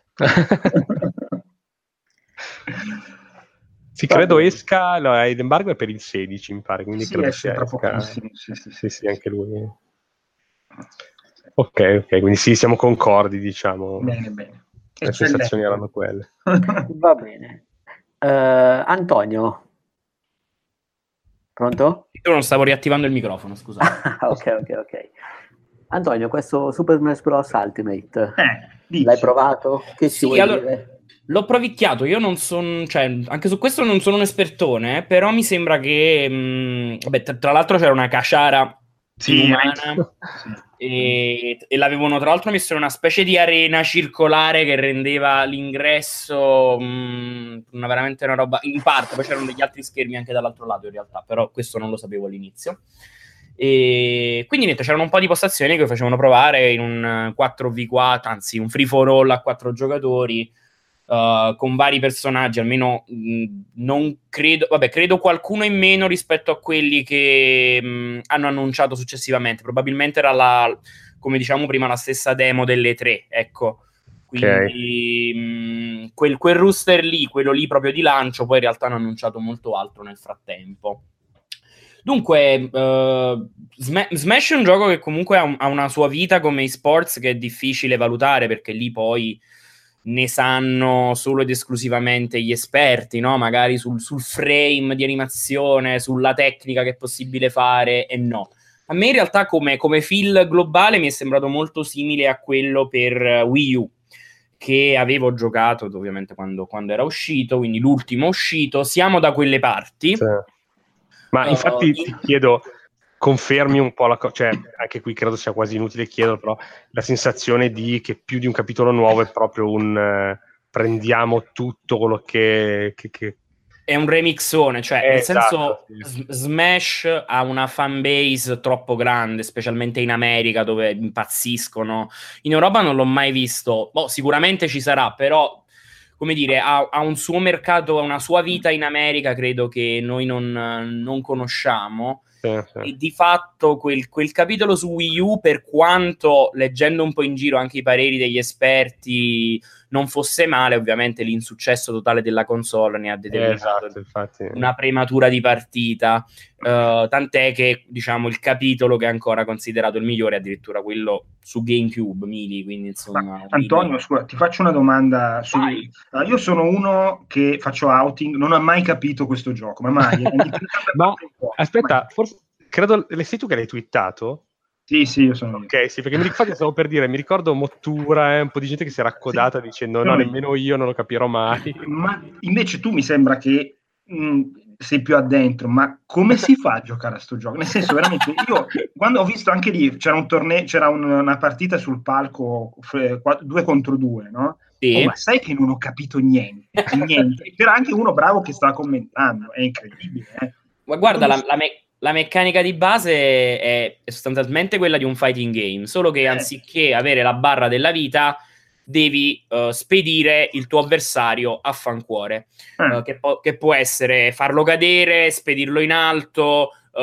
Sì, credo esca, no, l'embargo è per il sedici, mi pare, quindi sì, credo esce sia tra esca. pochissimo. Sì, sì, sì, sì, anche lui. Ok, ok, quindi sì, siamo concordi, diciamo. Bene, bene. Le sensazioni erano quelle. Va bene. Uh, Antonio? Pronto? Io non stavo riattivando il microfono, scusa. ok, ok, ok. Antonio, questo Super Smash Bros. Ultimate, eh, l'hai provato? Che ci sì, vuoi allora, dire? L'ho provicchiato, io non sono, cioè, anche su questo non sono un espertone, però mi sembra che, mh, vabbè, tra, tra l'altro c'era una caciara sì, inumana sì. e, e l'avevano tra l'altro messo in una specie di arena circolare che rendeva l'ingresso mh, una veramente una roba, in parte, poi c'erano degli altri schermi anche dall'altro lato in realtà, però questo non lo sapevo all'inizio. E quindi niente, c'erano un po' di postazioni che facevano provare in un quattro vu quattro, anzi un free for all a quattro giocatori. Uh, con vari personaggi, almeno mh, non credo, vabbè, credo qualcuno in meno rispetto a quelli che mh, hanno annunciato successivamente. Probabilmente era la, come diciamo prima, la stessa demo delle tre, ecco. Quindi okay. mh, quel, quel rooster lì, quello lì proprio di lancio, poi in realtà hanno annunciato molto altro nel frattempo. Dunque, uh, Sm- Smash è un gioco che comunque ha, un, ha una sua vita come eSports che è difficile valutare, perché lì poi ne sanno solo ed esclusivamente gli esperti, no? Magari sul, sul frame di animazione, sulla tecnica che è possibile fare e no. A me in realtà come, come feel globale mi è sembrato molto simile a quello per Wii U, che avevo giocato ovviamente quando, quando era uscito, quindi l'ultimo uscito. Siamo da quelle parti. Sì. Ma uh, infatti in... ti chiedo, confermi un po' la cosa, cioè anche qui credo sia quasi inutile chiederlo, però la sensazione di che più di un capitolo nuovo è proprio un uh, prendiamo tutto quello che, che, che... è un remixone, cioè eh, nel esatto, senso sì. Smash ha una fanbase troppo grande, specialmente in America dove impazziscono. In Europa non l'ho mai visto, boh, sicuramente ci sarà, però come dire, ha, ha un suo mercato, ha una sua vita in America, credo che noi non, non conosciamo. Sì, sì. E di fatto quel, quel capitolo su Wii U, per quanto leggendo un po' in giro anche i pareri degli esperti non fosse male, ovviamente l'insuccesso totale della console ne ha determinato esatto, infatti. una prematura di partita, uh, tant'è che diciamo il capitolo che è ancora considerato il migliore è addirittura quello su GameCube, Mili, quindi insomma... Ma, Antonio, scusa, ti faccio una domanda. Su... Uh, io sono uno che faccio outing, non ho mai capito questo gioco, ma mai. Ma aspetta, mai. Forse credo, sei tu che l'hai twittato? Sì, sì, io sono io. Ok, sì, perché mi ricordo, stavo per dire, mi ricordo Mottura, eh, un po' di gente che si era accodata sì, dicendo no, nemmeno io non lo capirò mai. Ma invece tu mi sembra che mh, sei più addentro, ma come si fa a giocare a sto gioco? Nel senso, veramente, io quando ho visto anche lì, c'era un torneo, c'era un, una partita sul palco, due contro due, no? Sì. Oh, ma sai che non ho capito niente, niente. C'era anche uno bravo che stava commentando, è incredibile. Eh? Ma guarda, la, la, me- la meccanica di base è, è sostanzialmente quella di un fighting game, solo che eh. anziché avere la barra della vita, devi uh, spedire il tuo avversario a fancuore, eh. uh, che, po- che può essere farlo cadere, spedirlo in alto uh,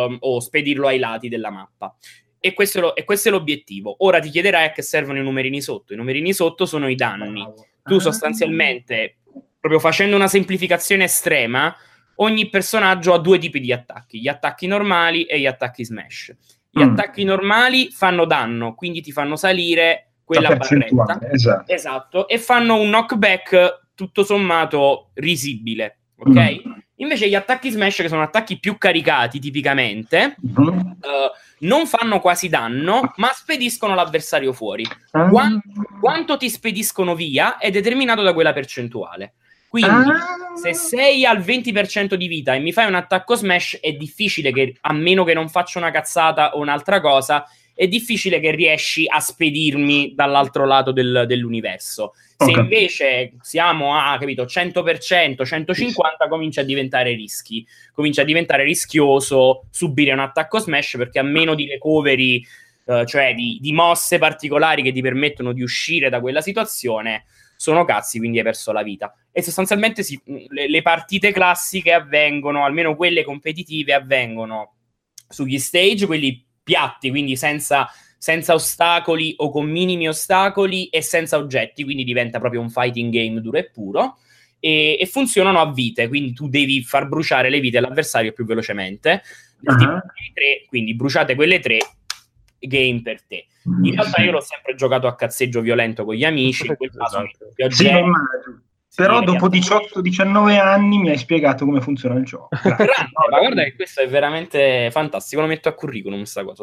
o spedirlo ai lati della mappa. E questo, è lo- e questo è l'obiettivo. Ora ti chiederai a che servono i numerini sotto. I numerini sotto sono i danni. Tu sostanzialmente proprio facendo una semplificazione estrema, ogni personaggio ha due tipi di attacchi, gli attacchi normali e gli attacchi smash. Gli mm. attacchi normali fanno danno, quindi ti fanno salire quella barretta. Esatto. Esatto, e fanno un knockback tutto sommato risibile, ok? Mm. Invece gli attacchi smash, che sono attacchi più caricati tipicamente, mm. uh, non fanno quasi danno, ma spediscono l'avversario fuori. Mm. Quanto, quanto ti spediscono via è determinato da quella percentuale. Quindi ah. se sei al venti per cento di vita e mi fai un attacco smash, è difficile che, a meno che non faccia una cazzata o un'altra cosa, è difficile che riesci a spedirmi dall'altro lato del, dell'universo. Se okay. invece siamo a, capito, cento per cento, centocinquanta, sì. comincia a diventare rischi. Comincia a diventare rischioso subire un attacco smash, perché a meno di recovery, uh, cioè di, di mosse particolari che ti permettono di uscire da quella situazione, sono cazzi, quindi hai perso la vita. E sostanzialmente si, le, le partite classiche avvengono, almeno quelle competitive, avvengono sugli stage, quelli piatti, quindi senza, senza ostacoli o con minimi ostacoli e senza oggetti, quindi diventa proprio un fighting game duro e puro, e, e funzionano a vite, quindi tu devi far bruciare le vite all'avversario più velocemente, uh-huh. tipo tre, quindi bruciate quelle tre, game per te. In realtà io l'ho sempre giocato a cazzeggio violento con gli amici, in quel caso esatto. sì, immagino. Però dopo diciotto diciannove anni mi hai spiegato come funziona il gioco. Grande, ma guarda che questo è veramente fantastico, lo metto a curriculum sta cosa.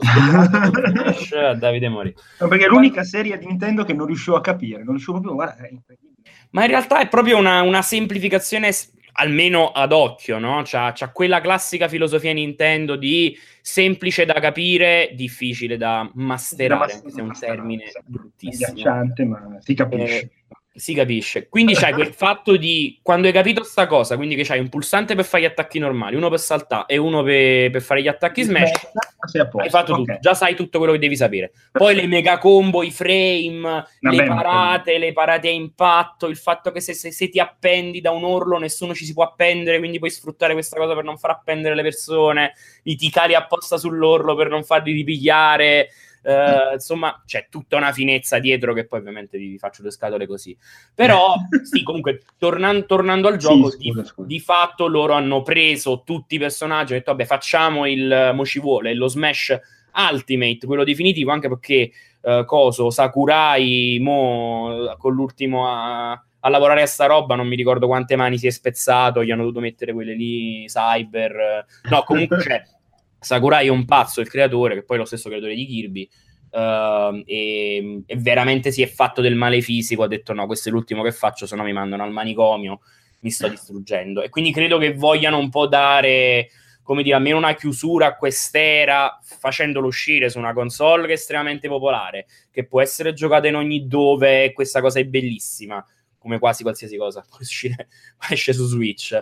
A Davide Mori. No, perché è l'unica serie di Nintendo che non riuscivo a capire, non riuscivo proprio, guarda, è incredibile. Ma in realtà è proprio una, una semplificazione, almeno ad occhio, no? C'ha, c'ha quella classica filosofia Nintendo di semplice da capire, difficile da masterare, anche se è un termine bruttissimo. Agghiacciante, ma si capisce. Eh, si capisce. Quindi c'hai quel fatto di, quando hai capito sta cosa, quindi che c'hai un pulsante per fare gli attacchi normali, uno per saltare e uno per, per fare gli attacchi smash, hai fatto okay. tutto, già sai tutto quello che devi sapere. Poi le mega combo, i frame, Vabbè, le parate, le parate a impatto, il fatto che se, se, se ti appendi da un orlo nessuno ci si può appendere, quindi puoi sfruttare questa cosa per non far appendere le persone, ti cali apposta sull'orlo per non farli ripigliare. Uh, insomma, c'è tutta una finezza dietro che poi ovviamente vi faccio due scatole così. Però, sì, comunque, tornan- tornando al gioco, sì, scusa, di, scusa. di fatto loro hanno preso tutti i personaggi e detto, vabbè, facciamo il mo ci vuole, lo Smash Ultimate, quello definitivo, anche perché uh, Coso, Sakurai, mo, con l'ultimo a, a lavorare a sta roba, non mi ricordo quante mani si è spezzato, gli hanno dovuto mettere quelle lì, Cyber... No, comunque c'è... Sakurai è un pazzo, il creatore, che poi è lo stesso creatore di Kirby, uh, e, e veramente si è fatto del male fisico, ha detto no, questo è l'ultimo che faccio, se no mi mandano al manicomio, mi sto distruggendo. E quindi credo che vogliano un po' dare, come dire, almeno una chiusura a quest'era, facendolo uscire su una console che è estremamente popolare, che può essere giocata in ogni dove, e questa cosa è bellissima, come quasi qualsiasi cosa uscire, esce su Switch.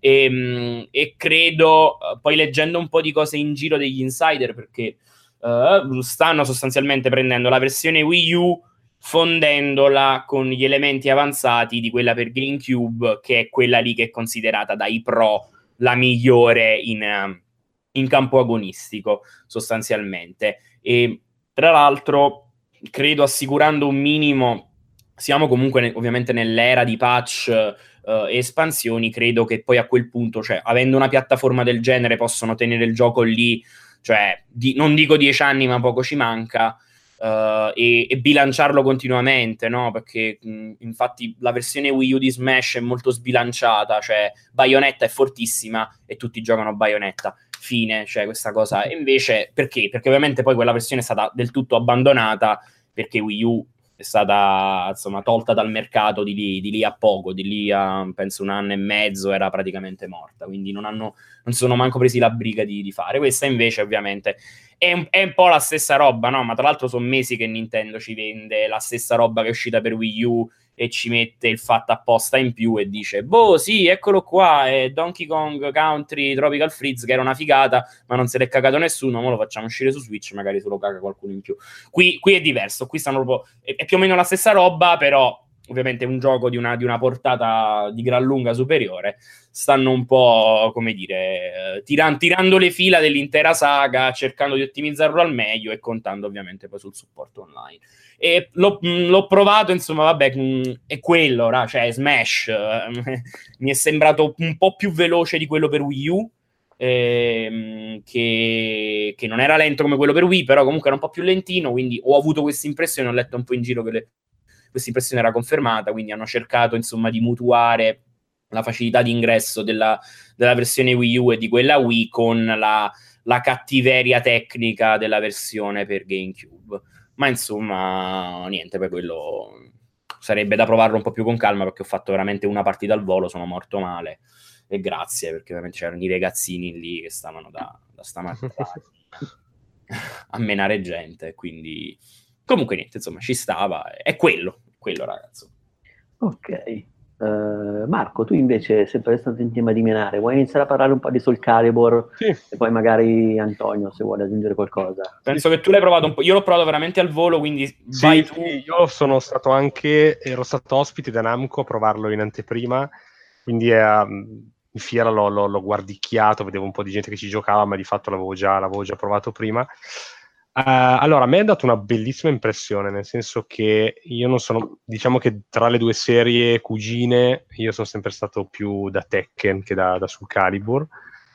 E, e credo, poi leggendo un po' di cose in giro degli insider, perché uh, stanno sostanzialmente prendendo la versione Wii U, fondendola con gli elementi avanzati di quella per GameCube, che è quella lì che è considerata dai pro la migliore in, in campo agonistico, sostanzialmente. E tra l'altro, credo, assicurando un minimo... Siamo comunque ne, ovviamente nell'era di patch uh, e espansioni, credo che poi a quel punto, cioè, avendo una piattaforma del genere, possono tenere il gioco lì, cioè, di, non dico dieci anni, ma poco ci manca, uh, e, e bilanciarlo continuamente, no? Perché mh, infatti la versione Wii U di Smash è molto sbilanciata, cioè Bayonetta è fortissima e tutti giocano Bayonetta, fine, cioè questa cosa. E invece, perché? Perché ovviamente poi quella versione è stata del tutto abbandonata, perché Wii U è stata, insomma, tolta dal mercato di lì, di lì a poco, di lì a penso un anno e mezzo era praticamente morta, quindi non hanno, non si sono manco presi la briga di, di fare. Questa invece ovviamente è un, è un po' la stessa roba, no? Ma tra l'altro sono mesi che Nintendo ci vende la stessa roba che è uscita per Wii U e ci mette il fatto apposta in più e dice, boh sì, eccolo qua, è Donkey Kong Country Tropical Freeze, che era una figata, ma non se l'è cagato nessuno, ma lo facciamo uscire su Switch, magari se lo caga qualcuno in più. Qui, qui è diverso, qui stanno proprio, è, è più o meno la stessa roba, però ovviamente un gioco di una, di una portata di gran lunga superiore, stanno un po', come dire, tiran- tirando le fila dell'intera saga, cercando di ottimizzarlo al meglio e contando ovviamente poi sul supporto online. E l'ho, mh, l'ho provato, insomma, vabbè, mh, è quello, ra, cioè Smash eh, mi è sembrato un po' più veloce di quello per Wii U, ehm, che, che non era lento come quello per Wii, però comunque era un po' più lentino, quindi ho avuto questa impressione, ho letto un po' in giro che le, questa impressione era confermata, quindi hanno cercato, insomma, di mutuare la facilità di ingresso della, della versione Wii U e di quella Wii con la, la cattiveria tecnica della versione per GameCube. Ma insomma, niente, per quello sarebbe da provarlo un po' più con calma, perché ho fatto veramente una partita al volo, sono morto male, e grazie, perché ovviamente c'erano i ragazzini lì che stavano da, da stamattina a menare gente, quindi comunque niente, insomma, ci stava, è quello, quello ragazzo. Ok. Uh, Marco, tu invece, sempre stato in tema di menare, vuoi iniziare a parlare un po' di Soul Calibur? Sì. E poi magari Antonio, se vuole aggiungere qualcosa. Penso che tu l'hai provato un po', io l'ho provato veramente al volo, quindi sì, vai tu. Io sono stato anche, ero stato ospite da Namco a provarlo in anteprima, quindi eh, in fiera l'ho, l'ho, l'ho guardicchiato, vedevo un po' di gente che ci giocava, ma di fatto l'avevo già, l'avevo già provato prima. Uh, allora, a me ha dato una bellissima impressione, nel senso che io non sono, diciamo che tra le due serie cugine, io sono sempre stato più da Tekken che da, da Soul Calibur,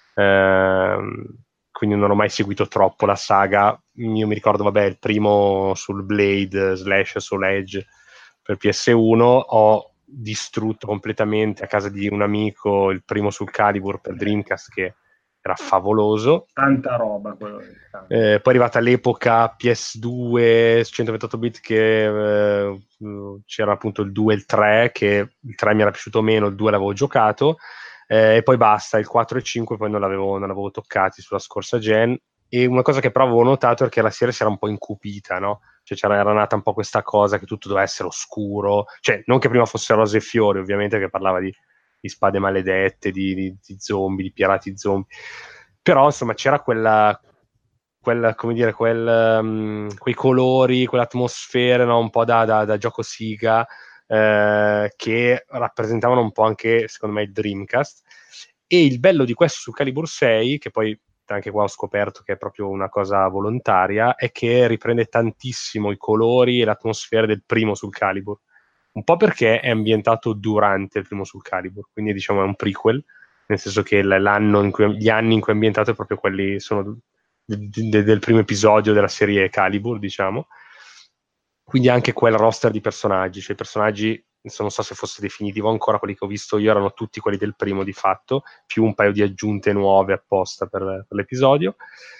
uh, quindi non ho mai seguito troppo la saga. Io mi ricordo, vabbè, il primo sul Blade slash Soul Edge per P S uno, ho distrutto completamente a casa di un amico il primo Soul Calibur per Dreamcast, che era favoloso, tanta roba quello. Eh, poi è arrivata l'epoca P S due centoventotto bit che eh, c'era appunto il due e il tre, che il tre mi era piaciuto meno, il due l'avevo giocato, eh, e poi basta, il quattro e cinque poi non l'avevo, non l'avevo toccati sulla scorsa gen. E una cosa che però avevo notato è che la serie si era un po' incupita, no? Cioè c'era, era nata un po' questa cosa che tutto doveva essere oscuro, cioè non che prima fosse rose e fiori, ovviamente, che parlava di, di spade maledette, di, di, di zombie, di pirati zombie, però insomma c'era quella, quella come dire, quel, um, quei colori, quell'atmosfera, no? Un po' da, da, da gioco Siga, eh, che rappresentavano un po' anche, secondo me, il Dreamcast. E il bello di questo su Calibur sei, che poi anche qua ho scoperto che è proprio una cosa volontaria, è che riprende tantissimo i colori e l'atmosfera del primo sul Calibur, un po' perché è ambientato durante il primo sul Calibur, quindi diciamo è un prequel, nel senso che l'anno in cui, gli anni in cui è ambientato è proprio quelli, sono de, de, del primo episodio della serie Calibur, diciamo. Quindi anche quel roster di personaggi, cioè i personaggi, non so se fosse definitivo ancora, quelli che ho visto io erano tutti quelli del primo di fatto, più un paio di aggiunte nuove apposta per, per l'episodio.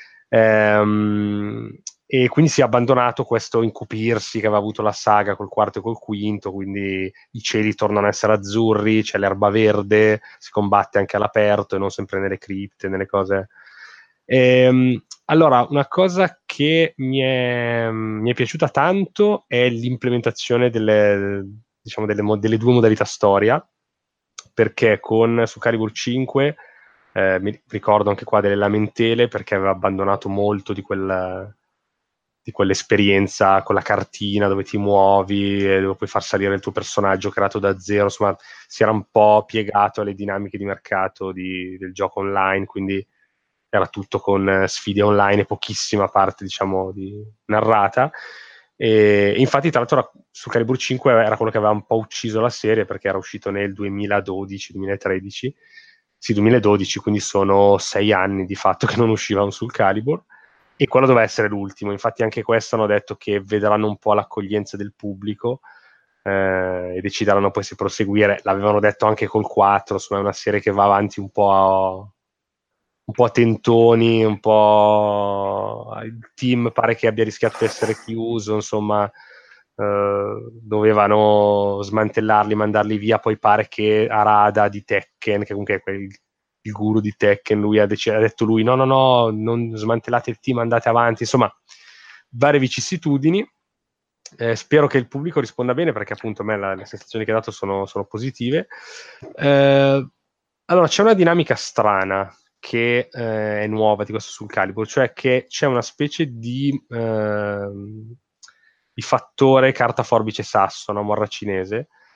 Ehm, e quindi si è abbandonato questo incupirsi che aveva avuto la saga col quarto e col quinto, quindi i cieli tornano a essere azzurri, c'è l'erba verde, si combatte anche all'aperto e non sempre nelle cripte, nelle cose. Ehm, allora, una cosa che mi è, mi è piaciuta tanto è l'implementazione delle, diciamo, delle, delle due modalità storia, perché con su Calibur cinque eh, mi ricordo anche qua delle lamentele, perché aveva abbandonato molto di quella di quell'esperienza con la cartina dove ti muovi e dove puoi far salire il tuo personaggio creato da zero, insomma si era un po' piegato alle dinamiche di mercato di, del gioco online, quindi era tutto con sfide online e pochissima parte, diciamo, di narrata. E infatti, tra l'altro, su Calibur cinque era quello che aveva un po' ucciso la serie, perché era uscito nel duemiladodici duemilatredici, sì, duemiladodici, quindi sono sei anni di fatto che non usciva un Soul Calibur, e quello doveva essere l'ultimo. Infatti anche questo hanno detto che vedranno un po' l'accoglienza del pubblico eh, e decideranno poi se proseguire. L'avevano detto anche col quattro, insomma è una serie che va avanti un po' a un po' a tentoni, un po' il team pare che abbia rischiato di essere chiuso, insomma eh, dovevano smantellarli, mandarli via, poi pare che Arada di Tekken, che comunque è quel, il guru di Tekken, lui ha, dec- ha detto lui no no no, non smantellate il team, andate avanti, insomma varie vicissitudini. Eh, spero che il pubblico risponda bene, perché appunto a me la, le sensazioni che ha dato sono, sono positive. Eh, allora c'è una dinamica strana che eh, è nuova di questo Soul Calibur, cioè che c'è una specie di, eh, di fattore carta forbice sasso, una morra cinese,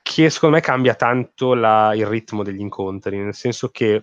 che secondo me cambia tanto la, il ritmo degli incontri, nel senso che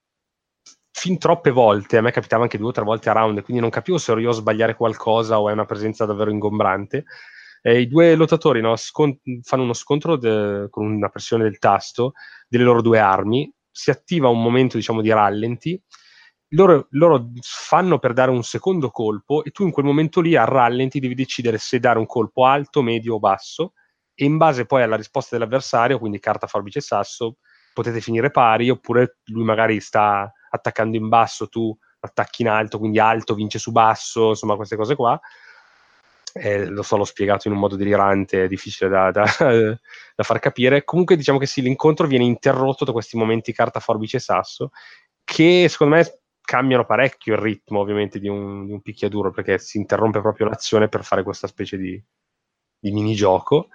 fin troppe volte, a me capitava anche due o tre volte a round, quindi non capivo se ero io a sbagliare qualcosa o è una presenza davvero ingombrante. Eh, I due lottatori no, scont- fanno uno scontro de- con una pressione del tasto delle loro due armi, si attiva un momento diciamo di rallenti, loro, loro fanno per dare un secondo colpo e tu in quel momento lì a rallenti devi decidere se dare un colpo alto, medio o basso, e in base poi alla risposta dell'avversario, quindi carta, forbice e sasso, potete finire pari, oppure lui magari sta attaccando in basso, tu attacchi in alto, quindi alto vince su basso, insomma queste cose qua. Eh, lo so, l'ho spiegato in un modo delirante, è difficile da, da, da far capire. Comunque diciamo che sì, l'incontro viene interrotto da questi momenti carta, forbice e sasso, che secondo me cambiano parecchio il ritmo ovviamente di un, di un picchiaduro, perché si interrompe proprio l'azione per fare questa specie di, di minigioco.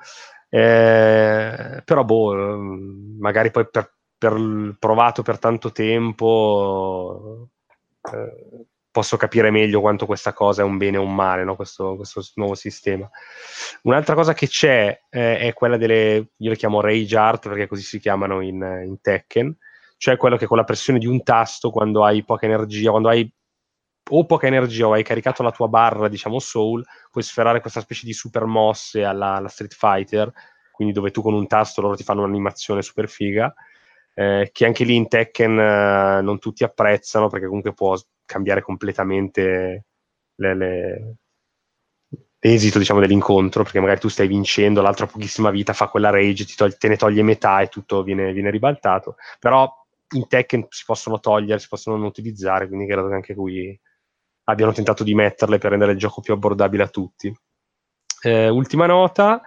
Eh, però boh, magari poi per, per provato per tanto tempo eh, posso capire meglio quanto questa cosa è un bene o un male, no? questo, questo nuovo sistema. Un'altra cosa che c'è eh, è quella delle, io le chiamo rage art perché così si chiamano in, in Tekken, cioè quello che con la pressione di un tasto, quando hai poca energia, quando hai o poca energia o hai caricato la tua barra, diciamo soul, puoi sferrare questa specie di super mosse alla, alla Street Fighter, quindi dove tu con un tasto loro ti fanno un'animazione super figa, eh, che anche lì in Tekken eh, non tutti apprezzano, perché comunque può cambiare completamente le, le... l'esito diciamo dell'incontro, perché magari tu stai vincendo, l'altro ha pochissima vita, fa quella rage, ti toglie, te ne toglie metà e tutto viene, viene ribaltato. Però in Tekken si possono togliere, si possono non utilizzare, quindi credo che anche qui abbiano tentato di metterle per rendere il gioco più abbordabile a tutti. Eh, ultima nota,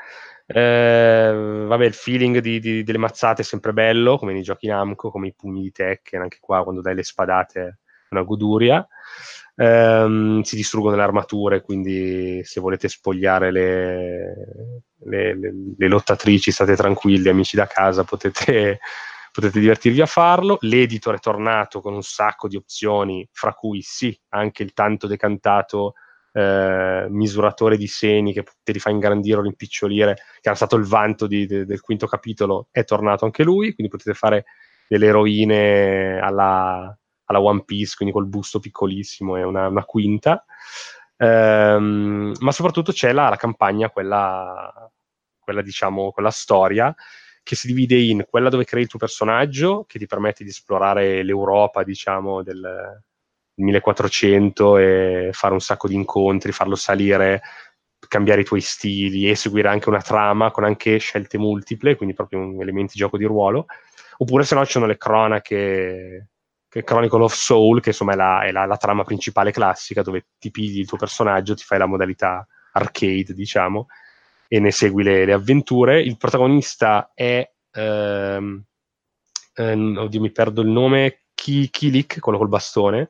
eh, vabbè, il feeling di, di, delle mazzate è sempre bello, come nei giochi Namco, come i pugni di Tekken, anche qua quando dai le spadate è una goduria. Um, si distruggono le armature, quindi se volete spogliare le, le, le, le lottatrici state tranquilli, amici da casa, potete, potete divertirvi a farlo. L'editor è tornato con un sacco di opzioni, fra cui sì, anche il tanto decantato eh, misuratore di seni che te li fa ingrandire o rimpicciolire, che era stato il vanto di, de, del quinto capitolo, è tornato anche lui, quindi potete fare delle eroine alla alla One Piece, quindi col busto piccolissimo e una, una quinta, ehm, ma soprattutto c'è la, la campagna, quella, quella diciamo, quella storia, che si divide in quella dove crei il tuo personaggio, che ti permette di esplorare l'Europa, diciamo, del millequattrocento e fare un sacco di incontri, farlo salire, cambiare i tuoi stili e seguire anche una trama con anche scelte multiple, quindi proprio un elemento di gioco di ruolo. Oppure se no ci sono le cronache, che Chronicle of Soul, che insomma è, la, è la, la trama principale classica, dove ti pigli il tuo personaggio, ti fai la modalità arcade, diciamo, e ne segui le, le avventure. Il protagonista è ehm, ehm, oddio, mi perdo il nome, Ki- Kilik, quello col bastone,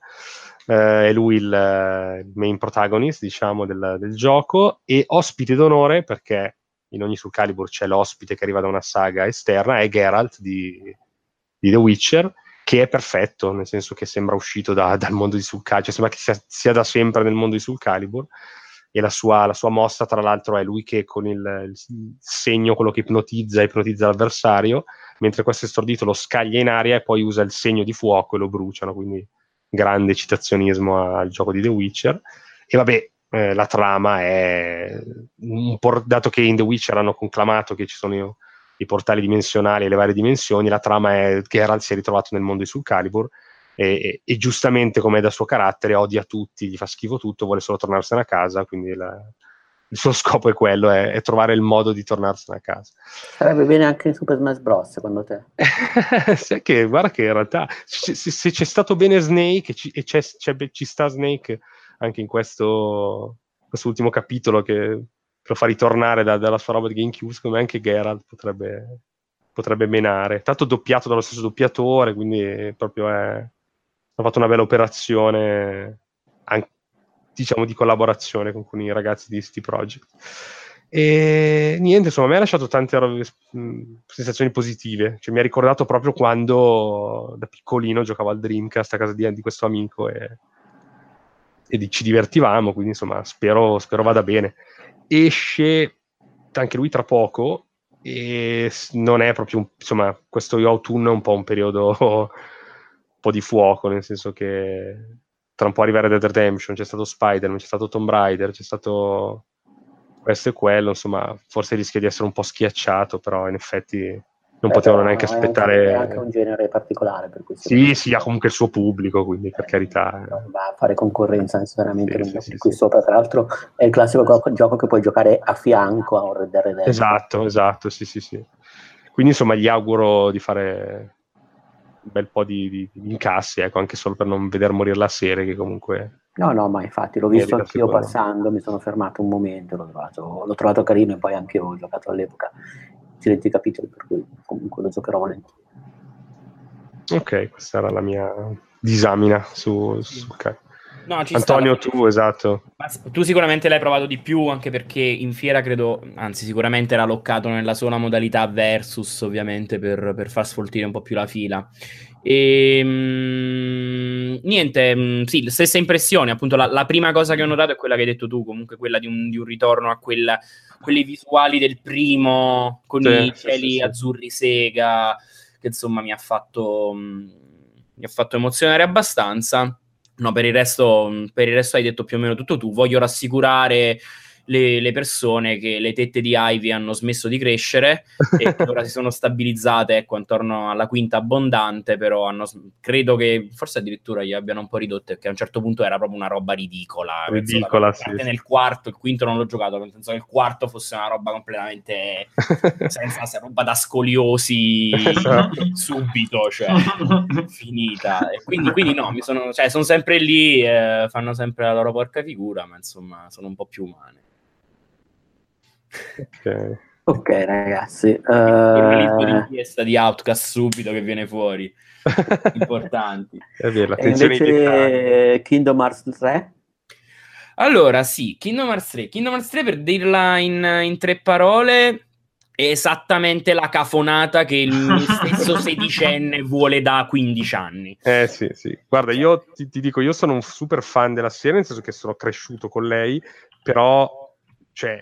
eh, è lui il, il main protagonist, diciamo, del, del gioco, e ospite d'onore, perché in ogni Soul Calibur c'è l'ospite che arriva da una saga esterna, è Geralt di, di The Witcher, che è perfetto, nel senso che sembra uscito da, dal mondo di Soul Calibur, cioè sembra che sia, sia da sempre nel mondo di Soul Calibur, e la sua, la sua mossa, tra l'altro, è lui che con il, il segno, quello che ipnotizza, ipnotizza l'avversario, mentre questo stordito lo scaglia in aria e poi usa il segno di fuoco e lo bruciano, quindi grande citazionismo al gioco di The Witcher. E vabbè, eh, la trama è un po', dato che in The Witcher hanno conclamato che ci sono io, i portali dimensionali e le varie dimensioni, la trama è che Geralt si è ritrovato nel mondo di Soul Calibur e, e, e giustamente, come è da suo carattere, odia tutti, gli fa schifo tutto, vuole solo tornarsene a casa, quindi la, il suo scopo è quello, è, è trovare il modo di tornarsene a casa. Sarebbe bene anche in Super Smash Bros, secondo te? Sai che, guarda che in realtà se, se, se c'è stato bene Snake ci, e c'è, c'è, ci sta Snake anche in questo quest'ultimo capitolo che lo fa ritornare da, dalla sua roba di GameCube, secondo me anche Geralt potrebbe, potrebbe menare, tanto doppiato dallo stesso doppiatore, quindi proprio è, hanno fatto una bella operazione anche, diciamo, di collaborazione con, con i ragazzi di City Project. E niente, insomma, mi ha lasciato tante mh, sensazioni positive, cioè mi ha ricordato proprio quando da piccolino giocavo al Dreamcast a casa di, di questo amico e, e ci divertivamo, quindi insomma spero, spero vada bene. Esce anche lui tra poco, e non è proprio un, insomma, questo autunno è un po' un periodo un po' di fuoco, nel senso che tra un po' arriva Red Dead Redemption, c'è stato Spider-Man, c'è stato Tomb Raider, c'è stato questo e quello, insomma, forse rischia di essere un po' schiacciato, però in effetti non Beh, potevano però neanche è aspettare. È anche un genere particolare, per cui Sì, sì, ha comunque il suo pubblico, quindi per carità. Non va a fare concorrenza necessariamente Sì, con sì, giochi sì, di qui sì. sopra. Tra l'altro è il classico go- gioco che puoi giocare a fianco a un Red Dead Redemption. Esatto, esatto, sì, sì, sì. Quindi insomma gli auguro di fare un bel po' di, di, di incassi, ecco, anche solo per non veder morire la serie, che comunque... No, no, ma infatti l'ho visto merita, anch'io secondo me. passando, mi sono fermato un momento, l'ho trovato, l'ho trovato carino e poi anche io ho giocato all'epoca i capitoli, per cui comunque lo giocherò volentieri. Ok, questa era la mia disamina su... su okay. No, ci Antonio, sta, tu, esatto. Ma tu sicuramente l'hai provato di più, anche perché in fiera credo, anzi sicuramente era loccato nella sola modalità versus, ovviamente, per, per far sfoltire un po' più la fila. E mh, niente, mh, sì, stessa impressione, appunto la, la prima cosa che ho notato è quella che hai detto tu, comunque quella di un, di un ritorno a quella, quelle visuali del primo, con Sì, i sì, cieli sì, sì. azzurri sega, che insomma mi ha fatto, mh, mi ha fatto emozionare abbastanza. No, per il resto, per il resto hai detto più o meno tutto tu. Voglio rassicurare le, le persone che le tette di Ivy hanno smesso di crescere e che ora si sono stabilizzate, ecco, intorno alla quinta abbondante, però hanno, credo che forse addirittura gli abbiano un po' ridotte, perché a un certo punto era proprio una roba ridicola. Ridicola, a parte sì. nel quarto, il quinto non l'ho giocato, nel senso che il quarto fosse una roba completamente senza roba da scoliosi Esatto. subito, cioè finita. E quindi, quindi no, mi sono, cioè, sono sempre lì, eh, fanno sempre la loro porca figura, ma insomma sono un po' più umane. Ok, ok ragazzi. Giornalismo di Uh... inchiesta di Outcast subito che viene fuori. Importanti. È vero, e attenzione ai dettagli. invece Kingdom Hearts tre? Allora, sì, Kingdom Hearts tre. Kingdom Hearts tre, per dirla in, in tre parole, è esattamente la cafonata che il mio stesso sedicenne vuole da quindici anni. Eh sì, sì. Guarda, io ti, ti dico, io sono un super fan della serie, nel senso che sono cresciuto con lei, però, cioè,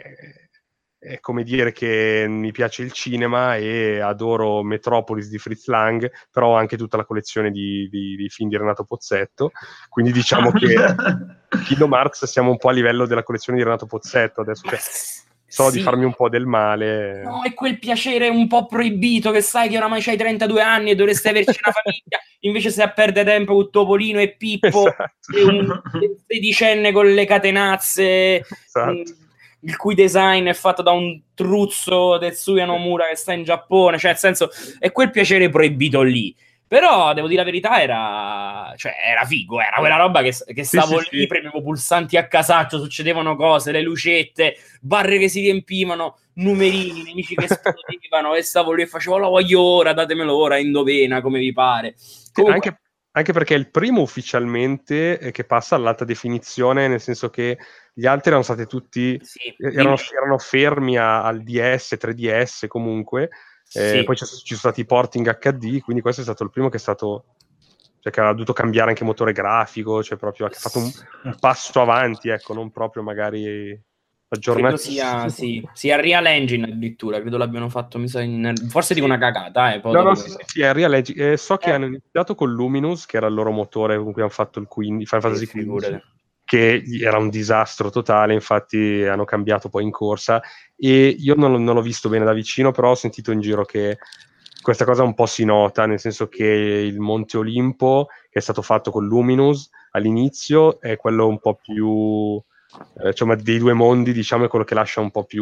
è come dire che mi piace il cinema e adoro Metropolis di Fritz Lang, però ho anche tutta la collezione di, di, di film di Renato Pozzetto, quindi diciamo che Kingdom Hearts siamo un po' a livello della collezione di Renato Pozzetto adesso, cioè, so sì. di farmi un po' del male. No, è quel piacere un po' proibito che sai che oramai c'hai trentadue anni e dovresti averci una famiglia, invece stai a perdere tempo con Topolino e Pippo, esatto. E un sedicenne con le catenazze, esatto. Il cui design è fatto da un truzzo Tetsuya Nomura che sta in Giappone, cioè nel senso è quel piacere proibito lì. Però devo dire la verità, era, cioè, era figo, era quella roba che, che stavo sì, sì, lì, sì. premevo pulsanti a casaccio, succedevano cose, le lucette, barre che si riempivano, numerini, nemici che esplodevano, e stavo lì e facevo, lo voglio ora, datemelo ora, indovina, come vi pare. Comunque... Anche, anche perché è il primo ufficialmente che passa all'alta definizione, nel senso che gli altri erano stati tutti, sì, erano, erano fermi a, al D S, tre D S comunque. Eh, sì. Poi ci sono stati i porting H D, quindi questo è stato il primo che è stato, cioè che ha dovuto cambiare anche motore grafico, cioè proprio ha fatto un, un passo avanti, ecco, non proprio magari aggiornato. Credo sia, sì, sia Real Engine addirittura, credo l'abbiano fatto, mi sa, in... forse sì. dico una cagata, eh, poi no, dopo... no, sì, sì, sì, è Real Engine. Eh, so che eh. hanno iniziato con Luminous, che era il loro motore con cui hanno fatto il quindici, Final Fantasy quindici, che era un disastro totale, infatti hanno cambiato poi in corsa, e io non, non l'ho visto bene da vicino, però ho sentito in giro che questa cosa un po' si nota, nel senso che il Monte Olimpo, che è stato fatto con Luminous all'inizio, è quello un po' più, eh, cioè, dei due mondi, diciamo, è quello che lascia un po' più,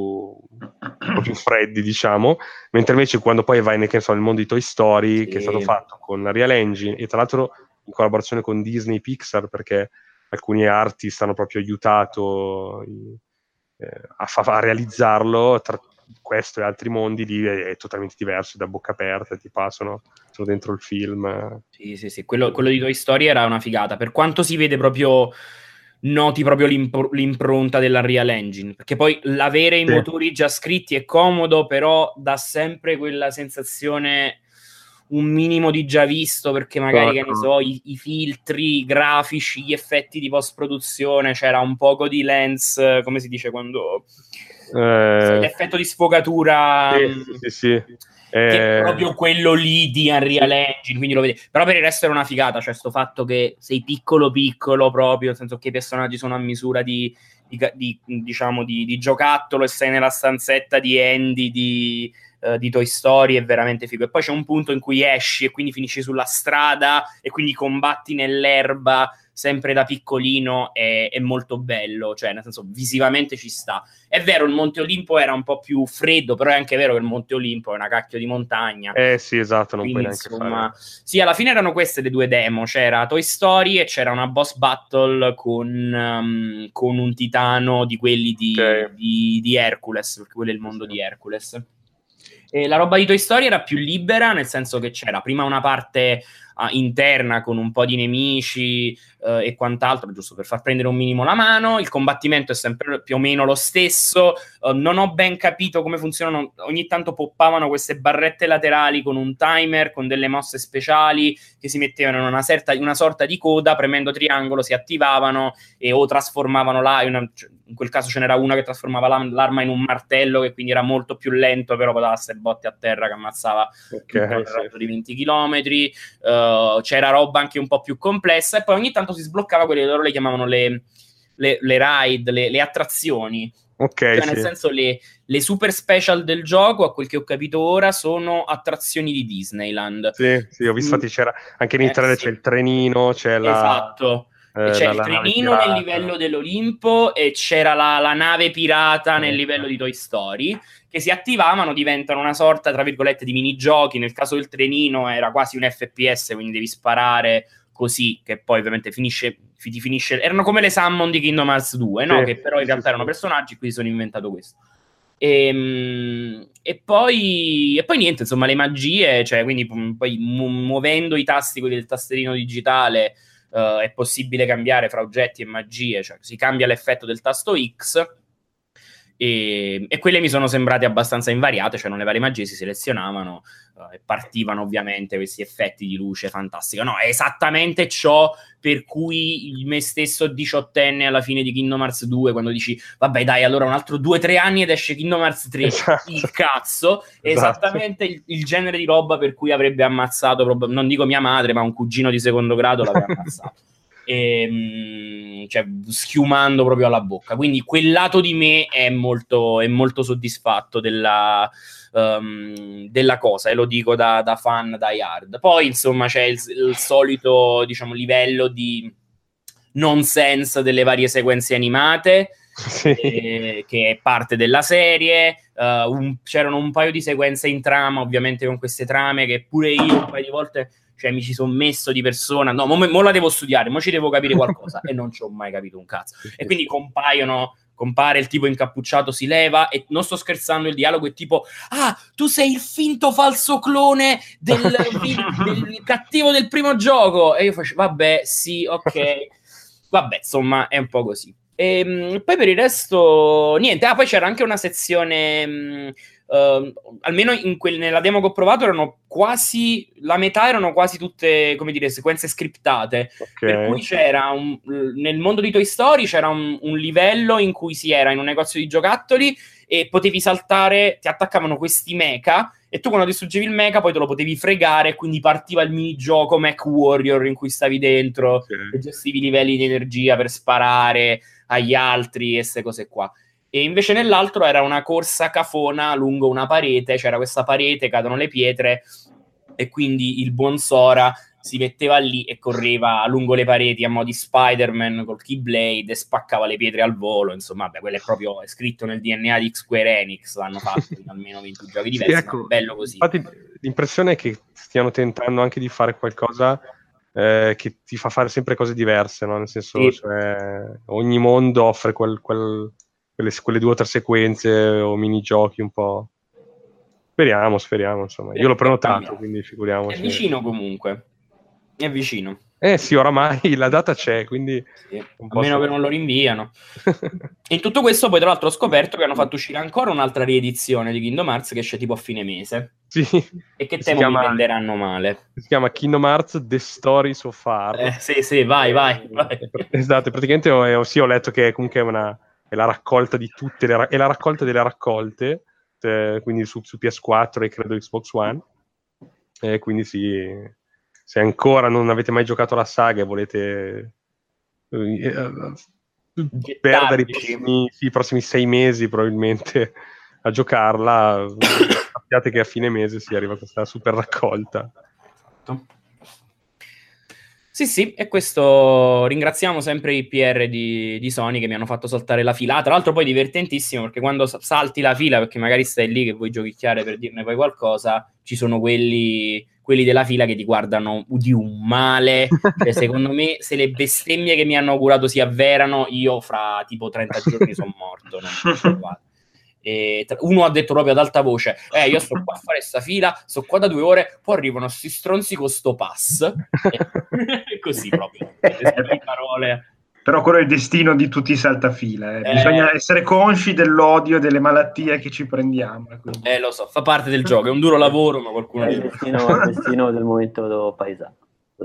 un po' più freddi, diciamo, mentre invece quando poi vai nel, che so, nel mondo di Toy Story, sì, che è stato fatto con la Real Engine, e tra l'altro in collaborazione con Disney Pixar, perché alcuni artist hanno proprio aiutato eh, a, fa- a realizzarlo, tra questo e altri mondi lì è, è totalmente diverso, da bocca aperta, ti passano, sono dentro il film. Sì, sì, sì, quello, quello di Toy Story era una figata, per quanto si vede proprio, noti proprio l'impr- l'impronta della Real Engine, perché poi l'avere i sì. motori già scritti è comodo, però dà sempre quella sensazione, un minimo di già visto, perché magari, che ne so, i, i filtri i grafici, gli effetti di post-produzione, c'era un poco di lens, come si dice quando... Eh... l'effetto di sfogatura... Sì, sì, sì, sì. Che è Eh... proprio quello lì di Unreal Engine, quindi lo vedi. Però per il resto era una figata, cioè sto fatto che sei piccolo piccolo proprio, nel senso che i personaggi sono a misura di, di, di diciamo di, di giocattolo e sei nella stanzetta di Andy di, uh, di Toy Story, è veramente figo. E poi c'è un punto in cui esci e quindi finisci sulla strada e quindi combatti nell'erba sempre da piccolino, è, è molto bello, cioè nel senso visivamente ci sta. È vero, il Monte Olimpo era un po' più freddo, però è anche vero che il Monte Olimpo è una cacchio di montagna. Eh sì, esatto, non quindi, puoi neanche insomma, fare. Sì, alla fine erano queste le due demo, c'era Toy Story e c'era una boss battle con, um, con un titano di quelli di, okay. di, di Hercules, perché quello è il mondo sì. di Hercules. E la roba di Toy Story era più libera, nel senso che c'era prima una parte uh, interna con un po' di nemici uh, e quant'altro, giusto per far prendere un minimo la mano. Il combattimento è sempre più o meno lo stesso. Uh, non ho ben capito come funzionano. Ogni tanto poppavano queste barrette laterali con un timer, con delle mosse speciali che si mettevano in una, certa, in una sorta di coda, premendo triangolo si attivavano e o trasformavano la... Una, in quel caso ce n'era una che trasformava l'arma in un martello, che quindi era molto più lento, però poteva essere botte a terra che ammazzava okay, tutto il raggio di venti chilometri. Uh, c'era roba anche un po' più complessa e poi ogni tanto si sbloccava quelle che loro le chiamavano le, le, le ride, le, le attrazioni. Ok, cioè, sì. nel senso le, le super special del gioco, a quel che ho capito ora, sono attrazioni di Disneyland. Sì, sì, ho visto, infatti c'era anche in Italia eh, sì. c'è il trenino, c'è la... Esatto. Eh, c'è la, il la trenino nel livello dell'Olimpo e c'era la, la nave pirata nel livello di Toy Story, che si attivavano, diventano una sorta, tra virgolette, di minigiochi. Nel caso del trenino era quasi un F P S, quindi devi sparare così, che poi ovviamente finisce, ti finisce... Erano come le summon di Kingdom Hearts due, no? Sì, che però in realtà sì, erano sì. personaggi, quindi sono inventato questo. E, e, poi, e poi niente, insomma, le magie, cioè quindi poi mu- muovendo i tasti, quelli del tasterino digitale, Uh, è possibile cambiare fra oggetti e magie, cioè si cambia l'effetto del tasto X e, e quelle mi sono sembrate abbastanza invariate, cioè non le varie magie si selezionavano uh, e partivano ovviamente questi effetti di luce fantastica. No, è esattamente ciò per cui il me stesso diciottenne alla fine di Kingdom Hearts due, quando dici vabbè dai, allora un altro due tre anni ed esce Kingdom Hearts tre, esatto. il cazzo, è esatto. esattamente il, il genere di roba per cui avrebbe ammazzato, prob- non dico mia madre, ma un cugino di secondo grado l'avrebbe ammazzato. E, mh, cioè, schiumando proprio alla bocca. Quindi quel lato di me è molto, è molto soddisfatto della, um, della cosa, e lo dico da, da fan die hard. Poi insomma c'è il, il solito, diciamo, livello di nonsense delle varie sequenze animate, sì. eh, che è parte della serie. Uh, un, c'erano un paio di sequenze in trama, ovviamente con queste trame che pure io un paio di volte, cioè, mi ci sono messo di persona, no, mo, mo la devo studiare, mo ci devo capire qualcosa e non ci ho mai capito un cazzo. E quindi compaiono, compare il tipo incappucciato, si leva e non sto scherzando, il dialogo è tipo: ah, tu sei il finto falso clone del, del cattivo del primo gioco. E io faccio, vabbè, sì, ok, vabbè, insomma, è un po' così. E mh, poi per il resto niente. Ah, poi c'era anche una sezione mh, uh, almeno in quel, nella demo che ho provato erano quasi la metà erano quasi tutte, come dire, sequenze scriptate, okay. Per cui c'era un, nel mondo di Toy Story c'era un, un livello in cui si era in un negozio di giocattoli e potevi saltare, ti attaccavano questi mecha e tu quando distruggevi il mecha poi te lo potevi fregare e quindi partiva il minigioco Mech Warrior in cui stavi dentro, okay. E gestivi i livelli di energia per sparare agli altri e queste cose qua. E invece nell'altro era una corsa cafona lungo una parete, c'era questa parete, cadono le pietre e quindi il buon Sora si metteva lì e correva lungo le pareti a mo' di Spider-Man col Keyblade e spaccava le pietre al volo. Insomma, vabbè, quello è proprio è scritto nel D N A di Square Enix, l'hanno fatto in almeno venti giochi diversi, sì, ecco, bello così. Infatti l'impressione è che stiano tentando anche di fare qualcosa eh, che ti fa fare sempre cose diverse, no? Nel senso, sì. Cioè, ogni mondo offre quel, quel, quelle, quelle due o tre sequenze o minigiochi un po'. Speriamo, speriamo, insomma. Io l'ho prenotato, quindi figuriamoci. È vicino comunque. È vicino. Eh sì, oramai la data c'è, quindi... Sì, a meno che non lo rinviano. In tutto questo poi tra l'altro ho scoperto che hanno fatto uscire ancora un'altra riedizione di Kingdom Hearts che esce tipo a fine mese. Sì. E che temo chiama... mi venderanno male. Si chiama Kingdom Hearts The Story So Far. Eh, sì, sì, vai, vai, vai. Esatto, praticamente ho, sì, ho letto che comunque è una... è la raccolta di tutte le, è la raccolta delle raccolte, eh, quindi su, su P S quattro e credo Xbox One, e quindi sì, se ancora non avete mai giocato la saga e volete eh, perdere i prossimi, sì, i prossimi sei mesi probabilmente a giocarla, sappiate che a fine mese si arriva questa super raccolta. Esatto. Sì, sì, e questo ringraziamo sempre i P R di, di Sony che mi hanno fatto saltare la fila. Tra l'altro poi divertentissimo, perché quando salti la fila, perché magari stai lì che vuoi giochicchiare per dirne poi qualcosa, ci sono quelli, quelli della fila che ti guardano di un male. Cioè, secondo me, se le bestemmie che mi hanno augurato si avverano, io fra tipo trenta giorni sono morto. Non E uno ha detto proprio ad alta voce: eh, io sto qua a fare sta fila, sto qua da due ore, poi arrivano sti stronzi con sto pass. E così proprio, le parole. Però quello è il destino di tutti i saltafila, eh. Eh, Bisogna essere consci dell'odio e delle malattie che ci prendiamo. Quindi. Eh, lo so, fa parte del gioco, è un duro lavoro, ma qualcuno... È il destino, il destino del momento paesano.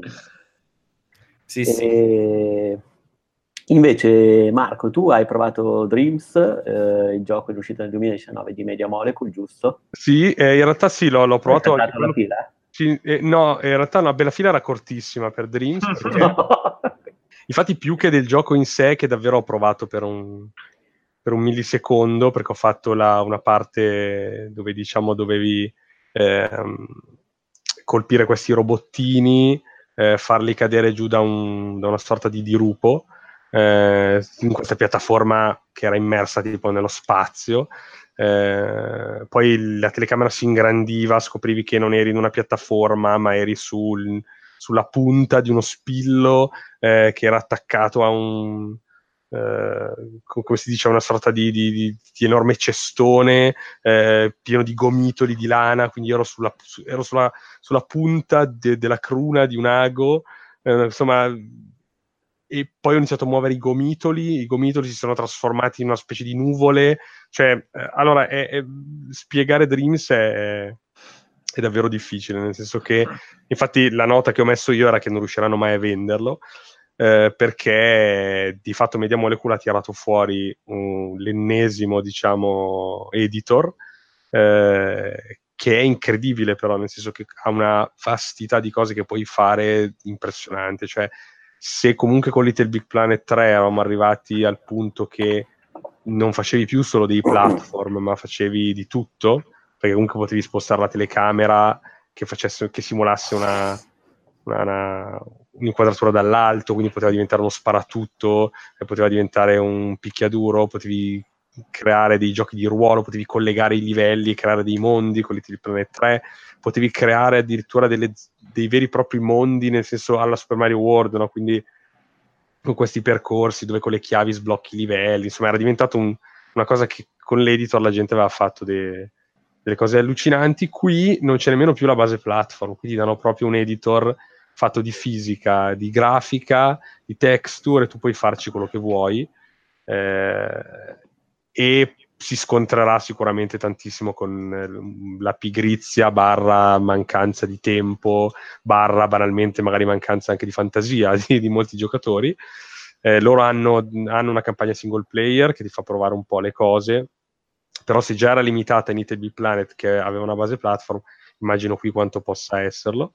Sì, e... sì. Invece, Marco, tu hai provato Dreams, eh, il gioco in uscita nel duemiladiciannove di Media Molecule, giusto? Sì, eh, in realtà sì, l'ho, l'ho provato. Hai quello... la fila? Sì, eh, no, in realtà una bella fila era cortissima per Dreams, perché... no. Infatti più che del gioco in sé, che davvero ho provato per un, per un millisecondo, perché ho fatto la, una parte dove diciamo dovevi ehm, colpire questi robottini, eh, farli cadere giù da, un, da una sorta di dirupo, eh, in questa piattaforma che era immersa tipo nello spazio. Eh, poi la telecamera si ingrandiva, scoprivi che non eri in una piattaforma, ma eri sul, sulla punta di uno spillo eh, che era attaccato a un, eh, come si dice, a una sorta di, di, di, di enorme cestone eh, pieno di gomitoli di lana, quindi ero sulla, su, ero sulla, sulla punta de, della cruna di un ago, eh, insomma. E poi ho iniziato a muovere i gomitoli, i gomitoli si sono trasformati in una specie di nuvole, cioè, eh, allora, è, è, spiegare Dreams è, è davvero difficile, nel senso che, infatti la nota che ho messo io era che non riusciranno mai a venderlo, eh, perché di fatto Media Molecule ha tirato fuori um, l'ennesimo, diciamo, editor, eh, che è incredibile però, nel senso che ha una vastità di cose che puoi fare impressionante, cioè se comunque con Little Big Planet tre eravamo arrivati al punto che non facevi più solo dei platform, ma facevi di tutto, perché comunque potevi spostare la telecamera che facesse, che simulasse una, una, una un'inquadratura dall'alto, quindi poteva diventare uno sparatutto, poteva diventare un picchiaduro, potevi creare dei giochi di ruolo, potevi collegare i livelli, creare dei mondi con Little Big Planet tre, potevi creare addirittura delle, dei veri e propri mondi, nel senso alla Super Mario World, no? Quindi con questi percorsi dove con le chiavi sblocchi i livelli, insomma era diventato un, una cosa che con l'editor la gente aveva fatto de, delle cose allucinanti. Qui non c'è nemmeno più la base platform, quindi danno proprio un editor fatto di fisica, di grafica, di texture, e tu puoi farci quello che vuoi, eh, e si scontrerà sicuramente tantissimo con la pigrizia barra mancanza di tempo barra banalmente magari mancanza anche di fantasia di, di molti giocatori. Eh, loro hanno, hanno una campagna single player che ti fa provare un po' le cose, però se già era limitata in Little Big Planet che aveva una base platform, immagino qui quanto possa esserlo.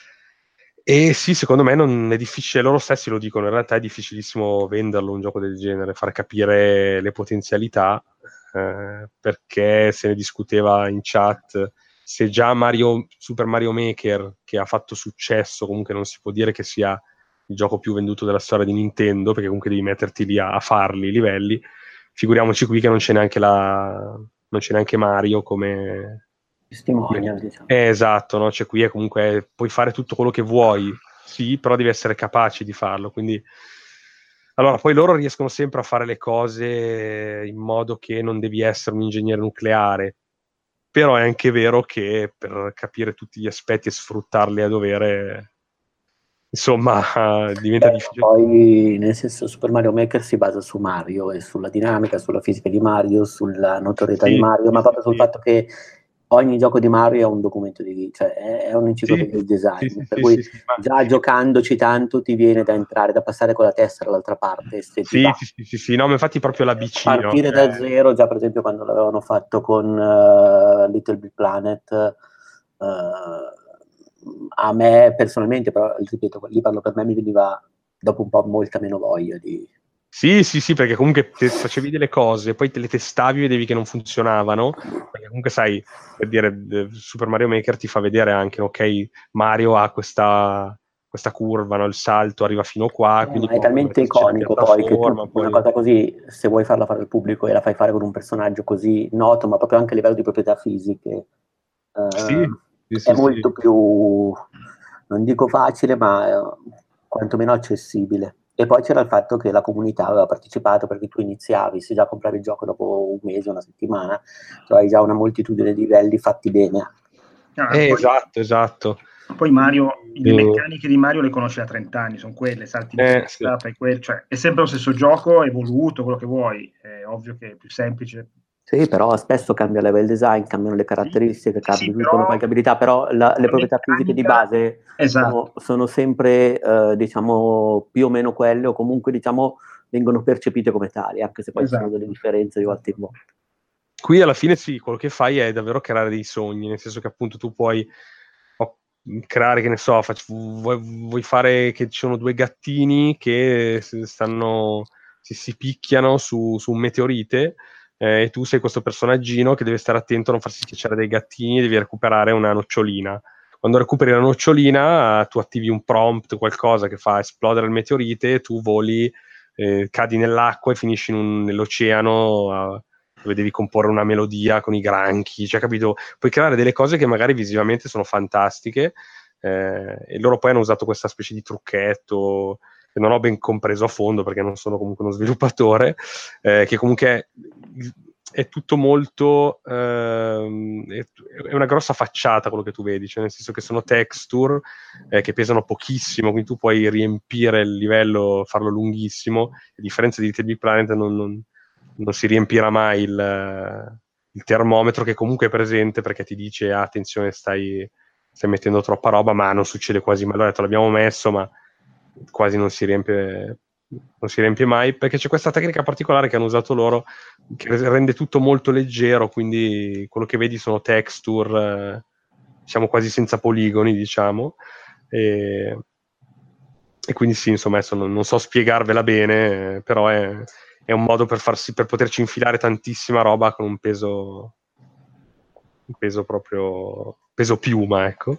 E sì, secondo me non è difficile, loro stessi lo dicono, in realtà è difficilissimo venderlo un gioco del genere, far capire le potenzialità, eh, perché se ne discuteva in chat, se già Mario, Super Mario Maker, che ha fatto successo, comunque non si può dire che sia il gioco più venduto della storia di Nintendo, perché comunque devi metterti lì a, a farli i livelli, figuriamoci qui che non c'è neanche la non c'è neanche Mario come testimonial, diciamo. Eh, esatto, no? Cioè qui è comunque puoi fare tutto quello che vuoi, sì, però devi essere capace di farlo, quindi allora poi loro riescono sempre a fare le cose in modo che non devi essere un ingegnere nucleare, però è anche vero che per capire tutti gli aspetti e sfruttarli a dovere, insomma, diventa Beh, difficile. poi nel senso Super Mario Maker si basa su Mario e sulla dinamica, sulla fisica di Mario, sulla notorietà sì, di Mario, ma proprio sì, sul sì. fatto che ogni gioco di Mario è un documento di, cioè è, è un'enciclopedia sì, di design, sì, per sì, cui sì, sì, ma... già giocandoci tanto ti viene da entrare, da passare con la testa dall'altra parte, se ti Sì, va. sì, sì, sì, sì, no, ma infatti proprio la B C, Partire no? da Cioè... zero, già per esempio quando l'avevano fatto con uh, Little Big Planet, uh, a me personalmente, però ripeto, lì parlo per me, mi veniva dopo un po' molta meno voglia di... Sì, sì, sì, perché comunque te facevi delle cose, poi te le testavi e vedevi che non funzionavano, perché comunque sai, per dire, Super Mario Maker ti fa vedere anche, ok, Mario ha questa, questa curva, no? Il salto arriva fino qua, Eh, quindi ma è può talmente metterci la iconico poi che tu piattaforma, una poi... cosa così, se vuoi farla fare al pubblico e la fai fare con un personaggio così noto, ma proprio anche a livello di proprietà fisiche, Sì, eh, sì, è sì, sì. molto più, non dico facile, ma eh, quantomeno accessibile. E poi c'era il fatto che la comunità aveva partecipato, perché tu iniziavi, se già compravi il gioco dopo un mese, una settimana, trovavi già una moltitudine di livelli fatti bene. Ah, Eh, poi, esatto, esatto. poi Mario, le Eh, meccaniche di Mario le conosci da trenta anni, sono quelle, salti in eh, sì. testa, fai quel, cioè, è sempre lo stesso gioco, evoluto, quello che vuoi, è ovvio che è più semplice. Sì, però spesso cambia il level design, cambiano le caratteristiche, Sì, cambi sì, tutto, però qualche abilità, però la- le la proprietà fisiche di meccanica, base esatto, sono, sono sempre, eh, diciamo, più o meno quelle, o comunque, diciamo, vengono percepite come tali, anche se poi ci sono esatto. delle differenze di volta in volta. Qui alla fine sì, quello che fai è davvero creare dei sogni, nel senso che appunto tu puoi oh, creare, che ne so, fac- vuoi, vuoi fare che ci sono due gattini che si stanno, si, si picchiano su, su un meteorite, eh, e tu sei questo personaggino che deve stare attento a non farsi schiacciare dai gattini, devi recuperare una nocciolina. Quando recuperi la nocciolina, tu attivi un prompt, qualcosa che fa esplodere il meteorite, tu voli, eh, cadi nell'acqua e finisci in un- nell'oceano, eh, dove devi comporre una melodia con i granchi, cioè, capito? Puoi creare delle cose che magari visivamente sono fantastiche, eh, e loro poi hanno usato questa specie di trucchetto che non ho ben compreso a fondo perché non sono comunque uno sviluppatore, eh, che comunque è, è tutto molto, ehm, è, è una grossa facciata quello che tu vedi, cioè nel senso che sono texture, eh, che pesano pochissimo, quindi tu puoi riempire il livello, farlo lunghissimo, a differenza di Little Big Planet non, non non si riempirà mai il, il termometro, che comunque è presente perché ti dice ah, attenzione, stai, stai mettendo troppa roba, ma non succede quasi mai. L'ho detto, l'abbiamo messo, ma quasi non si riempie non si riempie mai, perché c'è questa tecnica particolare che hanno usato loro che rende tutto molto leggero, quindi quello che vedi sono texture, eh, diciamo quasi senza poligoni, diciamo, e, e quindi sì, insomma adesso non, non so spiegarvela bene, eh, però è è un modo per, farsi, per poterci infilare tantissima roba con un peso, un peso proprio, peso piuma, ecco.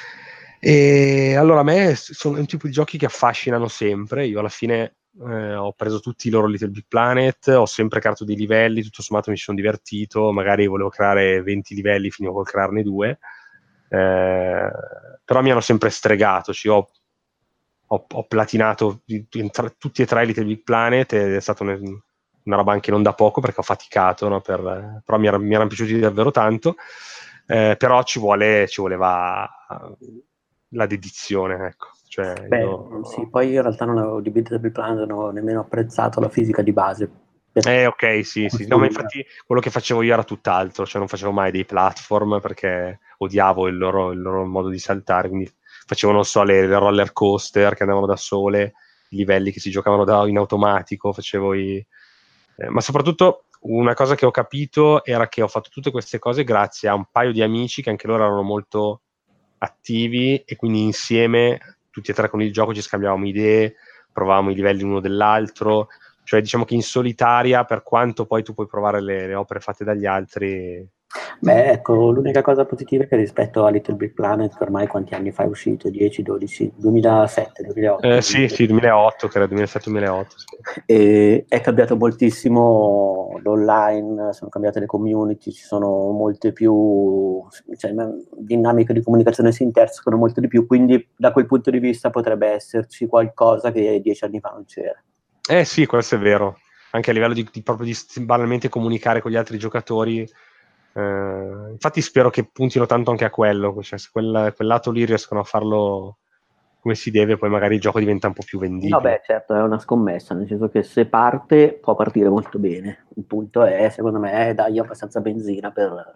E allora a me sono un tipo di giochi che affascinano sempre. Io alla fine eh, ho preso tutti i loro Little Big Planet, ho sempre creato dei livelli, tutto sommato mi sono divertito, magari volevo creare venti livelli, finivo col crearne due, eh, però mi hanno sempre stregato, ci ho Ho, ho platinato di, di, tra, tutti e tre i Little Big Planet ed è stata una, una roba anche non da poco perché ho faticato, no? Per, però mi, era, mi erano piaciuti davvero tanto, eh, però ci, vuole, ci voleva la dedizione, ecco. Cioè, Beh, io... sì, poi io in realtà non avevo di Little Big Planet, non avevo nemmeno apprezzato la fisica di base. Eh, ok, sì, sì. No, ma infatti quello che facevo io era tutt'altro, cioè non facevo mai dei platform perché odiavo il loro, il loro modo di saltare, quindi facevo, non so, le, le roller coaster che andavano da sole, i livelli che si giocavano da, in automatico, facevo i... Eh, ma soprattutto una cosa che ho capito era che ho fatto tutte queste cose grazie a un paio di amici che anche loro erano molto attivi e quindi insieme, tutti e tre con il gioco, ci scambiavamo idee, provavamo i livelli uno dell'altro, cioè diciamo che in solitaria, per quanto poi tu puoi provare le, le opere fatte dagli altri... Beh, ecco, l'unica cosa positiva è che rispetto a Little Big Planet, che ormai quanti anni fa è uscito? dieci, dodici, duemilasette, duemilaotto? Eh, sì, sì, duemilaotto, credo, duemilasette duemilaotto. Sì. E è cambiato moltissimo l'online, sono cambiate le community, ci sono molte più, cioè, dinamiche di comunicazione si intersecano molto di più, quindi da quel punto di vista potrebbe esserci qualcosa che dieci anni fa non c'era. Eh sì, questo è vero, anche a livello di, di proprio di banalmente comunicare con gli altri giocatori. Uh, infatti spero che puntino tanto anche a quello, cioè se quel, quel lato lì riescono a farlo come si deve, poi magari il gioco diventa un po' più vendibile. No, beh, certo, è una scommessa, nel senso che se parte può partire molto bene. Il punto è, secondo me, dargli abbastanza benzina per,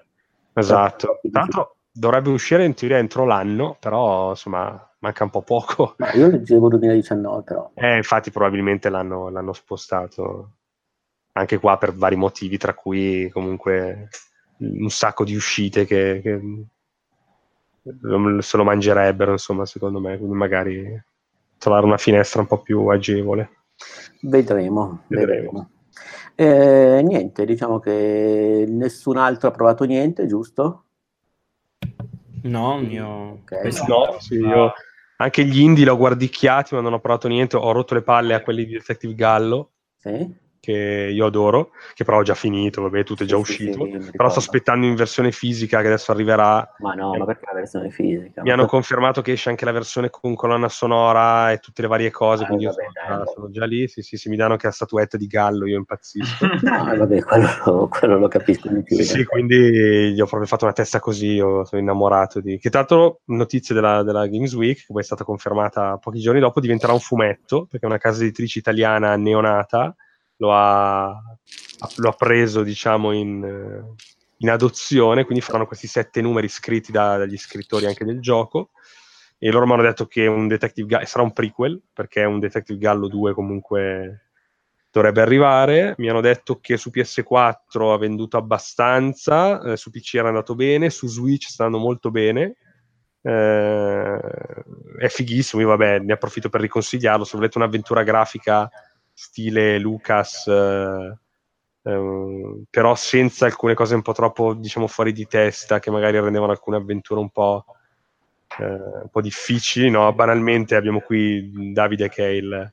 Esatto. Tra l'altro dovrebbe uscire in teoria entro l'anno, però insomma manca un po' poco. Ma io leggevo duemiladiciannove però. Eh, infatti probabilmente l'hanno, l'hanno spostato anche qua per vari motivi, tra cui comunque un sacco di uscite che, che se lo mangerebbero, insomma, secondo me, quindi magari trovare una finestra un po' più agevole. Vedremo, vedremo. Eh, niente, diciamo che nessun altro ha provato niente, giusto? No, io... Okay. No, sì, io anche gli indie l'ho guardicchiati, ma non ho provato niente. Ho rotto le palle a quelli di Detective Gallo, sì? che io adoro, che però ho già finito, vabbè, tutto è già sì, uscito. sì, sì, però sto aspettando in versione fisica, che adesso arriverà. Ma no, ma perché la versione fisica? Mi hanno confermato che esce anche la versione con colonna sonora e tutte le varie cose, ah, quindi vabbè, io sono, dai, già, sono già lì. Sì, sì, sì, mi danno anche la statuetta di Gallo, io impazzisco. No, vabbè, quello, quello lo capisco di più. Sì, sì, quindi gli ho proprio fatto una testa così, io sono innamorato di... Che tra l'altro, notizie della, della Games Week, che poi è stata confermata pochi giorni dopo, diventerà un fumetto, perché una casa editrice italiana neonata lo ha, lo ha preso, diciamo, in, in adozione, quindi faranno questi sette numeri scritti da, dagli scrittori anche del gioco, e loro mi hanno detto che un Detective Gallo sarà un prequel, perché un Detective Gallo due comunque dovrebbe arrivare. Mi hanno detto che su P S quattro ha venduto abbastanza, eh, su P C era andato bene, su Switch sta andando molto bene, eh, è fighissimo. Io vabbè, ne approfitto per riconsigliarlo se volete un'avventura grafica stile Lucas, eh, eh, però senza alcune cose un po' troppo, diciamo, fuori di testa, che magari rendevano alcune avventure un po', eh, un po' difficili, no? Banalmente abbiamo qui Davide che è il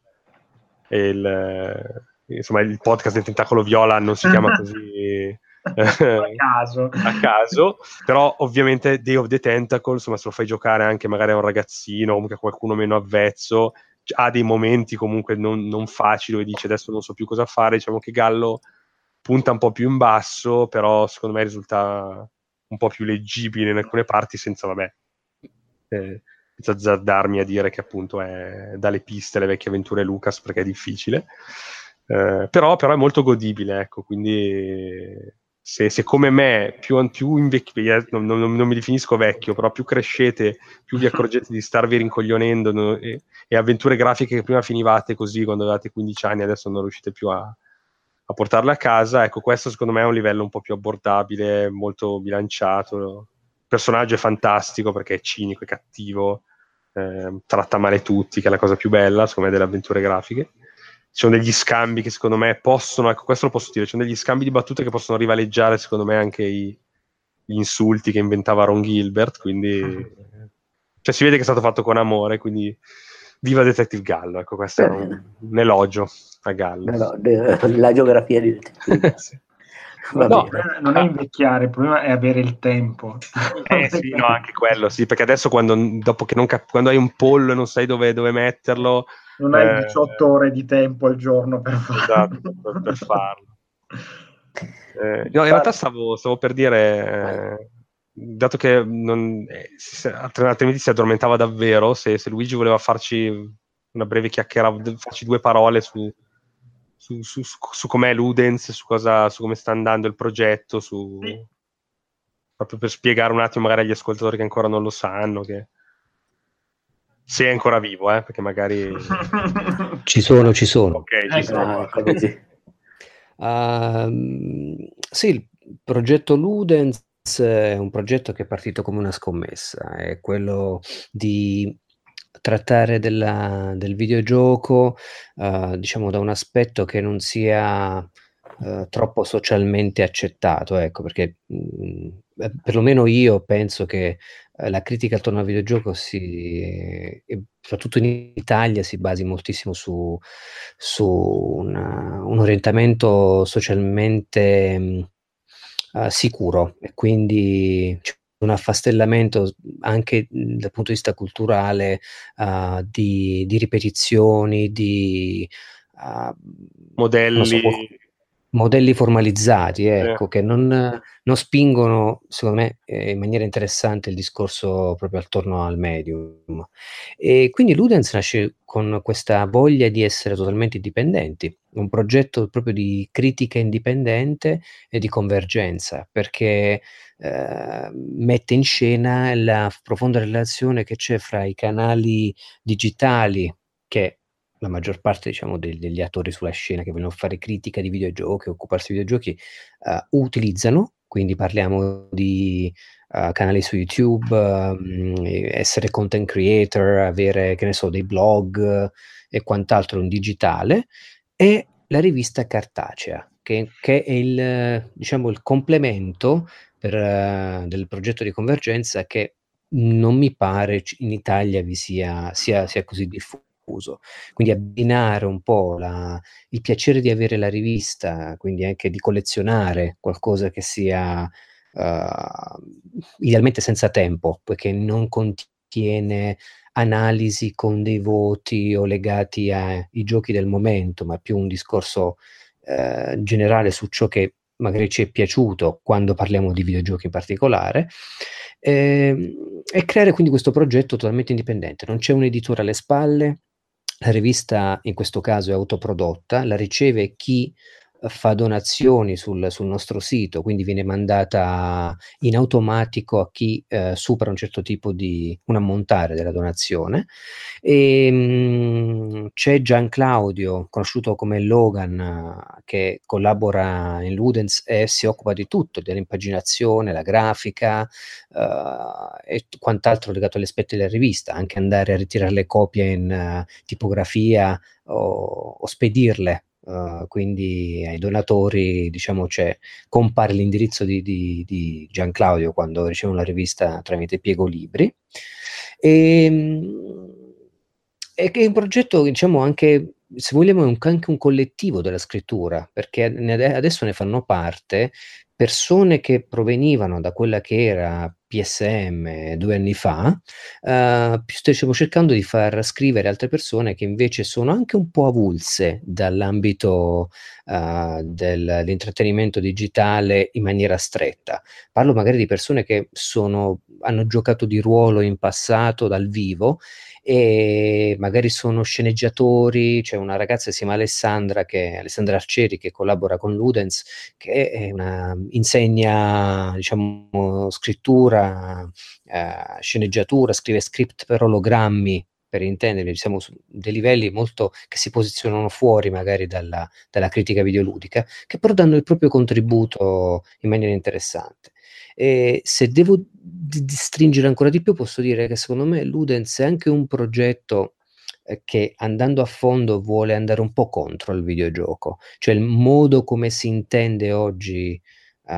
il, insomma, il podcast del Tentacolo Viola non si chiama così a caso. a caso, però ovviamente Day of the Tentacle, insomma, se lo fai giocare anche magari a un ragazzino o comunque a qualcuno meno avvezzo, ha dei momenti comunque non, non facili, dove dice adesso non so più cosa fare. Diciamo che Gallo punta un po' più in basso, però secondo me risulta un po' più leggibile in alcune parti, senza vabbè eh, senza azzardarmi a dire che appunto è dalle piste le vecchie avventure Lucas, perché è difficile, eh, però, però è molto godibile, ecco, quindi se, se come me più, più invecchi, non, non, non mi definisco vecchio, però più crescete, più vi accorgete di starvi rincoglionendo, no, e, e avventure grafiche che prima finivate così quando avevate quindici anni, adesso non riuscite più a, a portarle a casa, ecco, questo secondo me è un livello un po' più abbordabile, molto bilanciato. Il personaggio è fantastico perché è cinico, è cattivo, eh, tratta male tutti, che è la cosa più bella, secondo me, delle avventure grafiche. Ci sono degli scambi che secondo me possono, ecco, questo lo posso dire, ci sono degli scambi di battute che possono rivaleggiare secondo me anche i, gli insulti che inventava Ron Gilbert, quindi cioè si vede che è stato fatto con amore, quindi viva Detective Gallo, ecco, questo è un, un elogio a Gallo. No, no, la geografia di Detective. Sì. No, non è invecchiare, il problema è avere il tempo. Eh sì, no, anche quello, sì, perché adesso quando, dopo che non cap- quando hai un pollo e non sai dove, dove metterlo... Non hai eh, diciotto ore di tempo al giorno per farlo. Esatto, per, per farlo. Eh, no, in realtà stavo, stavo per dire, eh, dato che non, eh, si, altrimenti si addormentava davvero, se, se Luigi voleva farci una breve chiacchierata, farci due parole su... Su, su, su, su com'è Ludens, su, cosa, su come sta andando il progetto, su, sì. proprio per spiegare un attimo magari agli ascoltatori che ancora non lo sanno, che se è ancora vivo, eh, perché magari... Ci sono, ci sono. Ok, ci sono. uh, sì, il progetto Ludens è un progetto che è partito come una scommessa, è quello di trattare della, del videogioco, uh, diciamo, da un aspetto che non sia uh, troppo socialmente accettato, ecco, perché mh, perlomeno io penso che uh, la critica attorno al videogioco si, e soprattutto in Italia, si basi moltissimo su, su una, un orientamento socialmente mh, uh, sicuro, e quindi un affastellamento anche dal punto di vista culturale, uh, di, di ripetizioni, di uh, modelli, so, modelli formalizzati, ecco, eh. che non, non spingono, secondo me, eh, in maniera interessante il discorso proprio attorno al medium. E quindi Ludens nasce con questa voglia di essere totalmente indipendenti, un progetto proprio di critica indipendente e di convergenza, perché eh, mette in scena la profonda relazione che c'è fra i canali digitali, che la maggior parte, diciamo, degli, degli attori sulla scena che vogliono fare critica di videogiochi, occuparsi di videogiochi, uh, utilizzano. Quindi parliamo di uh, canali su YouTube, um, essere content creator, avere, che ne so, dei blog uh, e quant'altro in digitale, e la rivista cartacea, che, che è il, diciamo, il complemento per, uh, del progetto di convergenza, che non mi pare in Italia vi sia, sia, sia così diffuso. Quindi abbinare un po' la, il piacere di avere la rivista, quindi anche di collezionare qualcosa che sia uh, idealmente senza tempo, poiché non contiene analisi con dei voti o legati ai giochi del momento, ma più un discorso uh, generale su ciò che magari ci è piaciuto quando parliamo di videogiochi in particolare, e, e creare quindi questo progetto totalmente indipendente. Non c'è un editore alle spalle. La rivista in questo caso è autoprodotta, la riceve chi fa donazioni sul, sul nostro sito, quindi viene mandata in automatico a chi eh, supera un certo tipo di un ammontare della donazione. E, mh, c'è Gian Claudio, conosciuto come Logan, che collabora in Ludens e si occupa di tutto, dell'impaginazione, la grafica uh, e quant'altro legato agli aspetti della rivista, anche andare a ritirare le copie in uh, tipografia o, o spedirle. Uh, quindi ai donatori, diciamo, c'è, compare l'indirizzo di, di, di Gian Claudio quando ricevono la rivista tramite Piego Libri, e, e che è un progetto, diciamo, anche, se vogliamo, è un, anche un collettivo della scrittura, perché ne, adesso ne fanno parte persone che provenivano da quella che era P S M due anni fa, uh, stiamo cercando di far scrivere altre persone che invece sono anche un po' avulse dall'ambito uh, del, dell'intrattenimento digitale in maniera stretta. Parlo magari di persone che sono, hanno giocato di ruolo in passato dal vivo e magari sono sceneggiatori. C'è una ragazza che si chiama Alessandra, che, Alessandra Arcieri, che collabora con Ludens, che è una, insegna, diciamo, scrittura, eh, sceneggiatura, scrive script per ologrammi, per intenderli, diciamo, su dei livelli molto che si posizionano fuori magari dalla, dalla critica videoludica, che però danno il proprio contributo in maniera interessante. E se devo di, di stringere ancora di più, posso dire che secondo me Ludens è anche un progetto eh, che, andando a fondo, vuole andare un po' contro il videogioco, cioè il modo come si intende oggi uh,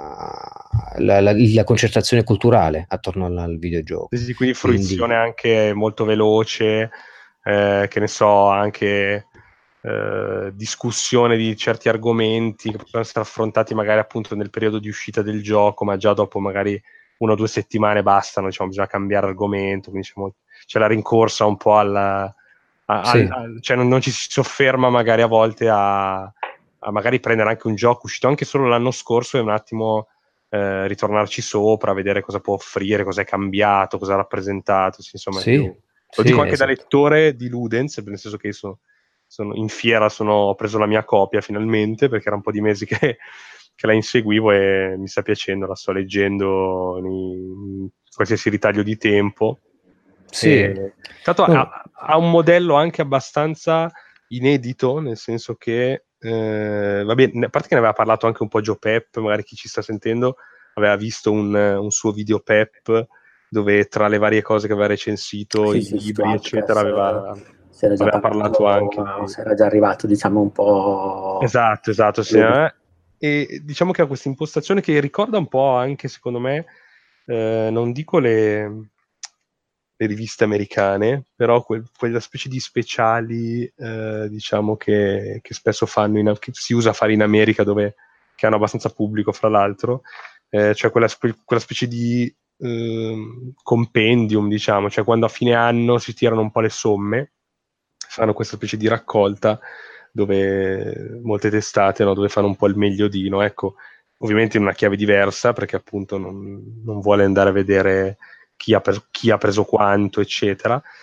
la, la, la concertazione culturale attorno al, al videogioco. Sì, quindi fruizione quindi... anche molto veloce, eh, che ne so, anche eh, discussione di certi argomenti che possono essere affrontati magari appunto nel periodo di uscita del gioco, ma già dopo magari una o due settimane bastano, diciamo, bisogna cambiare argomento, quindi diciamo, c'è la rincorsa un po' alla... A, sì. a, a, cioè non, non ci si sofferma magari a volte a, a magari prendere anche un gioco uscito anche solo l'anno scorso e un attimo eh, ritornarci sopra, vedere cosa può offrire, cosa è cambiato, cosa ha rappresentato, sì, insomma, sì, più... lo sì, dico anche esatto. Da lettore di Ludens, nel senso che io sono, sono in fiera, sono, ho preso la mia copia finalmente, perché era un po' di mesi che, che la inseguivo e mi sta piacendo, la sto leggendo in qualsiasi ritaglio di tempo. Sì. E, tanto oh. ha, ha un modello anche abbastanza inedito, nel senso che eh, va bene, a parte che ne aveva parlato anche un po' Joe Pep, magari chi ci sta sentendo aveva visto un, un suo video Pep dove tra le varie cose che aveva recensito, sì, i sì, libri eccetera, aveva, si era già aveva parlato, parlato anche si era già arrivato, diciamo, un po'... Esatto, esatto, sì, eh? E diciamo che ha questa impostazione che ricorda un po' anche, secondo me, eh, non dico le... le riviste americane, però quel, quella specie di speciali eh, diciamo che, che spesso fanno in, che si usa a fare in America, dove che hanno abbastanza pubblico fra l'altro, eh, cioè quella, spe, quella specie di eh, compendium, diciamo, cioè quando a fine anno si tirano un po' le somme, fanno questa specie di raccolta dove molte testate, no, dove fanno un po' il meglio di, no? Ecco, ovviamente in una chiave diversa, perché appunto non, non vuole andare a vedere chi ha, preso, chi ha preso quanto, eccetera,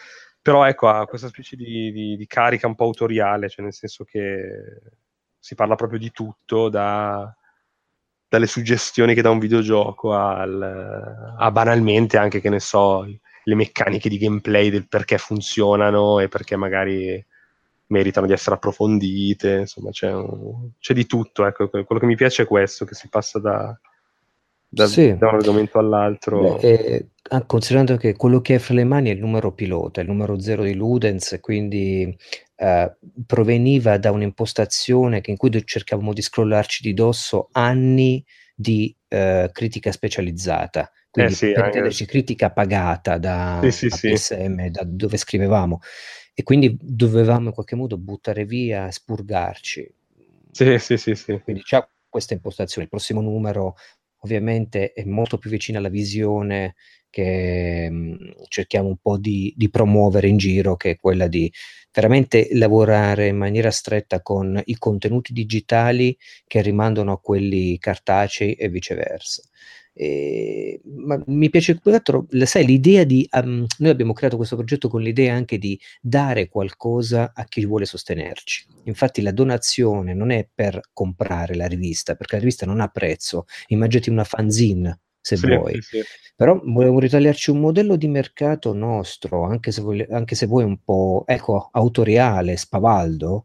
però ecco, ha questa specie di, di, di carica un po' autoriale, cioè nel senso che si parla proprio di tutto, da, dalle suggestioni che dà un videogioco al, a banalmente anche, che ne so, le meccaniche di gameplay del perché funzionano e perché magari meritano di essere approfondite, insomma c'è, un, c'è di tutto, ecco. Quello che mi piace è questo, che si passa da, da, Sì. da un argomento all'altro. Beh, eh, ah, considerando che quello che hai fra le mani è il numero pilota, il numero zero di Ludens, quindi eh, proveniva da un'impostazione che in cui cercavamo di scrollarci di dosso anni di eh, critica specializzata, quindi Eh sì, per anche... intenderci critica pagata da, sì, sì, da sì. P S M, da dove scrivevamo, e quindi dovevamo in qualche modo buttare via, spurgarci. Sì, sì, sì, sì. Quindi c'è questa impostazione. Il prossimo numero ovviamente è molto più vicino alla visione che mh, cerchiamo un po' di, di promuovere in giro, che è quella di veramente lavorare in maniera stretta con i contenuti digitali che rimandano a quelli cartacei e viceversa. E, ma mi piace quell'altro, sai, l'idea di um, noi abbiamo creato questo progetto con l'idea anche di dare qualcosa a chi vuole sostenerci. Infatti la donazione non è per comprare la rivista, perché la rivista non ha prezzo. Immaginati una fanzine, se Sì, vuoi. sì, sì. Però volevo ritagliarci un modello di mercato nostro, anche se vuoi, anche se vuoi un po', ecco, autoriale, spavaldo,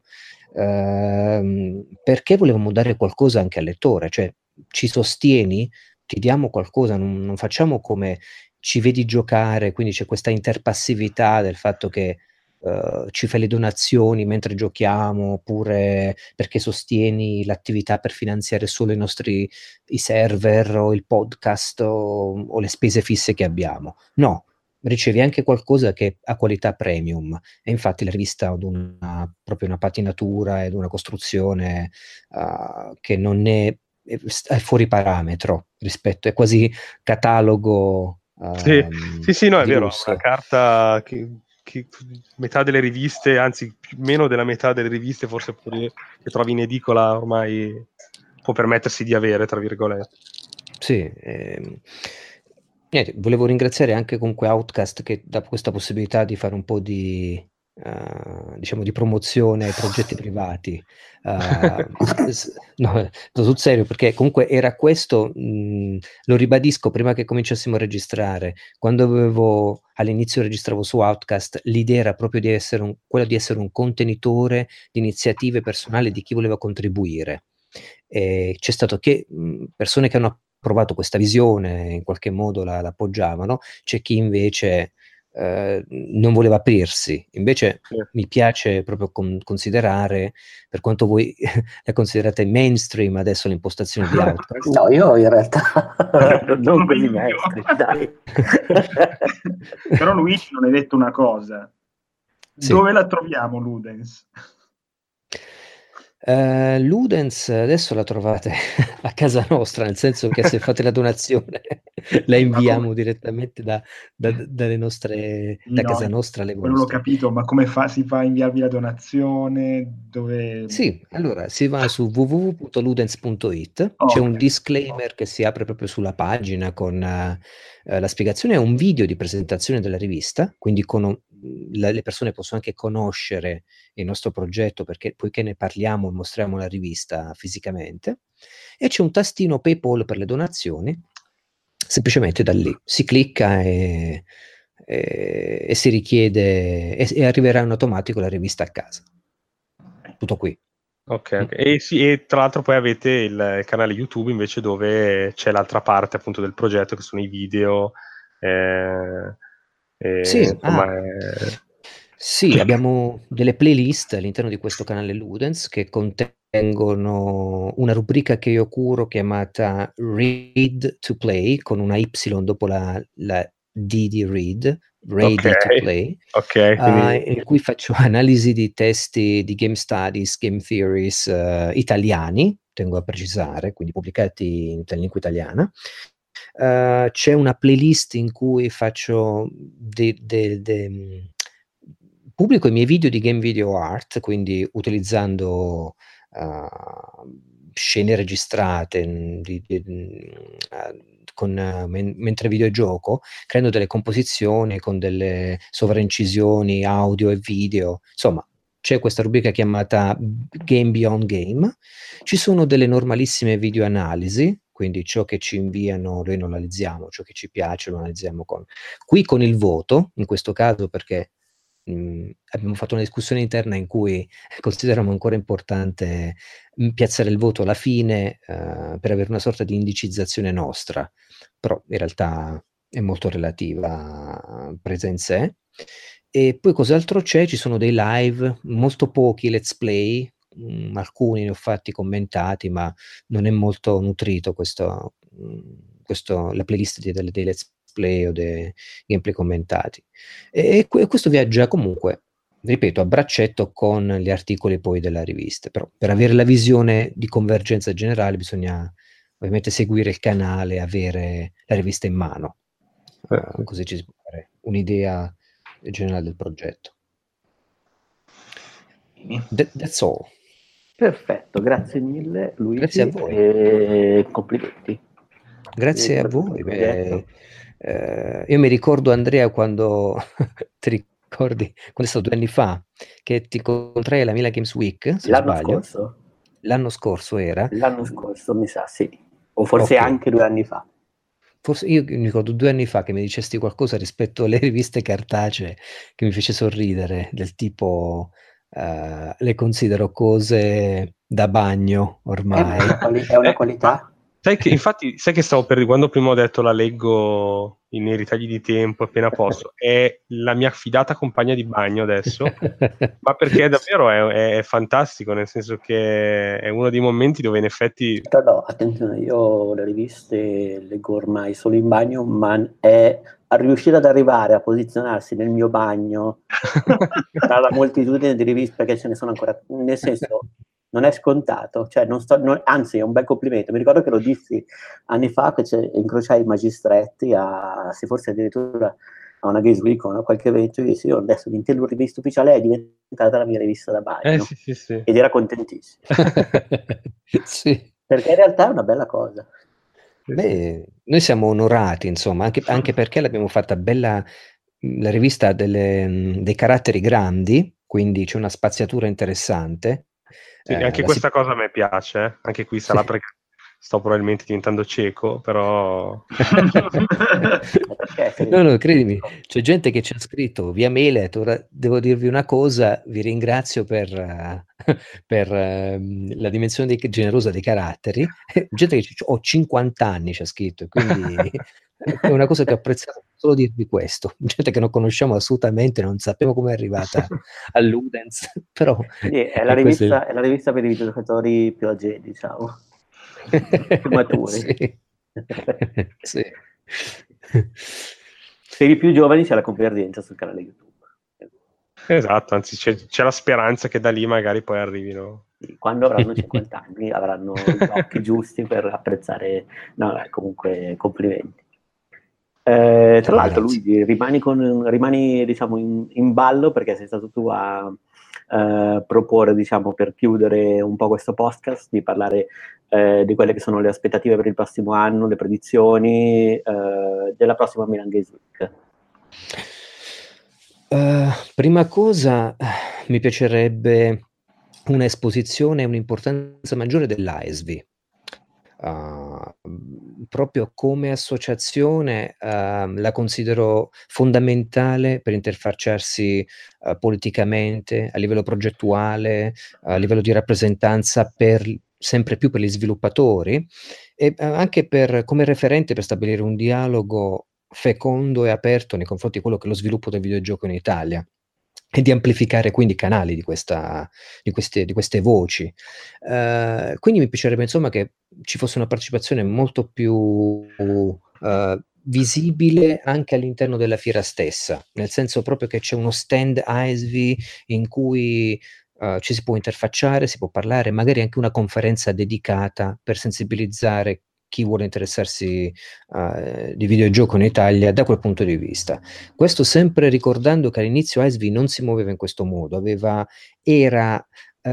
ehm, perché volevamo dare qualcosa anche al lettore, cioè ci sostieni, ti diamo qualcosa, non, non facciamo come ci vedi giocare, quindi c'è questa interpassività del fatto che Uh, ci fai le donazioni mentre giochiamo, oppure perché sostieni l'attività per finanziare solo i nostri i server o il podcast o, o le spese fisse che abbiamo. No, ricevi anche qualcosa che ha qualità premium, e infatti la rivista ha una, proprio una patinatura ed una costruzione uh, che non è, è, è fuori parametro rispetto, è quasi catalogo. Sì, Um, sì, sì, no, è di vero, lusso. una carta che, che metà delle riviste, anzi più, meno della metà delle riviste forse che trovi in edicola ormai può permettersi di avere, tra virgolette. Sì, ehm, niente, volevo ringraziare anche comunque Outcast che dà questa possibilità di fare un po' di, uh, diciamo, di promozione ai progetti privati. Uh, s- no, sul serio, perché comunque era questo, mh, lo ribadisco prima che cominciassimo a registrare, quando avevo, all'inizio registravo su Outcast, l'idea era proprio di essere un, quella di essere un contenitore di iniziative personali di chi voleva contribuire. E c'è stato che mh, persone che hanno provato questa visione, in qualche modo la, la appoggiavano, c'è chi invece eh, non voleva aprirsi. Invece Sì. mi piace proprio con, considerare, per quanto voi la considerate mainstream adesso l'impostazione di Outcast. No, io in realtà non così mainstream, dai. Però Luigi non hai detto una cosa. Sì. Dove la troviamo Ludens? Uh, Ludens adesso la trovate a casa nostra, nel senso che se fate la donazione la inviamo direttamente da, da, dalle nostre, Sì, da no, casa nostra alle quello l'ho vostre. capito, ma come fa, si fa a inviarvi la donazione? Dove... Sì, allora si va su w w w punto ludens punto i t, Oh, c'è ok. un disclaimer che si apre proprio sulla pagina con uh, uh, la spiegazione, è un video di presentazione della rivista, quindi con, la, le persone possono anche conoscere il nostro progetto, perché poiché ne parliamo mostriamo la rivista fisicamente, e c'è un tastino PayPal per le donazioni, semplicemente da lì si clicca e, e, e si richiede e, e arriverà in automatico la rivista a casa. Tutto qui. Ok, ok. E, sì, e tra l'altro poi avete il canale YouTube invece dove c'è l'altra parte appunto del progetto, che sono i video. Eh, e, sì, insomma, ah, è... sì, abbiamo delle playlist all'interno di questo canale Ludens che contengono una rubrica che io curo chiamata Read to Play, con una Y dopo la, la D di Read, Ready Ok, to Play, ok, quindi... uh, in cui faccio analisi di testi di game studies, game theories uh, italiani, tengo a precisare, quindi pubblicati in lingua italiana. Uh, c'è una playlist in cui faccio de, de, de, pubblico i miei video di game video art, quindi utilizzando uh, scene registrate di, di, uh, con, uh, men- mentre videogioco, creando delle composizioni con delle sovraincisioni audio e video. Insomma, c'è questa rubrica chiamata Game Beyond Game. Ci sono delle normalissime video analisi, quindi ciò che ci inviano noi lo analizziamo, ciò che ci piace lo analizziamo con... Qui con il voto, in questo caso perché mh, abbiamo fatto una discussione interna in cui consideriamo ancora importante mh, piazzare il voto alla fine uh, per avere una sorta di indicizzazione nostra, però in realtà è molto relativa, presa in sé. E poi cos'altro c'è? Ci sono dei live, molto pochi let's play, mh, alcuni ne ho fatti commentati, ma non è molto nutrito questo, mh, questo, la playlist di, dei, dei let's play o dei gameplay commentati. E, e questo viaggia comunque, ripeto, a braccetto con gli articoli poi della rivista, però per avere la visione di convergenza generale bisogna ovviamente seguire il canale, avere la rivista in mano, uh, così ci si può fare un'idea generale del progetto. That, that's all. Perfetto, grazie mille Luigi. Grazie a voi. E complimenti. Grazie e a voi. Beh, eh, io mi ricordo, Andrea, quando ti ricordi, quando è stato due anni fa, che ti incontrai alla Milan Games Week, se L'anno non sbaglio. scorso? L'anno scorso era? L'anno scorso, mi sa, sì. O forse okay. Anche due anni fa. Forse io mi ricordo due anni fa che mi dicesti qualcosa rispetto alle riviste cartacee che mi fece sorridere, del tipo uh, le considero cose da bagno ormai. È una, quali- è una qualità? Sai che, infatti, sai che stavo per quando prima ho detto la leggo in nei ritagli di tempo appena posso, è la mia fidata compagna di bagno adesso, ma perché davvero è, è, è fantastico, nel senso che è uno dei momenti dove in effetti... No, no, attenzione, io le riviste leggo ormai solo in bagno, ma è a riuscire ad arrivare a posizionarsi nel mio bagno tra la moltitudine di riviste, perché ce ne sono ancora, nel senso... non è scontato, cioè non sto, non, anzi è un bel complimento. Mi ricordo che lo dissi anni fa, che incrociai i magistretti a, se forse addirittura a una Games Week o a qualche evento, io dissi, io adesso Nintendo rivista ufficiale è diventata la mia rivista da bagno, eh, sì, sì, sì. ed era contentissimo. Sì. Perché in realtà è una bella cosa. Beh, noi siamo onorati, insomma, anche, anche perché l'abbiamo fatta bella, la rivista ha delle, dei caratteri grandi, quindi c'è una spaziatura interessante. Sì, eh, anche questa si... cosa a me piace, eh? Anche qui sarà sì. Perché sto probabilmente diventando cieco, però... no, no, credimi, c'è gente che ci ha scritto via mail, ora devo dirvi una cosa, vi ringrazio per, uh, per uh, la dimensione dei, generosa dei caratteri, gente che ho cinquanta anni ci ha scritto, quindi è una cosa che ho apprezzato, solo dirvi questo, gente che non conosciamo assolutamente, non sappiamo come è arrivata a Ludens, però... Sì, è, la rivista, è... è la rivista per i videogiocatori più agili, diciamo, più maturi. Sì. Sì. Per i più giovani c'è la convergenza sul canale YouTube. Esatto, anzi c'è, c'è la speranza che da lì magari poi arrivino. Quando avranno cinquanta anni avranno gli occhi giusti per apprezzare, no, comunque complimenti. Eh, tra l'altro Luigi, rimani, con, rimani diciamo in, in ballo perché sei stato tu a eh, proporre, diciamo, per chiudere un po' questo podcast, di parlare eh, di quelle che sono le aspettative per il prossimo anno, le predizioni eh, della prossima Milan Games Week. Uh, prima cosa, mi piacerebbe un'esposizione e un'importanza maggiore dell'A E S V. Uh, proprio come associazione uh, la considero fondamentale per interfacciarsi uh, politicamente, a livello progettuale, a livello di rappresentanza per, sempre più per gli sviluppatori e uh, anche per, come referente per stabilire un dialogo fecondo e aperto nei confronti di quello che è lo sviluppo del videogioco in Italia e di amplificare quindi i canali di, questa, di, queste, di queste voci. Uh, quindi mi piacerebbe insomma che ci fosse una partecipazione molto più uh, visibile anche all'interno della fiera stessa, nel senso proprio che c'è uno stand A E S V in cui uh, ci si può interfacciare, si può parlare, magari anche una conferenza dedicata per sensibilizzare chi vuole interessarsi uh, di videogioco in Italia da quel punto di vista. Questo sempre ricordando che all'inizio A E S V non si muoveva in questo modo, aveva, era uh,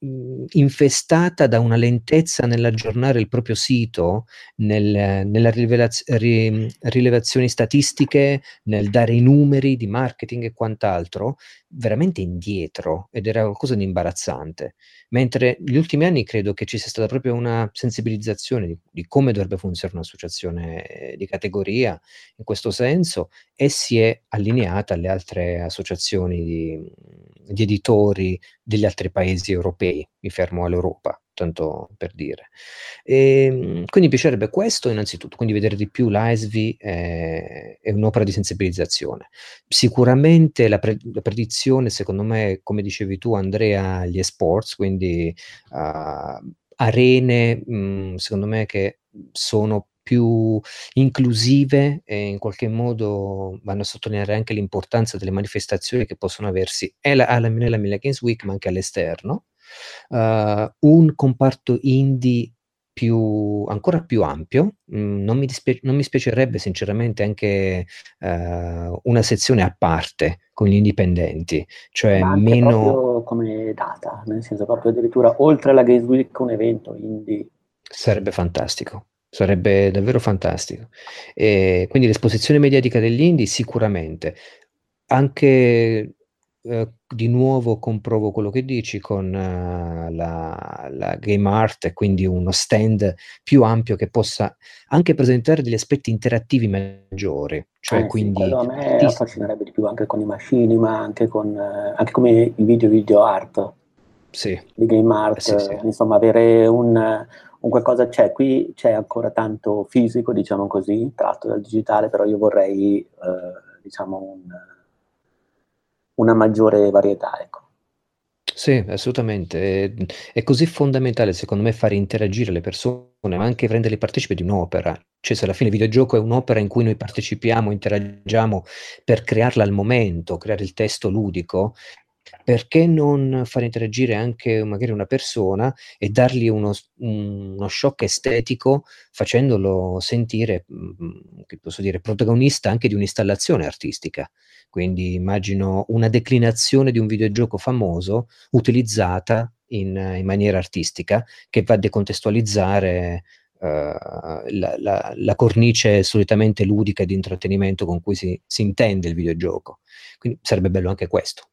mh, infestata da una lentezza nell'aggiornare il proprio sito, nel, nella rivelaz- ri- rilevazioni statistiche, nel dare i numeri di marketing e quant'altro, veramente indietro, ed era qualcosa di imbarazzante. Mentre negli ultimi anni credo che ci sia stata proprio una sensibilizzazione di, di come dovrebbe funzionare un'associazione di categoria in questo senso, e si è allineata alle altre associazioni di, di editori degli altri paesi europei, mi fermo all'Europa, tanto per dire. E, quindi mi piacerebbe questo innanzitutto, quindi vedere di più l'A S V I è, è un'opera di sensibilizzazione. Sicuramente la, pre- la predizione, secondo me, come dicevi tu Andrea, gli esports, quindi uh, arene, mh, secondo me che sono più inclusive e in qualche modo vanno a sottolineare anche l'importanza delle manifestazioni che possono aversi e alla, alla, nella Milan Games Week ma anche all'esterno. Uh, un comparto indie più, ancora più ampio, mm, non, mi dispia- non mi spiacerebbe sinceramente anche uh, una sezione a parte con gli indipendenti, cioè Ma anche meno... proprio come data, nel senso proprio addirittura oltre alla Games Week un evento indie. Sarebbe fantastico, sarebbe davvero fantastico. E quindi l'esposizione mediatica degli indie sicuramente. Anche eh, di nuovo comprovo quello che dici con eh, la, la Game Art, e quindi uno stand più ampio che possa anche presentare degli aspetti interattivi maggiori, cioè Eh sì, quindi quello a me artisti. affascinerebbe di più anche con i macchini, ma anche con eh, anche come i video video art, Sì, di game art, sì, sì. insomma avere un, un qualcosa, c'è qui, c'è ancora tanto fisico, diciamo così, tratto dal digitale, però io vorrei eh, diciamo un, una maggiore varietà, ecco. Sì, assolutamente. È, è così fondamentale, secondo me, fare interagire le persone, ma anche renderle partecipi di un'opera. Cioè, se alla fine il videogioco è un'opera in cui noi partecipiamo, interagiamo per crearla al momento, creare il testo ludico, perché non far interagire anche magari una persona e dargli uno, uno shock estetico, facendolo sentire, mh, che posso dire, protagonista anche di un'installazione artistica. Quindi immagino una declinazione di un videogioco famoso utilizzata in, in maniera artistica, che va a decontestualizzare uh, la, la, la cornice solitamente ludica di intrattenimento con cui si, si intende il videogioco. Quindi sarebbe bello anche questo,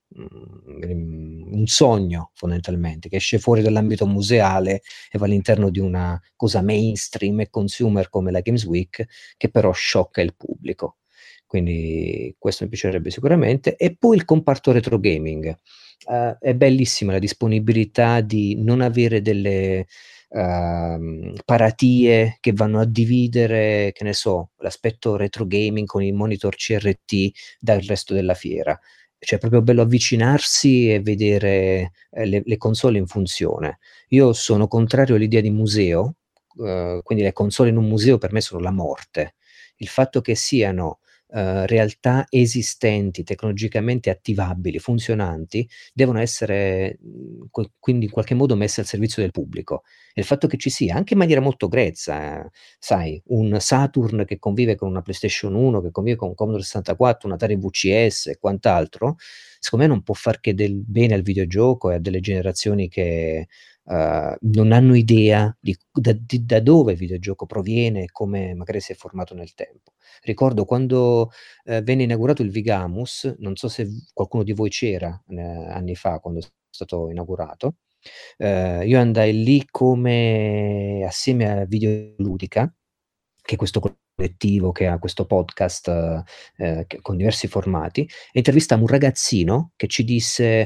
mm, un sogno fondamentalmente, che esce fuori dall'ambito museale e va all'interno di una cosa mainstream e consumer come la Games Week, che però sciocca il pubblico. Quindi questo mi piacerebbe sicuramente. E poi il comparto retro gaming. Uh, è bellissima la disponibilità di non avere delle uh, paratie che vanno a dividere, che ne so, l'aspetto retro gaming con il monitor C R T dal resto della fiera. Cioè, è proprio bello avvicinarsi e vedere eh, le, le console in funzione. Io sono contrario all'idea di museo, uh, quindi le console in un museo per me sono la morte. Il fatto che siano Uh, realtà esistenti, tecnologicamente attivabili, funzionanti, devono essere mh, qu- quindi in qualche modo messe al servizio del pubblico. E il fatto che ci sia, anche in maniera molto grezza, eh, sai, un Saturn che convive con una PlayStation uno, che convive con un Commodore sessantaquattro, un Atari V C S e quant'altro, secondo me non può far che del bene al videogioco e a delle generazioni che uh, non hanno idea di da, di, da dove il videogioco proviene e come magari si è formato nel tempo. Ricordo quando eh, venne inaugurato il Vigamus, non so se qualcuno di voi c'era eh, anni fa quando è stato inaugurato, eh, io andai lì come assieme a Videoludica, che è questo collettivo che ha questo podcast eh, che, con diversi formati, e intervistammo un ragazzino che ci disse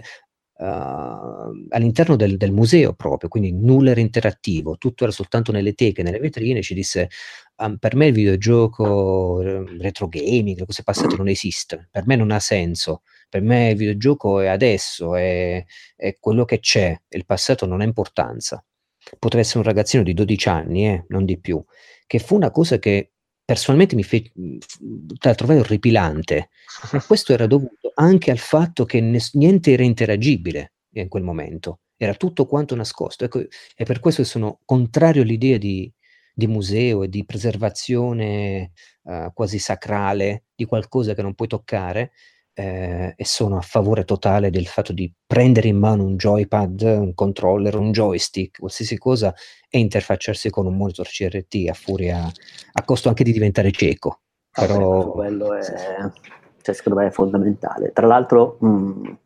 Uh, all'interno del, del museo proprio, quindi nulla era interattivo, tutto era soltanto nelle teche, nelle vetrine, ci disse um, per me il videogioco uh, retro gaming, le cose passate non esiste, per me non ha senso, per me il videogioco è adesso, è, è quello che c'è, il passato non ha importanza. Poteva essere un ragazzino di dodici anni, eh, non di più, che fu una cosa che personalmente mi fe- la trovai orripilante, ma questo era dovuto anche al fatto che nes- niente era interagibile in quel momento, era tutto quanto nascosto. Ecco, è per questo che sono contrario all'idea di, di museo e di preservazione uh, quasi sacrale di qualcosa che non puoi toccare, eh, e sono a favore totale del fatto di prendere in mano un joypad, un controller, un joystick, qualsiasi cosa, e interfacciarsi con un monitor C R T a furia, a costo anche di diventare cieco. Però Vabbè, quello è, cioè, secondo me è fondamentale. Tra l'altro, mh,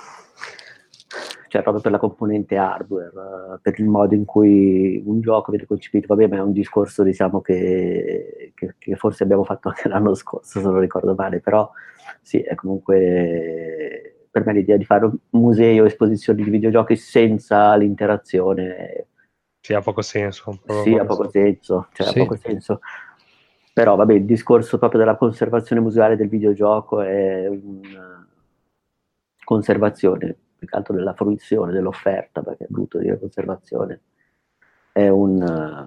cioè proprio per la componente hardware, uh, per il modo in cui un gioco viene concepito, vabbè, ma è un discorso, diciamo, che, che, che forse abbiamo fatto anche l'anno scorso, se non ricordo male, però sì, è comunque per me l'idea di fare un museo, esposizioni di videogiochi senza l'interazione sì, ha poco senso. Sì, ha poco senso, cioè Sì. ha poco senso. Però vabbè, il discorso proprio della conservazione museale del videogioco è una conservazione, più che altro della fruizione, dell'offerta, perché è brutto dire conservazione, è un,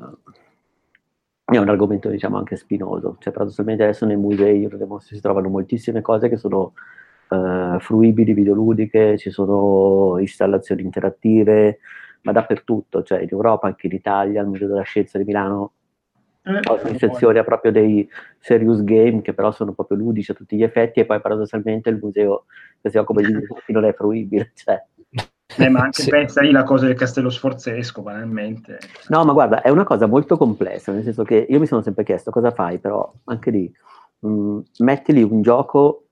è un argomento, diciamo, anche spinoso. Cioè, paradossalmente adesso nei musei, nelle mostre si trovano moltissime cose che sono uh, fruibili, videoludiche, ci sono installazioni interattive, ma dappertutto, cioè in Europa, anche in Italia, al Museo della Scienza di Milano, ogni sezione ha proprio dei serious game che però sono proprio ludici a tutti gli effetti, e poi paradossalmente il museo che si occupa di videogiochi non è fruibile, cioè. Eh, ma anche Sì. pensa lì la cosa del Castello Sforzesco, banalmente. No, ma guarda, è una cosa molto complessa, nel senso che io mi sono sempre chiesto cosa fai, però anche lì mh, metti lì un gioco,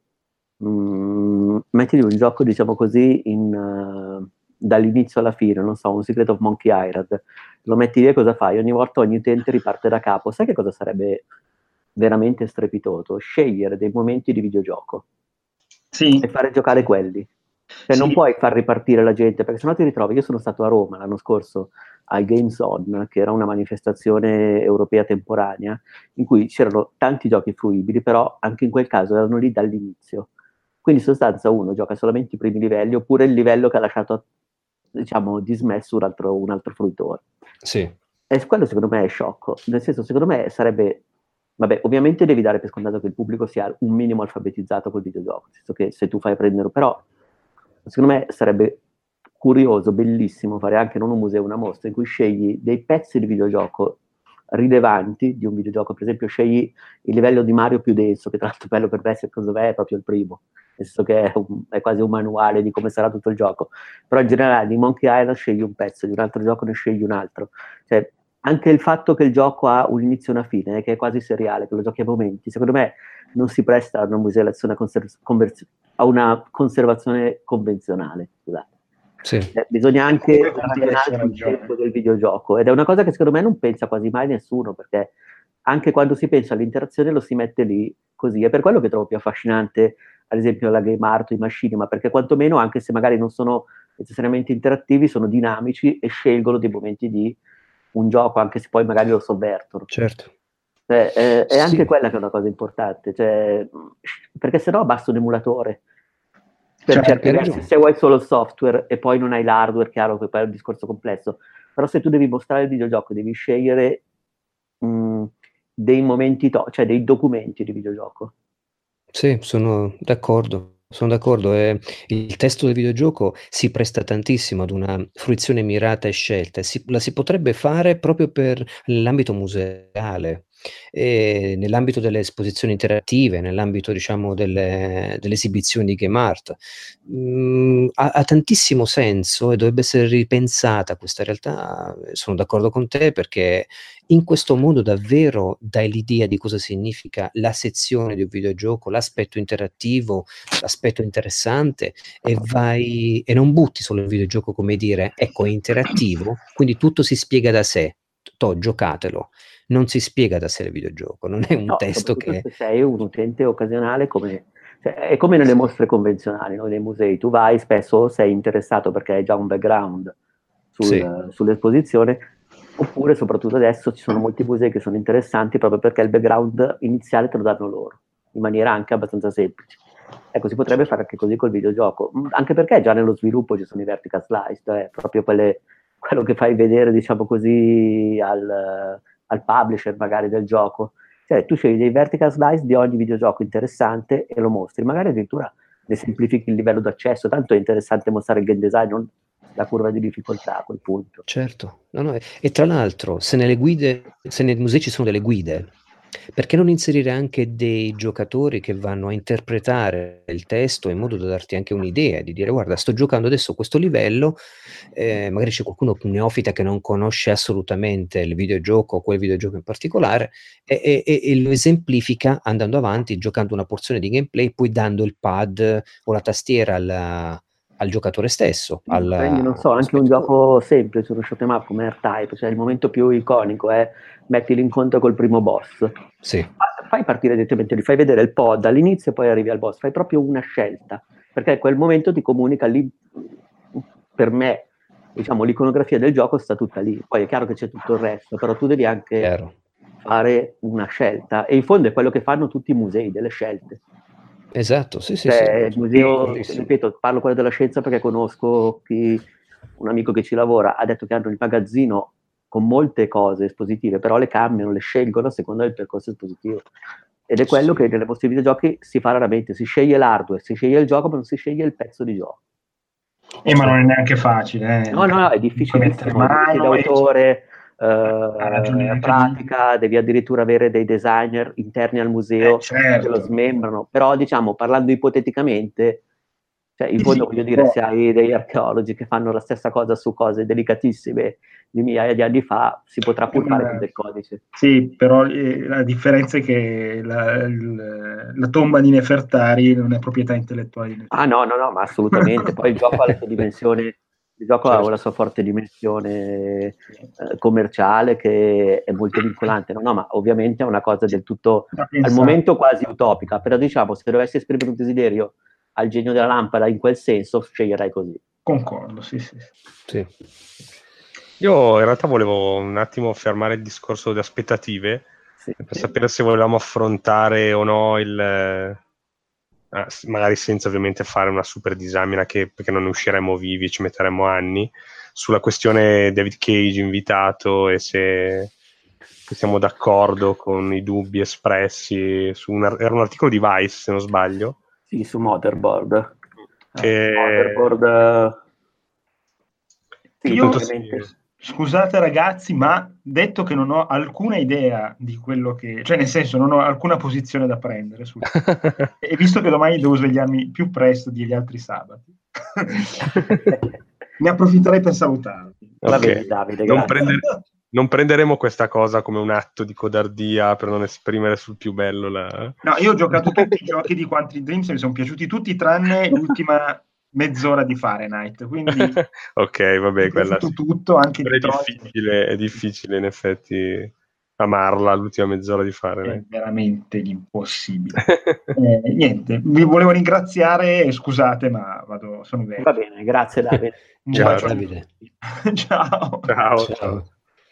mh, metti lì un gioco, diciamo così, in, uh, dall'inizio alla fine, non so, un Secret of Monkey Island, lo metti lì e cosa fai? Ogni volta ogni utente riparte da capo. Sai che cosa sarebbe veramente strepitoso? Scegliere dei momenti di videogioco Sì. e fare giocare quelli. Cioè Sì. non puoi far ripartire la gente, perché sennò ti ritrovi. Io sono stato a Roma l'anno scorso al Games On, che era una manifestazione europea temporanea, in cui c'erano tanti giochi fruibili, però anche in quel caso erano lì dall'inizio. Quindi in sostanza uno gioca solamente i primi livelli, oppure il livello che ha lasciato, diciamo, dismesso un altro, un altro fruitore. Sì. E quello secondo me è sciocco, nel senso, secondo me sarebbe, vabbè, ovviamente devi dare per scontato che il pubblico sia un minimo alfabetizzato col videogioco, nel senso che se tu fai prendere, però secondo me sarebbe curioso, bellissimo fare anche non un museo, una mostra in cui scegli dei pezzi di videogioco rilevanti di un videogioco. Per esempio scegli il livello di Mario più denso, che tra l'altro bello per me, secondo me è proprio il primo, nel senso che è, un, è quasi un manuale di come sarà tutto il gioco, però in generale di Monkey Island scegli un pezzo, di un altro gioco ne scegli un altro, cioè anche il fatto che il gioco ha un inizio e una fine, che è quasi seriale, che lo giochi a momenti, secondo me non si presta a una museazione, a una conservazione convenzionale, scusate. Sì. Eh, bisogna anche ragionare sul tempo del videogioco, ed è una cosa che secondo me non pensa quasi mai nessuno, perché anche quando si pensa all'interazione lo si mette lì così. È per quello che trovo più affascinante ad esempio la Game Art, i Machine, ma perché quantomeno, anche se magari non sono necessariamente interattivi, sono dinamici e scelgono dei momenti di un gioco, anche se poi magari lo sovvertono. Certo. Cioè, eh, è anche Sì. quella che è una cosa importante, cioè, perché sennò basta un emulatore. Per Cioè, certi versi, ragione. se vuoi solo il software e poi non hai l'hardware, chiaro che poi è un discorso complesso, però se tu devi mostrare il videogioco devi scegliere mh, dei momenti, to- cioè dei documenti di videogioco. Sì, sono d'accordo. Sono d'accordo, eh, il testo del videogioco si presta tantissimo ad una fruizione mirata e scelta, si, la si potrebbe fare proprio per l'ambito museale, e nell'ambito delle esposizioni interattive, nell'ambito diciamo delle, delle esibizioni di Game Art. Mm, ha, ha tantissimo senso e dovrebbe essere ripensata questa realtà. Sono d'accordo con te, perché in questo modo davvero dai l'idea di cosa significa la sezione di un videogioco, l'aspetto interattivo, l'aspetto interessante, e vai e non butti solo il videogioco, come dire, ecco, è interattivo, quindi tutto si spiega da sé. To, giocatelo. Non si spiega da sé il videogioco, non è un No, testo soprattutto che... se sei un utente occasionale, come, cioè, è come nelle mostre convenzionali, no? Nei musei, tu vai, spesso sei interessato perché hai già un background sul, Sì. sull'esposizione, oppure soprattutto adesso ci sono molti musei che sono interessanti proprio perché il background iniziale te lo danno loro, in maniera anche abbastanza semplice. Ecco, si potrebbe fare anche così col videogioco, anche perché già nello sviluppo ci sono i vertical slice, cioè proprio quelle, quello che fai vedere, diciamo così, al, al publisher magari del gioco. Cioè tu scegli dei vertical slice di ogni videogioco interessante e lo mostri, magari addirittura ne semplifichi il livello d'accesso, tanto è interessante mostrare il game design, non la curva di difficoltà a quel punto. Certo, no, no, e, e tra l'altro se nelle guide, se nei musei ci sono delle guide Perché non inserire anche dei giocatori che vanno a interpretare il testo in modo da darti anche un'idea, di dire guarda, sto giocando adesso a questo livello, eh, magari c'è qualcuno neofita che non conosce assolutamente il videogioco o quel videogioco in particolare e, e, e lo esemplifica andando avanti, giocando una porzione di gameplay, poi dando il pad o la tastiera alla, al giocatore stesso. Al, Prendi, non so, anche un gioco semplice, uno shoot 'em up come R-Type, cioè il momento più iconico è metti l'incontro col primo boss. Sì. Fai partire direttamente, li fai vedere il pod all'inizio e poi arrivi al boss, fai proprio una scelta, perché quel momento ti comunica lì, per me, diciamo, l'iconografia del gioco sta tutta lì, poi è chiaro che c'è tutto il resto, però tu devi anche Chiaro. fare una scelta, e in fondo è quello che fanno tutti i musei, delle scelte. Esatto, sì, sì, Cioè, sì. il museo, ripeto, parlo quello della scienza perché conosco chi, un amico che ci lavora, ha detto che hanno il magazzino con molte cose espositive, però le cambiano, le scelgono a seconda del percorso espositivo. Ed è quello Sì. che nelle vostri videogiochi si fa raramente, si sceglie l'hardware, si sceglie il gioco, ma non si sceglie il pezzo di gioco. Eh, ma non è neanche facile. Eh. No, no, no, è difficilissimo, diritti d'autore, eh, pratica, devi addirittura avere dei designer interni al museo eh, certo. che lo smembrano, però diciamo, parlando ipoteticamente, cioè in Sì, fondo sì, voglio dire, però... se hai degli archeologi che fanno la stessa cosa su cose delicatissime di migliaia di anni fa, si potrà pur fare con del codice. Sì, però eh, la differenza è che la, la, la tomba di Nefertari non è proprietà intellettuale di nessuno. Ah no, no, no, ma assolutamente. Poi il gioco ha la sua dimensione, il gioco Certo. ha la sua forte dimensione eh, commerciale che è molto vincolante. No, no, ma ovviamente è una cosa del tutto, al momento quasi utopica, però diciamo, se dovessi esprimere un desiderio al genio della lampada in quel senso, sceglierai così. Concordo, sì, sì. Sì. Io in realtà volevo un attimo fermare il discorso di aspettative, Sì, per sì. sapere se volevamo affrontare o no il... Eh, magari senza ovviamente fare una super disamina, che, perché non ne usciremo vivi, ci metteremo anni, sulla questione David Cage invitato e se, se siamo d'accordo con i dubbi espressi su un, era un articolo di Vice, se non sbaglio. Sì, su Motherboard. Che... Motherboard... Sì, Io, praticamente... Scusate ragazzi, ma detto che non ho alcuna idea di quello che... Cioè, nel senso, non ho alcuna posizione da prendere. Sul... e visto che domani devo svegliarmi più presto degli altri sabati, ne approfitterei per salutarvi. Okay. Va bene, Davide, non, grazie. prendere, non prenderemo questa cosa come un atto di codardia per non esprimere sul più bello la... No, io ho giocato tutti i giochi di Quantic Dreams e mi sono piaciuti tutti, tranne l'ultima mezz'ora di Fahrenheit, quindi ok, vabbè, quella sì. tutto, anche è difficile, è difficile in effetti amarla l'ultima mezz'ora di Fahrenheit. È veramente impossibile. eh, niente, vi volevo ringraziare e scusate, ma vado, sono vecchio. Va bene, grazie Davide. Ciao Davide. ciao. Ciao, Ciao. ciao.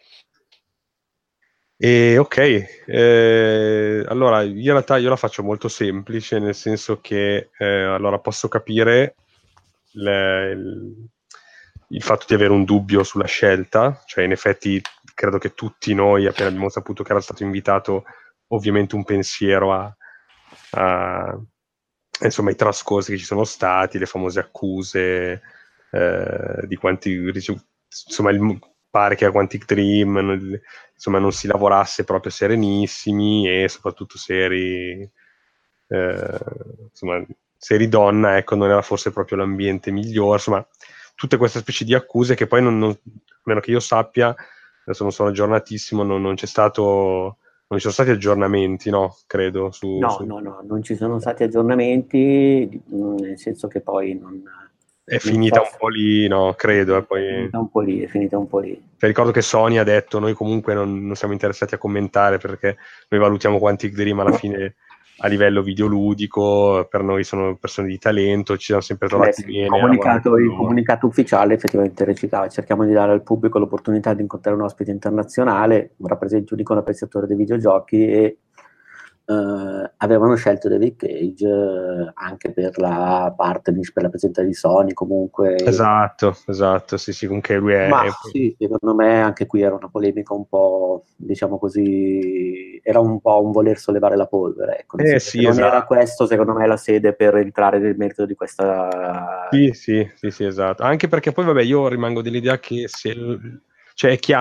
E ok, eh, allora in realtà io la faccio molto semplice, nel senso che eh, allora posso capire le, il, il fatto di avere un dubbio sulla scelta, cioè in effetti credo che tutti noi, appena abbiamo saputo che era stato invitato, ovviamente un pensiero a, a insomma, i trascorsi che ci sono stati, le famose accuse eh, di quanti, insomma, il, pare che a Quantic Dream non, insomma, non si lavorasse proprio serenissimi e soprattutto se eri, eh, insomma, se eri donna, ecco, non era forse proprio l'ambiente migliore, insomma, tutte queste specie di accuse che poi, non, non, a meno che io sappia, adesso non sono aggiornatissimo, non, non c'è stato... Non ci sono stati aggiornamenti, no? Credo. Su, no, su... no, no, non ci sono stati aggiornamenti, nel senso che poi non... È non finita so... un po' lì, no? Credo. È, poi... è finita un po' lì, è finita un po' lì. Cioè, ricordo che Sony ha detto, noi comunque non, non siamo interessati a commentare perché noi valutiamo Quantic Dream alla fine a livello videoludico, per noi sono persone di talento, ci siamo sempre trovati Beh, sì, bene. Il comunicato, il comunicato ufficiale effettivamente recitava: cerchiamo di dare al pubblico l'opportunità di incontrare un ospite internazionale, un rappresentante unico, un apprezzatore dei videogiochi, e Uh, avevano scelto David Cage uh, anche per la partnership, per la presenza di Sony comunque. Esatto, esatto, sì, sì, comunque lui è... Ma è... sì, secondo me anche qui era una polemica un po', diciamo così, era un po' un voler sollevare la polvere, ecco. Eh, sì, non esatto. era questo, secondo me, la sede per entrare nel merito di questa... Sì, sì, sì, sì, esatto. Anche perché poi, vabbè, io rimango dell'idea che se... Cioè, è chiaro,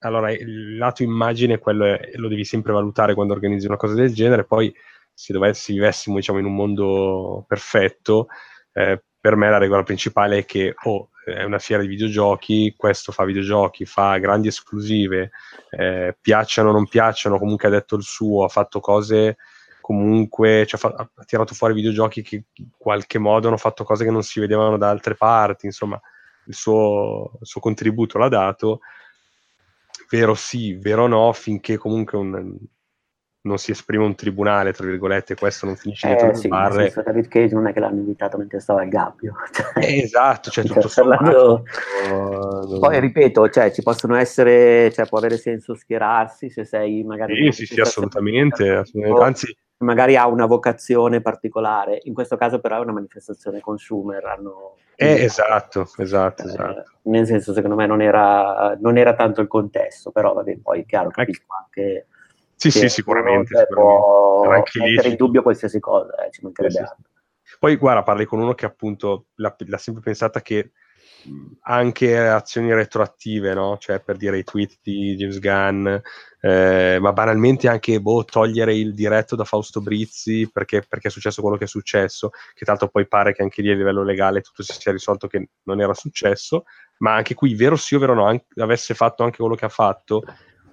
allora il lato immagine quello è, lo devi sempre valutare quando organizzi una cosa del genere. Poi se dovessi vivessimo diciamo in un mondo perfetto, eh, per me la regola principale è che oh, è una fiera di videogiochi, questo fa videogiochi, fa grandi esclusive, eh, piacciono o non piacciono, comunque ha detto il suo, ha fatto cose comunque, cioè, fa, ha tirato fuori videogiochi che in qualche modo hanno fatto cose che non si vedevano da altre parti, insomma il suo, il suo contributo l'ha dato, vero sì, vero no, finché comunque un, non si esprime un tribunale, tra virgolette, questo non finisce dietro Eh le sì, nel sbarre. senso David Cage non è che l'hanno invitato mentre stava al gabbio. Cioè, Eh, esatto, cioè tutto cioè, parlando... sommato... Poi ripeto, cioè, ci possono essere, cioè, può avere senso schierarsi se sei magari Sì, una sì, sì, assolutamente, assolutamente. Anzi, magari ha una vocazione particolare. In questo caso però è una manifestazione consumer, hanno eh, esatto, esatto, eh, esatto. nel senso, secondo me non era, non era tanto il contesto, però vabbè, poi chiaro, capisco anche sì, che sì, sicuramente, uno, cioè, sicuramente. può Anche mettere in lecito. dubbio qualsiasi cosa, eh, ci mancherebbe Sì, sì, altro. sì. Poi guarda, parli con uno che appunto l'ha, l'ha sempre pensata che anche azioni retroattive, no? Cioè per dire i tweet di James Gunn, eh, ma banalmente anche boh, togliere il diretto da Fausto Brizzi perché, perché è successo quello che è successo, che tanto poi pare che anche lì a livello legale tutto si sia risolto che non era successo, ma anche qui vero sì o vero no, anche, avesse fatto anche quello che ha fatto,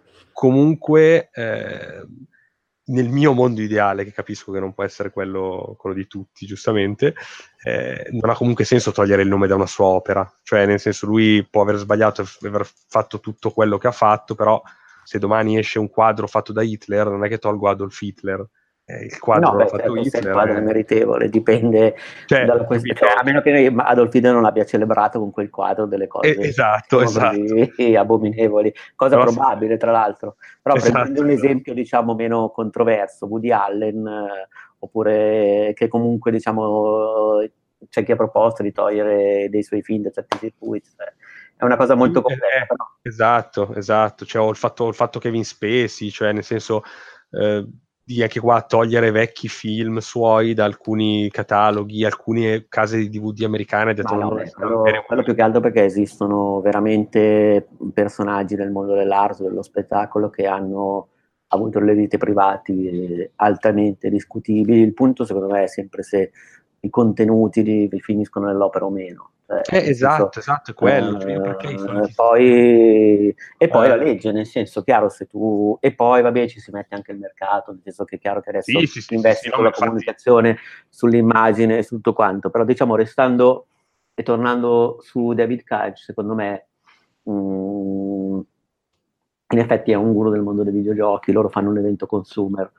comunque eh, nel mio mondo ideale, che capisco che non può essere quello, quello di tutti, giustamente, eh, non ha comunque senso togliere il nome da una sua opera. Cioè, nel senso, lui può aver sbagliato e aver fatto tutto quello che ha fatto, però se domani esce un quadro fatto da Hitler, non è che tolgo Adolf Hitler. Eh, il quadro No, l'ha beh, fatto certo, se il Hitler. quadro è Eh. meritevole, dipende Cioè, dalla questione. capito? Cioè, a meno che Adolf Hitler non abbia celebrato con quel quadro delle Eh, cose esatto, diciamo esatto. così abominevoli, cosa Però probabile sì. tra l'altro. Però Esatto, prendendo un esatto. esempio diciamo meno controverso, Woody Allen, eh, oppure che comunque diciamo c'è chi ha proposto di togliere dei suoi film da certi circuiti, cioè, è una cosa molto complessa. Eh, Però. esatto, esatto. Cioè, ho il fatto, il fatto Kevin Spacey, cioè nel senso eh, di anche qua togliere vecchi film suoi da alcuni cataloghi, alcune case di D V D americane, ha detto Ma non no, vuole beh, bene. quello, quello più che altro perché esistono veramente personaggi nel mondo dell'arte, dello spettacolo, che hanno avuto le vite private altamente discutibili. Il punto, secondo me, è sempre se i contenuti li, li finiscono nell'opera o meno. Cioè, Eh, nel senso, esatto, esatto, è quello. Cioè, io perché i eh, soliti poi, e poi eh, la legge, nel senso, chiaro, se tu... E poi, vabbè, ci si mette anche il mercato, nel senso che è chiaro che adesso sì, sì, sì, sì, sì, investi no, ma sulla infatti comunicazione, sull'immagine e su tutto quanto. Però, diciamo, restando... E tornando su David Cage, secondo me, mh, in effetti è un guru del mondo dei videogiochi, loro fanno un evento consumer.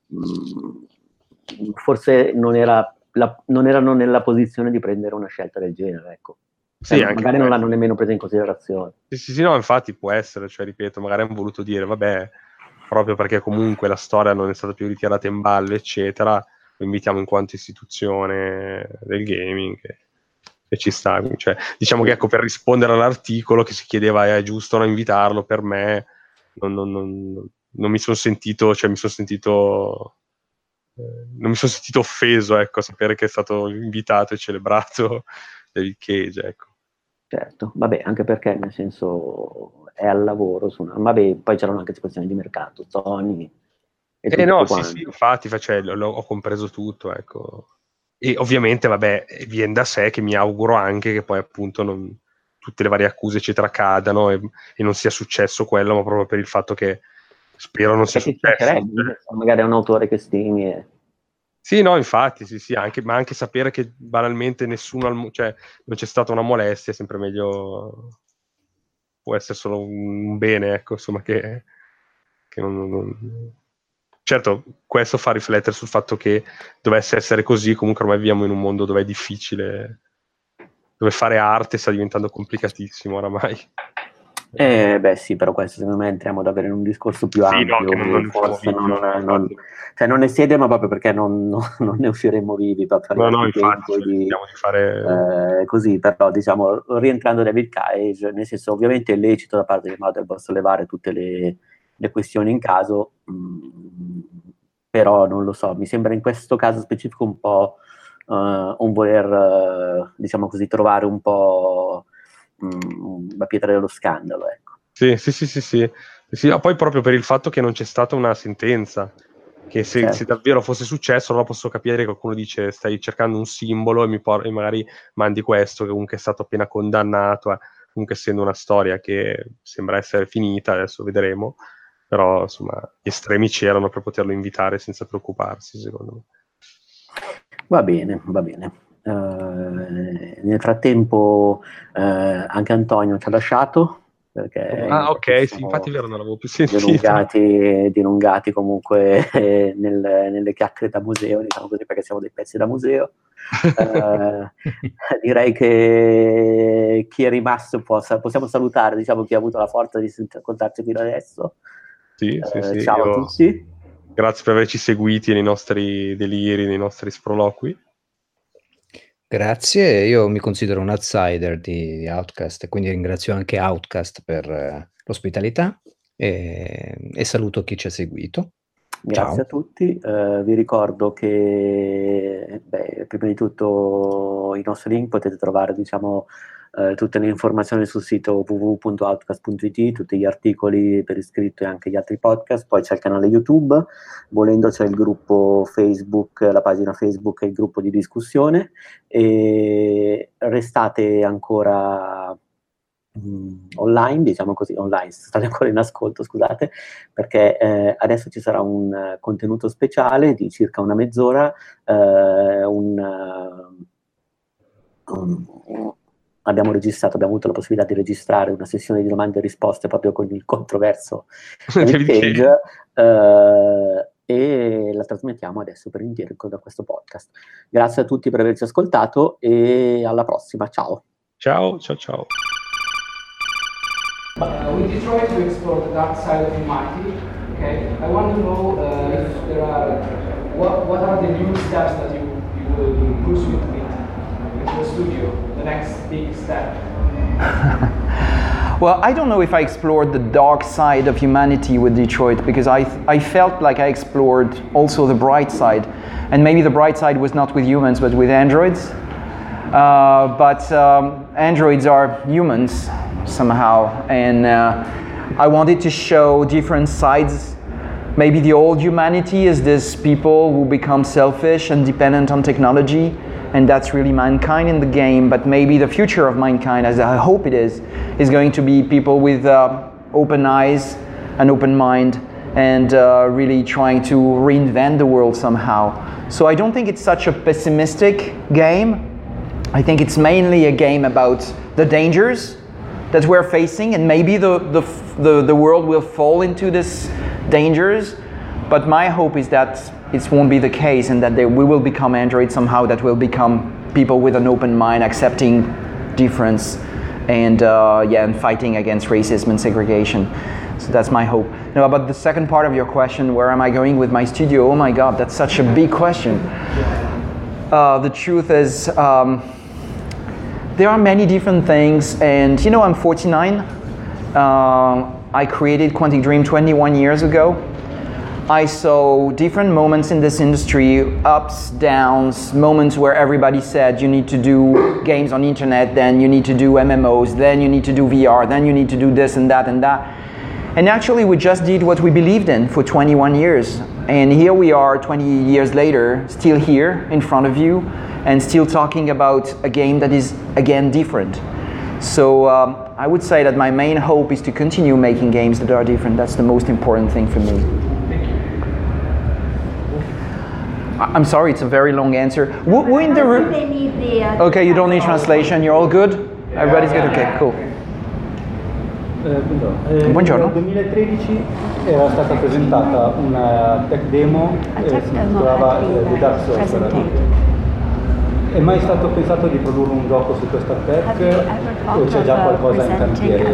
Mh, forse non, era la, non erano nella posizione di prendere una scelta del genere, ecco. Cioè, sì, anche magari non questo. l'hanno nemmeno presa in considerazione. Sì, sì, sì, no, infatti può essere, cioè, ripeto, magari hanno voluto dire, vabbè, proprio perché comunque la storia non è stata più ritirata in ballo, eccetera, lo invitiamo in quanto istituzione del gaming, e, e ci sta. Cioè, diciamo che, ecco, per rispondere all'articolo che si chiedeva, è giusto o no invitarlo, per me non, non, non, non mi sono sentito, cioè mi sono sentito... Eh, non mi sono sentito offeso, ecco, a sapere che è stato invitato e celebrato David Cage, ecco. Certo, vabbè, anche perché nel senso è al lavoro su una... Vabbè, poi c'erano anche questioni di mercato, Sony e Eh tutto no, sì, quanto. sì, infatti cioè, lo, lo, ho compreso tutto, ecco. E ovviamente, vabbè, viene da sé che mi auguro anche che poi appunto non, tutte le varie accuse eccetera cadano e, e non sia successo quello, ma proprio per il fatto che spero non sia Perché ti successo. piacerebbe, magari è un autore che stimi e... Sì, no, infatti, sì, sì, anche, ma anche sapere che banalmente nessuno, al, cioè non c'è stata una molestia, è sempre meglio, può essere solo un bene, ecco, insomma, che, che non, non... Certo, questo fa riflettere sul fatto che dovesse essere così, comunque ormai viviamo in un mondo dove è difficile, dove fare arte sta diventando complicatissimo oramai. Eh, beh sì, però questo secondo me entriamo davvero in un discorso più Sì, no, ampio, che non, non ne usciamo forse vivi, non, no, no, non, infatti. cioè non ne siede, ma proprio perché non, non, non ne usciremo vivi, proprio No, no, arrivato il infatti, tempo cioè, di... rischiamo di fare... Eh, così, però diciamo, rientrando da David Cage, nel senso ovviamente è lecito da parte di Motherboard sollevare tutte le, le questioni in caso, mh, però non lo so, mi sembra in questo caso specifico un po' uh, un voler, uh, diciamo così, trovare un po' mh, la pietra dello scandalo, ecco. Sì, sì, sì, sì, sì. sì ma poi proprio per il fatto che non c'è stata una sentenza, che se, certo. se davvero fosse successo, allora posso capire che qualcuno dice stai cercando un simbolo e, mi por- e magari mandi questo, che comunque è stato appena condannato, eh. comunque essendo una storia che sembra essere finita, adesso vedremo, però insomma gli estremi c'erano per poterlo invitare senza preoccuparsi, secondo me. Va bene, va bene. Uh, nel frattempo uh, anche Antonio ci ha lasciato, perché ah ok, sì, infatti vero, non l'avevo più sentito. Dilungati, dilungati comunque eh, nel, nelle chiacchiere da museo, diciamo così, perché siamo dei pezzi da museo. uh, direi che chi è rimasto possa, possiamo salutare, diciamo, chi ha avuto la forza di ascoltarci fino adesso. Sì, uh, sì, sì, ciao io... a tutti. Grazie per averci seguiti nei nostri deliri, nei nostri sproloqui. Grazie, io mi considero un outsider di Outcast e quindi ringrazio anche Outcast per uh, l'ospitalità e, e saluto chi ci ha seguito. Grazie Ciao. a tutti, uh, vi ricordo che beh, prima di tutto i nostri link potete trovare, diciamo, Uh, tutte le informazioni sul sito w w w punto outcast punto i t, tutti gli articoli per iscritto e anche gli altri podcast, poi c'è il canale YouTube, volendo c'è il gruppo Facebook, la pagina Facebook e il gruppo di discussione, e restate ancora mh, online, diciamo così, online, state ancora in ascolto, scusate, perché eh, adesso ci sarà un uh, contenuto speciale di circa una mezz'ora, uh, un... Uh, un abbiamo registrato, abbiamo avuto la possibilità di registrare una sessione di domande e risposte proprio con il controverso David Cage, eh, e la trasmettiamo adesso per intero da questo podcast. Grazie a tutti per averci ascoltato e alla prossima, ciao. Ciao, ciao, ciao. Uh, we try to explore the dark side of humanity. Okay, I want to know uh, if there are what what are the new steps that you you will pursue with with the studio. The next big step. Well, I don't know if I explored the dark side of humanity with Detroit, because I I felt like I explored also the bright side, and maybe the bright side was not with humans but with androids. Uh, but um, androids are humans somehow, and uh, I wanted to show different sides. Maybe the old humanity is this people who become selfish and dependent on technology, and that's really mankind in the game. But maybe the future of mankind, as I hope it is, is going to be people with uh, open eyes, an open mind, and uh, really trying to reinvent the world somehow. So I don't think it's such a pessimistic game. I think it's mainly a game about the dangers that we're facing, and maybe the, the, the, the world will fall into these dangers, but my hope is that it won't be the case, and that they, we will become androids somehow, that will become people with an open mind, accepting difference, and uh, yeah, and fighting against racism and segregation. So that's my hope. Now, about the second part of your question, where am I going with my studio? Oh my God, that's such a big question. Uh, the truth is, um, there are many different things, and you know, I'm forty-nine. Uh, I created Quantic Dream twenty-one years ago. I saw different moments in this industry, ups, downs, moments where everybody said you need to do games on internet, then you need to do M M Os, then you need to do V R, then you need to do this and that and that. And actually we just did what we believed in for twenty-one years. And here we are twenty years later, still here in front of you, and still talking about a game that is, again, different. So um, I would say that my main hope is to continue making games that are different. That's the most important thing for me. Thank you. I'm sorry, it's a very long answer. Who, who in the room? Okay, you don't need translation, you're all good? Everybody's good? Okay, cool. Eh, Buongiorno. Nel duemilatredici era stata presentata una tech demo che si intitolava The Dark Sorcerer. È mai stato pensato di produrre un gioco su questa tech o c'è già qualcosa in cantiere?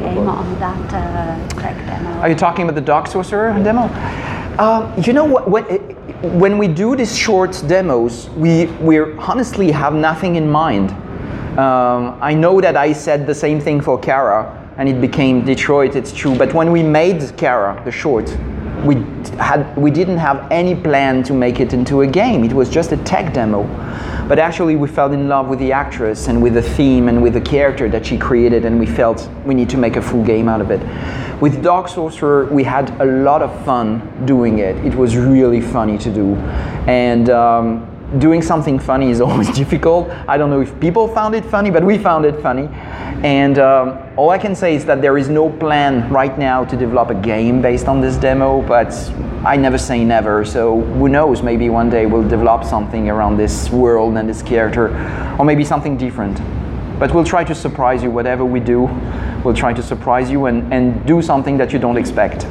Are you talking about the Dark Sorcerer demo? Uh, you know what? When, when we do these short demos, we we honestly have nothing in mind. Um, I know that I said the same thing for Kara, and it became Detroit. It's true. But when we made Kara, the short, we had we didn't have any plan to make it into a game. It was just a tech demo. But actually we fell in love with the actress and with the theme and with the character that she created, and we felt we need to make a full game out of it. With Dark Sorcerer, we had a lot of fun doing it. It was really funny to do. And um, doing something funny is always difficult. I don't know if people found it funny, but we found it funny. And um, all I can say is that there is no plan right now to develop a game based on this demo, but I never say never. So who knows, maybe one day we'll develop something around this world and this character, or maybe something different. But we'll try to surprise you, whatever we do. We'll try to surprise you and, and do something that you don't expect.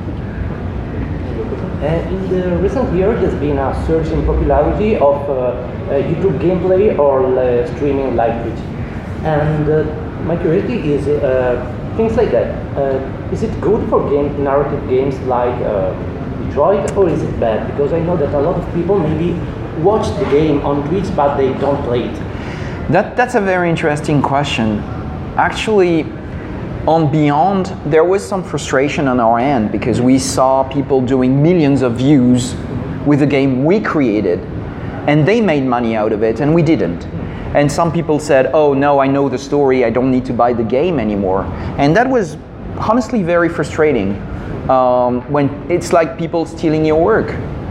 Uh, in the recent years, there's been a surge in popularity of uh, uh, YouTube gameplay or uh, streaming like Twitch. And uh, my curiosity is uh, things like that. Uh, is it good for game narrative games like uh, Detroit, or is it bad? Because I know that a lot of people maybe watch the game on Twitch, but they don't play it. That, that's a very interesting question. Actually, on Beyond, there was some frustration on our end because we saw people doing millions of views with the game we created, and they made money out of it, and we didn't. And some people said, oh no, I know the story, I don't need to buy the game anymore. And that was honestly very frustrating. Um, when it's like people stealing your work.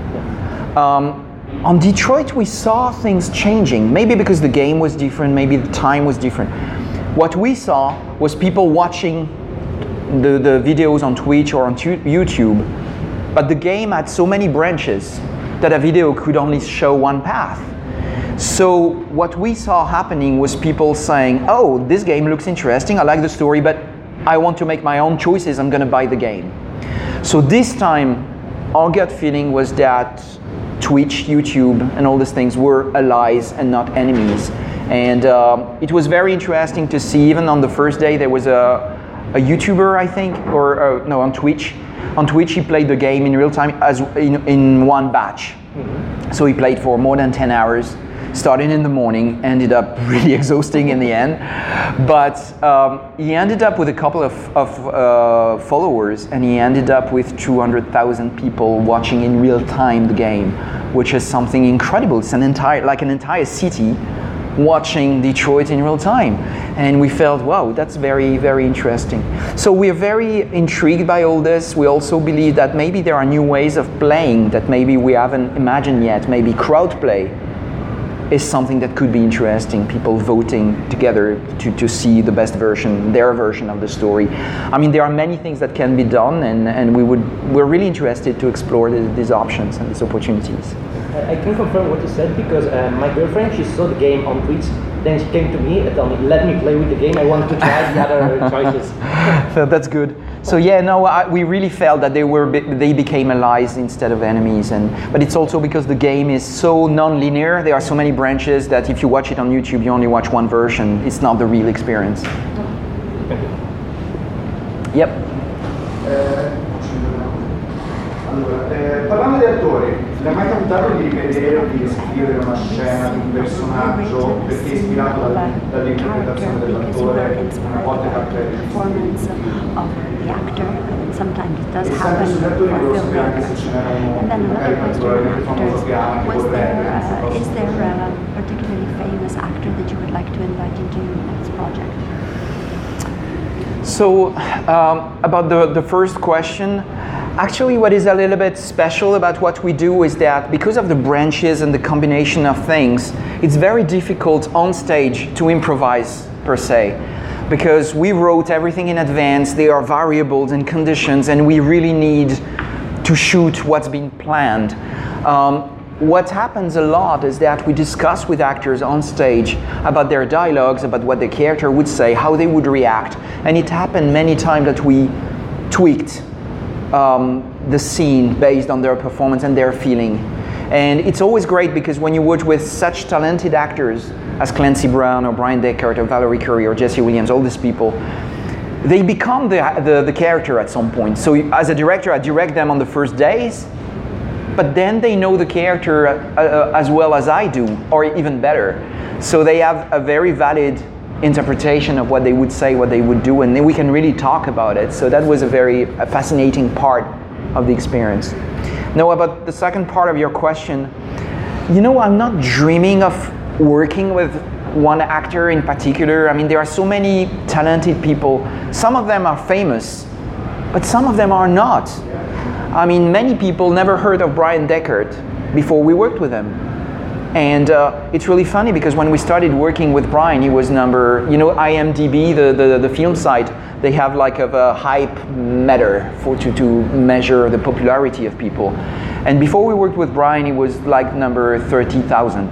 Um, on Detroit, we saw things changing, maybe because the game was different, maybe the time was different. What we saw was people watching the, the videos on Twitch or on tu- YouTube, but the game had so many branches that a video could only show one path. So what we saw happening was people saying, oh, this game looks interesting, I like the story, but I want to make my own choices, I'm gonna buy the game. So this time, our gut feeling was that Twitch, YouTube, and all these things were allies and not enemies. And uh, it was very interesting to see, even on the first day, there was a, a YouTuber, I think, or uh, no, on Twitch. On Twitch, he played the game in real time as in, in one batch. Mm-hmm. So he played for more than ten hours, started in the morning, ended up really exhausting in the end. But um, he ended up with a couple of, of uh, followers, and he ended up with two hundred thousand people watching in real time the game, which is something incredible. It's an entire, like an entire city watching Detroit in real time. And we felt, wow, that's very, very interesting. So we're very intrigued by all this. We also believe that maybe there are new ways of playing that maybe we haven't imagined yet. Maybe crowd play is something that could be interesting, people voting together to, to see the best version, their version of the story. I mean, there are many things that can be done, and, and we would, we're really interested to explore the, these options and these opportunities. I can confirm what you said because uh, my girlfriend, she saw the game on Twitch, then she came to me and told me, let me play with the game, I want to try the other choices. So that's good. So yeah, no, I, we really felt that they were they became allies instead of enemies, and but it's also because the game is so non-linear. There are so many branches that if you watch it on YouTube, you only watch one version. It's not the real experience. Yep. Eh, allora, eh, parlando di attori, ti è mai capitato di vedere o di scrivere una scena di un personaggio perché è ispirato dal, dall'interpretazione dell'attore una volta che ha the actor, and sometimes it does happen for film workers. And then another question on actors, was there, uh, is there a particularly famous actor that you would like to invite into your next project? So, um, about the, the first question, actually what is a little bit special about what we do is that because of the branches and the combination of things, it's very difficult on stage to improvise per se. Because we wrote everything in advance, there are variables and conditions, and we really need to shoot what's been planned. Um, what happens a lot is that we discuss with actors on stage about their dialogues, about what the character would say, how they would react, and it happened many times that we tweaked um, the scene based on their performance and their feeling. And it's always great because when you work with such talented actors as Clancy Brown or Brian Deckard or Valerie Curry or Jesse Williams, all these people, they become the, the, the character at some point. So as a director, I direct them on the first days, but then they know the character uh, as well as I do, or even better. So they have a very valid interpretation of what they would say, what they would do, and then we can really talk about it. So that was a very a fascinating part of the experience. Now, about the second part of your question, you know, I'm not dreaming of working with one actor in particular. I mean, there are so many talented people. Some of them are famous, but some of them are not. I mean, many people never heard of Brian Deckard before we worked with him. And uh, it's really funny because when we started working with Brian, he was number, you know, I M D B, the, the, the film site, they have like a, a hype meter for to, to measure the popularity of people. And before we worked with Brian, he was like number thirty thousand.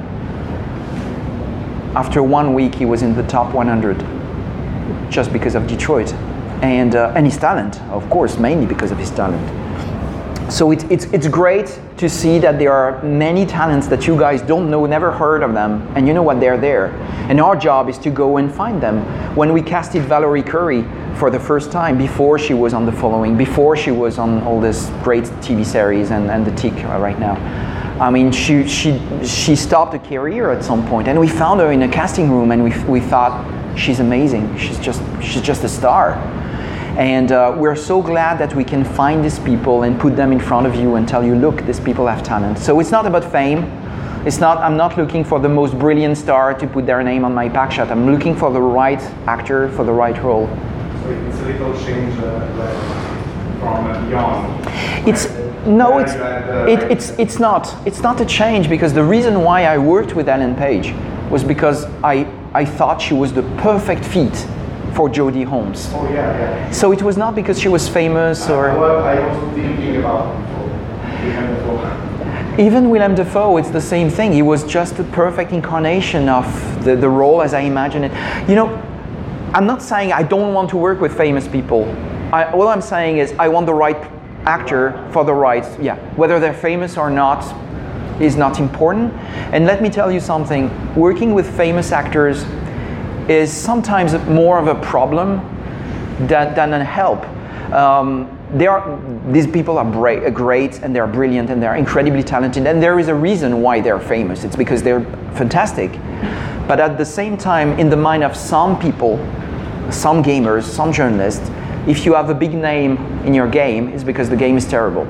After one week, he was in the top one hundred, just because of Detroit. And, uh, and his talent, of course, mainly because of his talent. So it, it's, it's great to see that there are many talents that you guys don't know, never heard of them, and you know what, they're there. And our job is to go and find them. When we casted Valerie Curry for the first time, before she was on The Following, before she was on all this great T V series and, and The Tick right now, I mean, she, she, she stopped a career at some point, and we found her in a casting room, and we, we thought, she's amazing, she's just, she's just a star. And uh, we're so glad that we can find these people and put them in front of you and tell you, look, these people have talent. So it's not about fame. It's not, I'm not looking for the most brilliant star to put their name on my pack shot. I'm looking for the right actor for the right role. So it's a little change uh, from young. It's no, it's it, it's it's not. It's not a change, because the reason why I worked with Ellen Page was because I I thought she was the perfect fit for Jodie Holmes. Oh yeah, yeah. So it was not because she was famous or. I, I was thinking about Willem Dafoe. Even Willem Dafoe, it's the same thing. He was just the perfect incarnation of the, the role as I imagine it. You know, I'm not saying I don't want to work with famous people. I, all I'm saying is I want the right actor for the right, yeah. Whether they're famous or not is not important. And let me tell you something, working with famous actors is sometimes more of a problem than, than a help. Um, they are, these people are bra- great and they're brilliant and they're incredibly talented, and there is a reason why they're famous. It's because they're fantastic. But at the same time, in the mind of some people, some gamers, some journalists, if you have a big name in your game, it's because the game is terrible.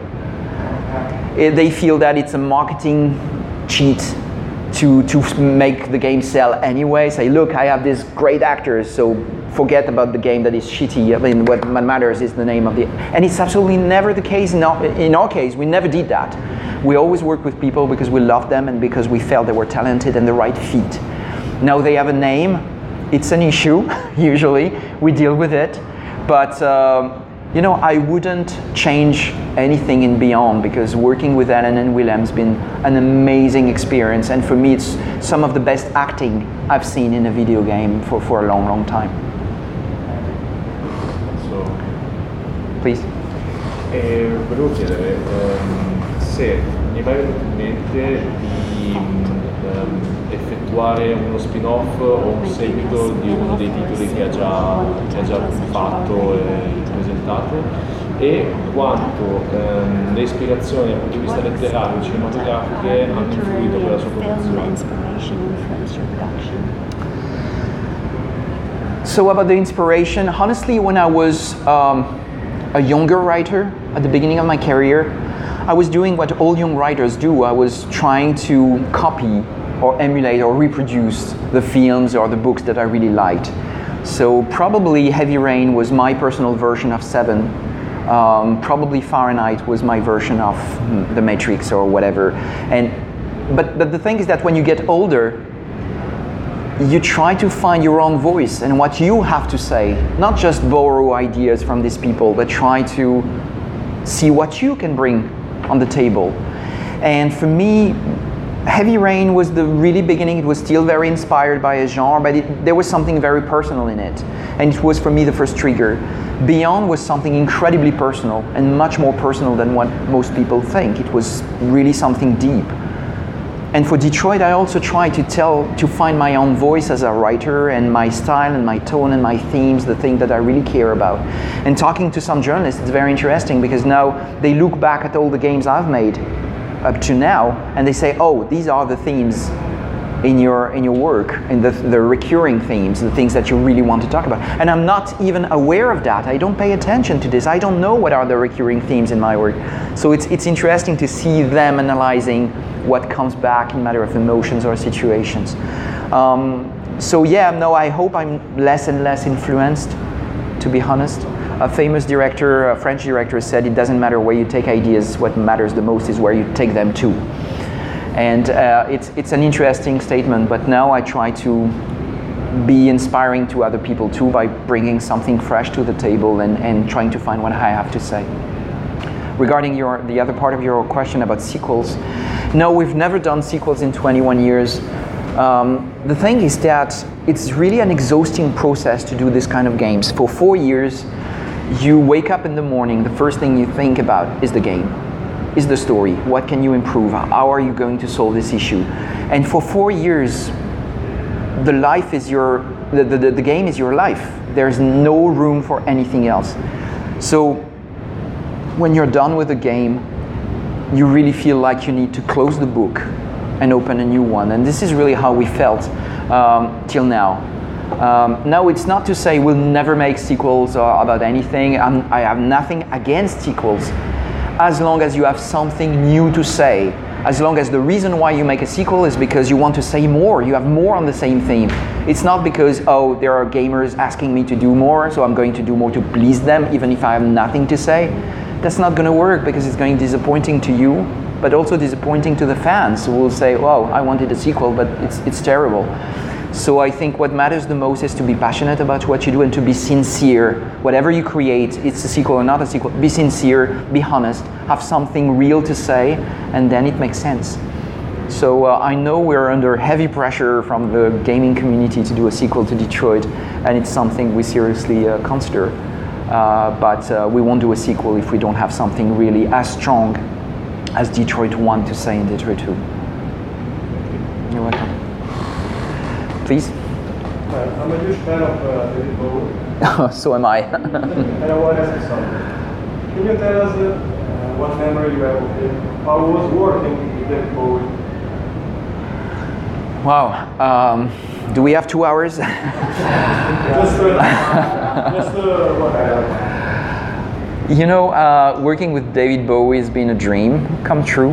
It, they feel that it's a marketing cheat to, to make the game sell anyway. Say, look, I have these great actors, so forget about the game that is shitty. I mean, what matters is the name of the... And it's absolutely never the case. In our, in our case, we never did that. We always worked with people because we loved them and because we felt they were talented and the right fit. Now they have a name. It's an issue, usually. We deal with it. But, um, you know, I wouldn't change anything in Beyond, because working with Ellen and Willem has been an amazing experience. And for me, it's some of the best acting I've seen in a video game for, for a long, long time. So, please. Eh, volevo chiedere um, se mi è mai venuto in mente di um, effettuare uno spin-off o un seguito di uno dei titoli che ha già, che ha già fatto e presentato, e quanto um, le ispirazioni dal punto di vista letterario e cinematografiche hanno influito per la sua produzione. So about the inspiration, honestly, when I was um, a younger writer at the beginning of my career, I was doing what all young writers do. I was trying to copy or emulate or reproduce the films or the books that I really liked. So probably Heavy Rain was my personal version of Seven. Um, probably Fahrenheit was my version of The Matrix or whatever. And but, but the thing is that when you get older, you try to find your own voice and what you have to say, not just borrow ideas from these people, but try to see what you can bring on the table. And for me, Heavy Rain was the really beginning. It was still very inspired by a genre, but it, there was something very personal in it. And it was for me the first trigger. Beyond was something incredibly personal and much more personal than what most people think. It was really something deep. And for Detroit, I also tried to tell, to find my own voice as a writer and my style and my tone and my themes, the thing that I really care about. And talking to some journalists, it's very interesting because now they look back at all the games I've made up to now and they say, oh, these are the themes in your in your work, in the, the recurring themes, the things that you really want to talk about. And I'm not even aware of that. I don't pay attention to this. I don't know what are the recurring themes in my work. So it's it's interesting to see them analyzing what comes back in matter of emotions or situations. Um, so yeah, no, I hope I'm less and less influenced, to be honest. A famous director, a French director, said it doesn't matter where you take ideas, what matters the most is where you take them to. And uh, it's it's an interesting statement, but now I try to be inspiring to other people too by bringing something fresh to the table and, and trying to find what I have to say. Regarding your the other part of your question about sequels, no, we've never done sequels in twenty-one years. Um, the thing is that it's really an exhausting process to do this kind of games. For four years, you wake up in the morning, the first thing you think about is the game. Is the story. What can you improve? How are you going to solve this issue? And for four years, the life is your, the, the, the game is your life. There's no room for anything else. So when you're done with the game, you really feel like you need to close the book and open a new one. And this is really how we felt um, till now. Um, now, it's not to say we'll never make sequels or about anything. I'm, I have nothing against sequels, as long as you have something new to say, as long as the reason why you make a sequel is because you want to say more, you have more on the same theme. It's not because, oh, there are gamers asking me to do more, so I'm going to do more to please them, even if I have nothing to say. That's not going to work, because it's going to be disappointing to you, but also disappointing to the fans who will say, wow, I wanted a sequel, but it's, it's terrible. So I think what matters the most is to be passionate about what you do and to be sincere. Whatever you create, it's a sequel or not a sequel, be sincere, be honest, have something real to say, and then it makes sense. So uh, I know we're under heavy pressure from the gaming community to do a sequel to Detroit, and it's something we seriously uh, consider. Uh, but uh, we won't do a sequel if we don't have something really as strong as Detroit one to say in Detroit two. You're welcome. Please. Uh, I'm a huge fan of uh, David Bowie. So am I. And I want to ask you something. Can you tell us uh, what memory you have of him? How was working with David Bowie? Wow. Um, do we have two hours? just uh, just uh, what I have. You know, uh, working with David Bowie has been a dream come true.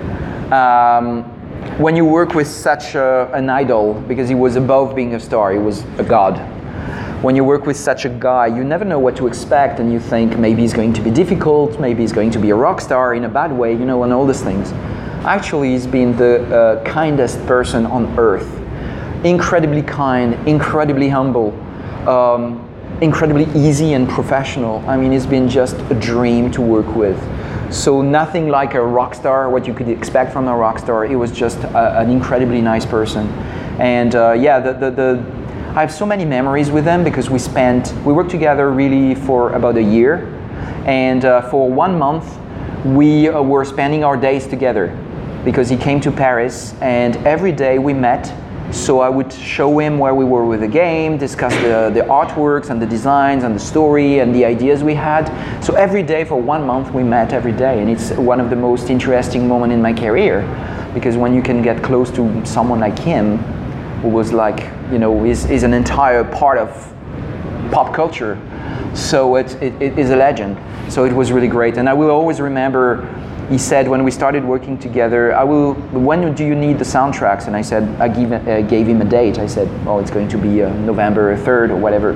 Um, when you work with such a, an idol, because he was above being a star, he was a god. When you work with such a guy, you never know what to expect, and you think maybe he's going to be difficult, maybe he's going to be a rock star in a bad way, you know, and all these things. Actually, he's been the uh, kindest person on earth. Incredibly kind, incredibly humble, um, incredibly easy and professional. I mean, it's been just a dream to work with. So nothing like a rock star, what you could expect from a rock star. He was just a, an incredibly nice person. And uh, yeah, the, the, the, I have so many memories with him because we spent, we worked together really for about a year. And uh, for one month, we uh, were spending our days together because he came to Paris, and every day we met. So I would show him where we were with the game, discuss the, the artworks and the designs and the story and the ideas we had. So every day for one month we met every day, and it's one of the most interesting moments in my career, because when you can get close to someone like him, who was like, you know, is, is an entire part of pop culture, so it, it, it is a legend. So it was really great, and I will always remember. He said when we started working together, I will. When do you need the soundtracks? And I said, I give, uh, gave him a date. I said, oh, it's going to be uh, November third or whatever.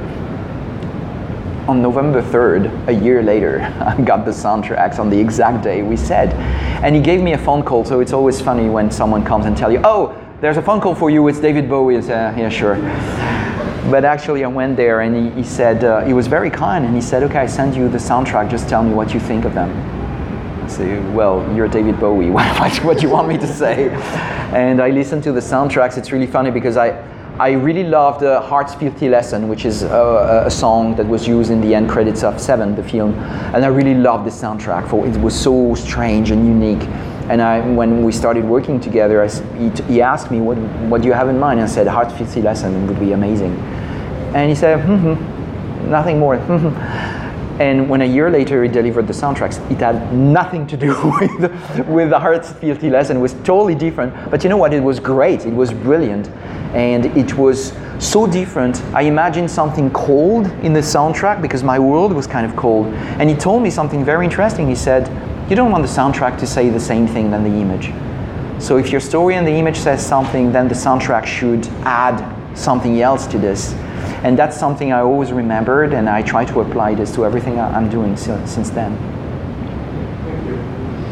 On November third, a year later, I got the soundtracks on the exact day we said. And he gave me a phone call, so it's always funny when someone comes and tell you, oh, there's a phone call for you, it's David Bowie. I said, yeah, sure. But actually I went there, and he, he said, uh, he was very kind, and he said, okay, I send you the soundtrack, just tell me what you think of them. Say, well, you're David Bowie, what, what do you want me to say? And I listened to the soundtracks. It's really funny because I, I really loved uh, Heart's Filthy Lesson, which is uh, a song that was used in the end credits of Seven, the film. And I really loved the soundtrack, for it was so strange and unique. And I, when we started working together, I, he, he asked me, what, what do you have in mind? And I said, Heart's Filthy Lesson would be amazing. And he said, mm-hmm, nothing more, mm-hmm. And when a year later he delivered the soundtracks, it had nothing to do with, with Ars Field Lesson. It was totally different. But you know what? It was great. It was brilliant. And it was so different. I imagined something cold in the soundtrack because my world was kind of cold. And he told me something very interesting. He said, you don't want the soundtrack to say the same thing than the image. So if your story and the image says something, then the soundtrack should add something else to this. And that's something I always remembered, and I try to apply this to everything I'm doing since then. Thank you.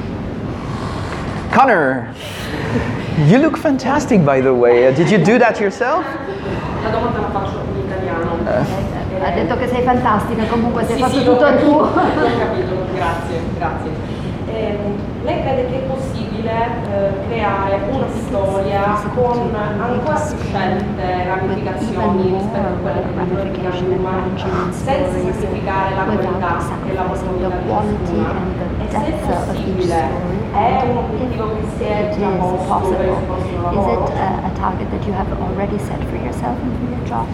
Connor, you look fantastic, by the way. Did you do that yourself? La domanda la faccio in italiano. Uh, ha detto che sei fantastica, comunque sei sì, fatto sì, tutto ho tu. Ho capito, grazie, grazie. Eh, lei crede che è possibile eh, creare una storia con ancora più scelte, ramificazioni rispetto a quelle che abbiamo senza sacrificare la qualità e la profondità di ciascuna? E se è possibile, è un obiettivo che si è già posto per il prossimo lavoro? Is it a, a target that you have already set for yourself and for your job?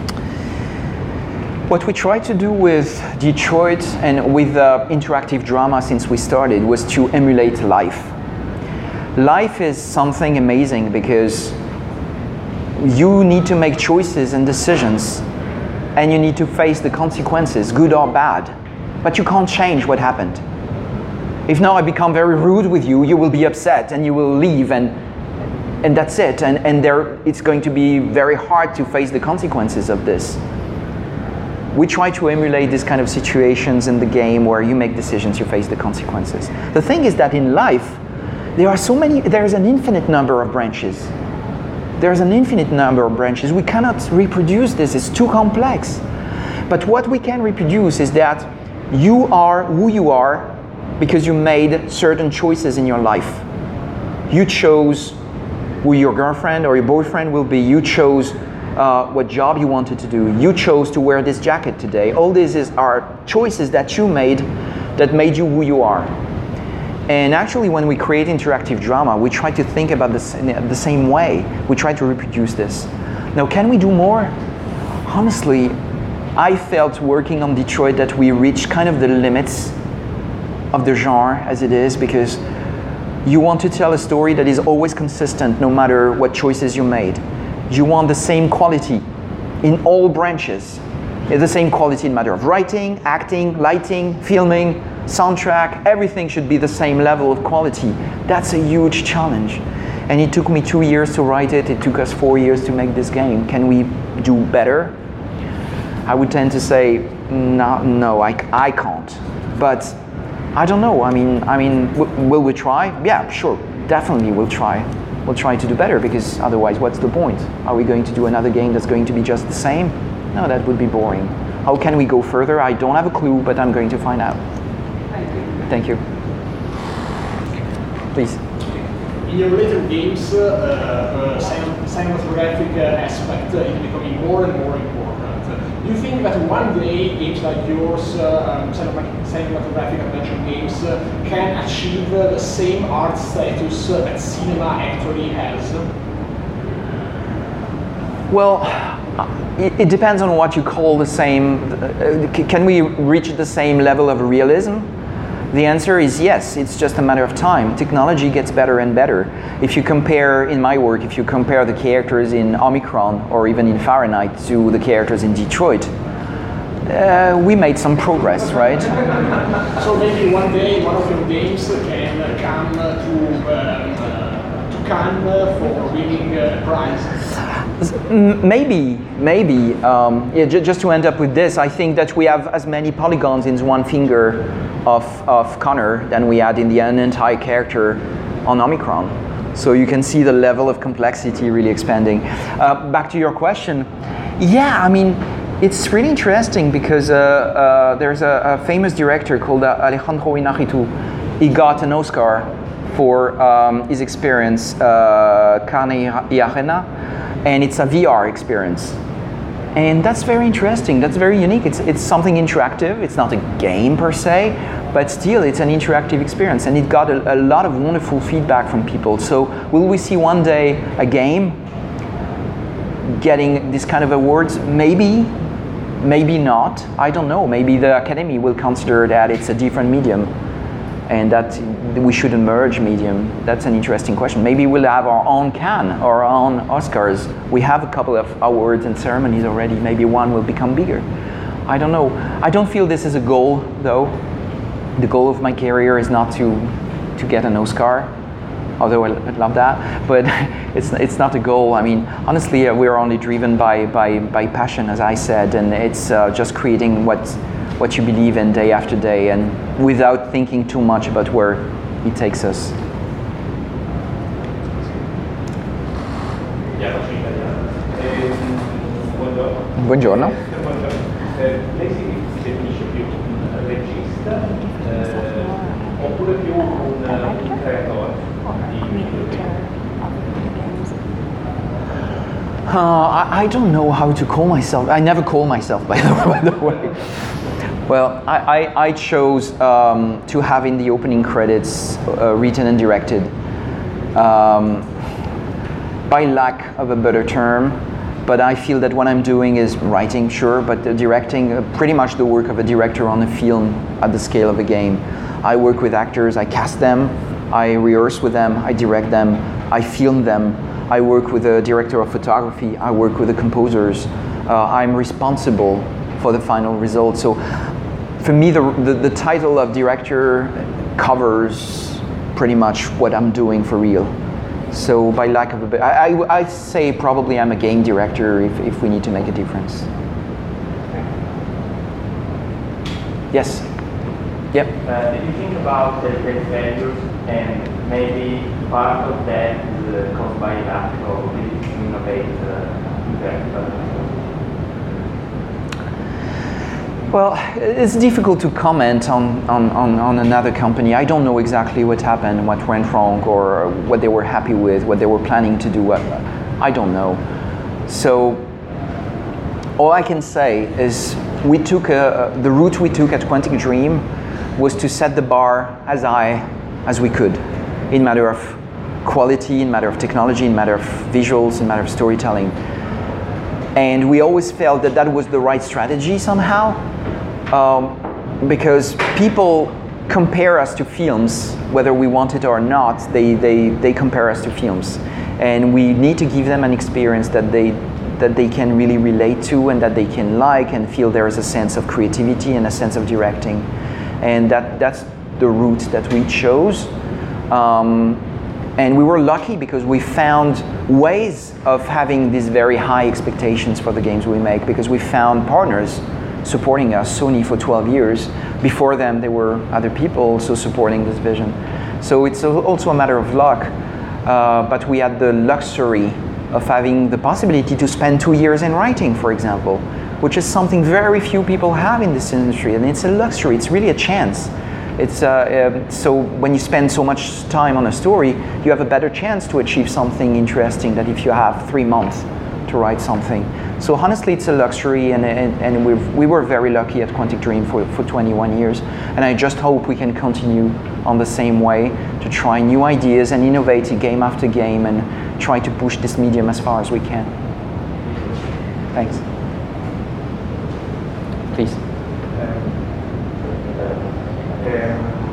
What we tried to do with Detroit and with uh, interactive drama since we started was to emulate life. Life is something amazing because you need to make choices and decisions and you need to face the consequences, good or bad. But you can't change what happened. If now I become very rude with you, you will be upset and you will leave and and that's it. And, and there, it's going to be very hard to face the consequences of this. We try to emulate this kind of situations in the game where you make decisions, you face the consequences. The thing is that in life, there are so many, there's an infinite number of branches. There's an infinite number of branches. We cannot reproduce this, it's too complex. But what we can reproduce is that you are who you are because you made certain choices in your life. You chose who your girlfriend or your boyfriend will be. You chose Uh, what job you wanted to do. You chose to wear this jacket today. All these is, are choices that you made that made you who you are. And actually when we create interactive drama, we try to think about this in the same way. We try to reproduce this. Now, can we do more? Honestly, I felt working on Detroit that we reached kind of the limits of the genre as it is, because you want to tell a story that is always consistent no matter what choices you made. You want the same quality in all branches. The same quality in matter of writing, acting, lighting, filming, soundtrack. Everything should be the same level of quality. That's a huge challenge. And it took me two years to write it. It took us four years to make this game. Can we do better? I would tend to say, no, no, I, I can't. But I don't know. I mean, I mean, w- will we try? Yeah, sure, definitely we'll try. We'll try to do better, because otherwise what's the point? Are we going to do another game that's going to be just the same? No, that would be boring. How can we go further? I don't have a clue, but I'm going to find out. Thank you. Please. In your later games, uh, uh, cinematographic uh, aspect is becoming more and more important. Do you think that one day games like yours, uh, um, cinematographic adventure games, uh, can achieve uh, the same art status uh, that cinema actually has? Well, it, it depends on what you call the same. Uh, can we reach the same level of realism? The answer is yes, it's just a matter of time. Technology gets better and better. If you compare, in my work, if you compare the characters in Omicron or even in Fahrenheit to the characters in Detroit, uh, we made some progress, right? So maybe one day one of your games can come to, um, uh, to Cannes for winning a prize? Maybe, maybe. Um, yeah, j- just to end up with this, I think that we have as many polygons in one finger of, of Connor than we had in the entire character on Omicron. So you can see the level of complexity really expanding. Uh, back to your question. Yeah, I mean, it's really interesting because uh, uh, there's a, a famous director called uh, Alejandro Inarritu. He got an Oscar for um, his experience, uh, Carne y Arena, and it's a V R experience. And that's very interesting, that's very unique. It's it's something interactive, it's not a game per se, but still it's an interactive experience, and it got a, a lot of wonderful feedback from people. So will we see one day a game getting this kind of awards? Maybe, maybe not. I don't know. Maybe the Academy will consider that it's a different medium and that we shouldn't merge medium. That's an interesting question. Maybe we'll have our own Cannes or our own Oscars. We have a couple of awards and ceremonies already. Maybe one will become bigger. I don't know. I don't feel this is a goal, though. The goal of my career is not to to get an Oscar, although I'd love that, but it's it's not a goal. I mean, honestly, uh, we're only driven by, by, by passion, as I said, and it's uh, just creating what what you believe in day after day, and without thinking too much about where it takes us. Buongiorno. Lei si definisce più un regista oppure più un creatore di Uh, I, I don't know how to call myself. I never call myself, by the, by the way. Well, I, I, I chose um, to have in the opening credits uh, written and directed. Um, by lack of a better term, but I feel that what I'm doing is writing, sure, but uh, directing, uh, pretty much the work of a director on a film at the scale of a game. I work with actors, I cast them, I rehearse with them, I direct them, I film them. I work with a director of photography, I work with the composers. Uh, I'm responsible for the final result. So for me, the, the, the title of director covers pretty much what I'm doing for real. So by lack of a bit, I, I, I'd say probably I'm a game director if, if we need to make a difference. Yes? Yep. Uh, did you think about the great failures and maybe part of that is uh, caused by lack of ability to innovate uh, that? Well, it's difficult to comment on, on, on, on another company. I don't know exactly what happened, what went wrong, or what they were happy with, what they were planning to do. I don't know. So all I can say is we took a, the route we took at Quantic Dream was to set the bar as high as we could in matter of quality, in matter of technology, in matter of visuals, in matter of storytelling. And we always felt that that was the right strategy somehow, um, because people compare us to films, whether we want it or not, they, they, they compare us to films. And we need to give them an experience that they, that they can really relate to and that they can like and feel there is a sense of creativity and a sense of directing. And that, that's the route that we chose. Um, And we were lucky because we found ways of having these very high expectations for the games we make, because we found partners supporting us, Sony for twelve years. Before them, there were other people also supporting this vision. So it's also a matter of luck, uh, but we had the luxury of having the possibility to spend two years in writing, for example, which is something very few people have in this industry, and it's a luxury, it's really a chance. It's uh, uh, so when you spend so much time on a story, you have a better chance to achieve something interesting than if you have three months to write something. So honestly, it's a luxury, and and, and we we were very lucky at Quantic Dream for, for twenty-one years, and I just hope we can continue on the same way to try new ideas and innovate game after game and try to push this medium as far as we can. Thanks. Please. Eh,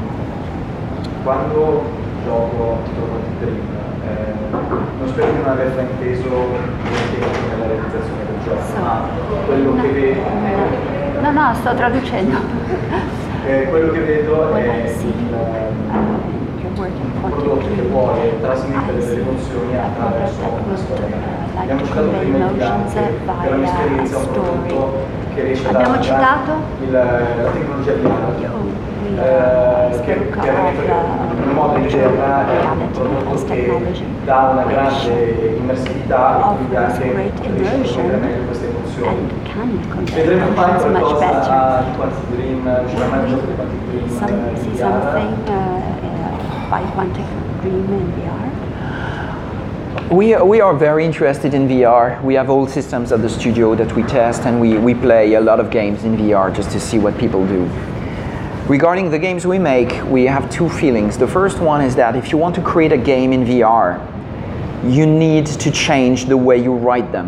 quando gioco Quantic Dream, eh, non spero di non aver frainteso il tempo nella realizzazione del gioco, so, ma quello no, che vedo... No, no, sto traducendo. Eh, quello che vedo When è I see, il, uh, un prodotto che vuole trasmettere delle emozioni attraverso una storia. Abbiamo citato prima il gigante, che è un'esperienza, un prodotto che riesce a dare Abbiamo citato il, la tecnologia di realtà. Eh, che chiaramente in un modo interna è un prodotto che dà una grande immersività e quindi anche riesce a cogliere meglio queste emozioni. Vedremo mai qualcosa di Quantic Dream, uscirà mai un gioco di Quantic Dream Some, see something uh, uh, by Quantic Dream in V R? We, we are very interested in V R. We have all systems at the studio that we test, and we, we play a lot of games in V R just to see what people do. Regarding the games we make, we have two feelings. The first one is that if you want to create a game in V R, you need to change the way you write them.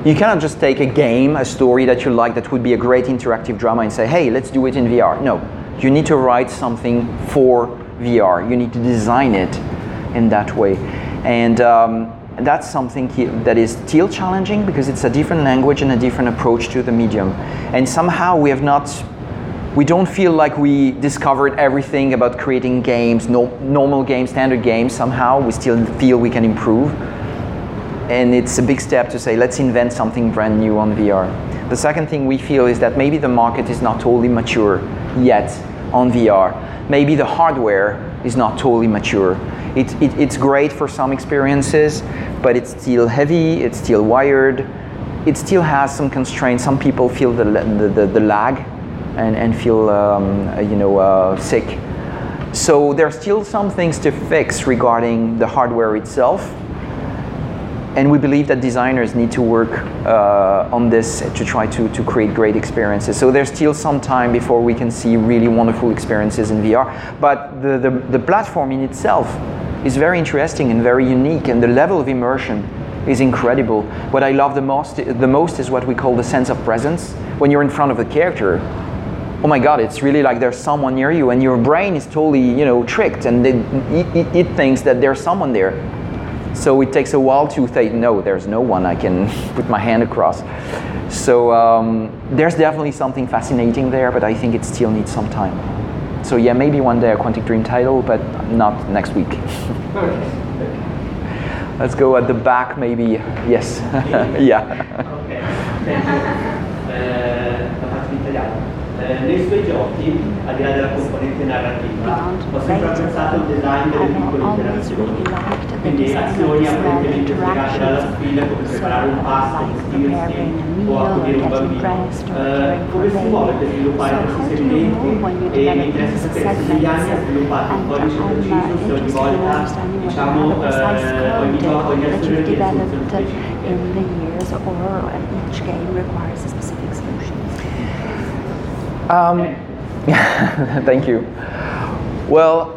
You cannot just take a game, a story that you like that would be a great interactive drama and say, hey, let's do it in V R. No, you need to write something for V R. You need to design it in that way. And um, that's something that is still challenging because it's a different language and a different approach to the medium. And somehow we have not, we don't feel like we discovered everything about creating games, no, normal games, standard games. Somehow we still feel we can improve. And it's a big step to say, let's invent something brand new on V R. The second thing we feel is that maybe the market is not totally mature yet on V R. Maybe the hardware is not totally mature. It, it, it's great for some experiences, but it's still heavy, it's still wired, it still has some constraints. Some people feel the, the, the, the lag and, and feel um, you know, uh, sick. So there are still some things to fix regarding the hardware itself. And we believe that designers need to work uh, on this to try to, to create great experiences. So there's still some time before we can see really wonderful experiences in V R. But the, the, the platform in itself is very interesting and very unique, and the level of immersion is incredible. What I love the most, the most is what we call the sense of presence. When you're in front of a character, oh my God, it's really like there's someone near you, and your brain is totally, you know, tricked, and it, it, it thinks that there's someone there. So it takes a while to think, no, there's no one I can put my hand across. So um, there's definitely something fascinating there, but I think it still needs some time. So yeah, maybe one day a Quantic Dream title, but not next week. Let's go at the back, maybe. Yes. Yeah. Ok, senti, Eh, nei suoi giochi, al di là della componente narrativa, ho sempre apprezzato il design delle piccole interazioni, quindi azioni apparentemente slegate dalla sfida come preparare un pasto, vestirsi o accudire un bambino. Eh, come si muove per sviluppare questi segmenti? E mi interessa sapere se negli anni ha sviluppato un codice preciso, se ogni volta, diciamo, eh, ogni gioco, ogni azione richiede soluzioni specifiche. Um, thank you. Well,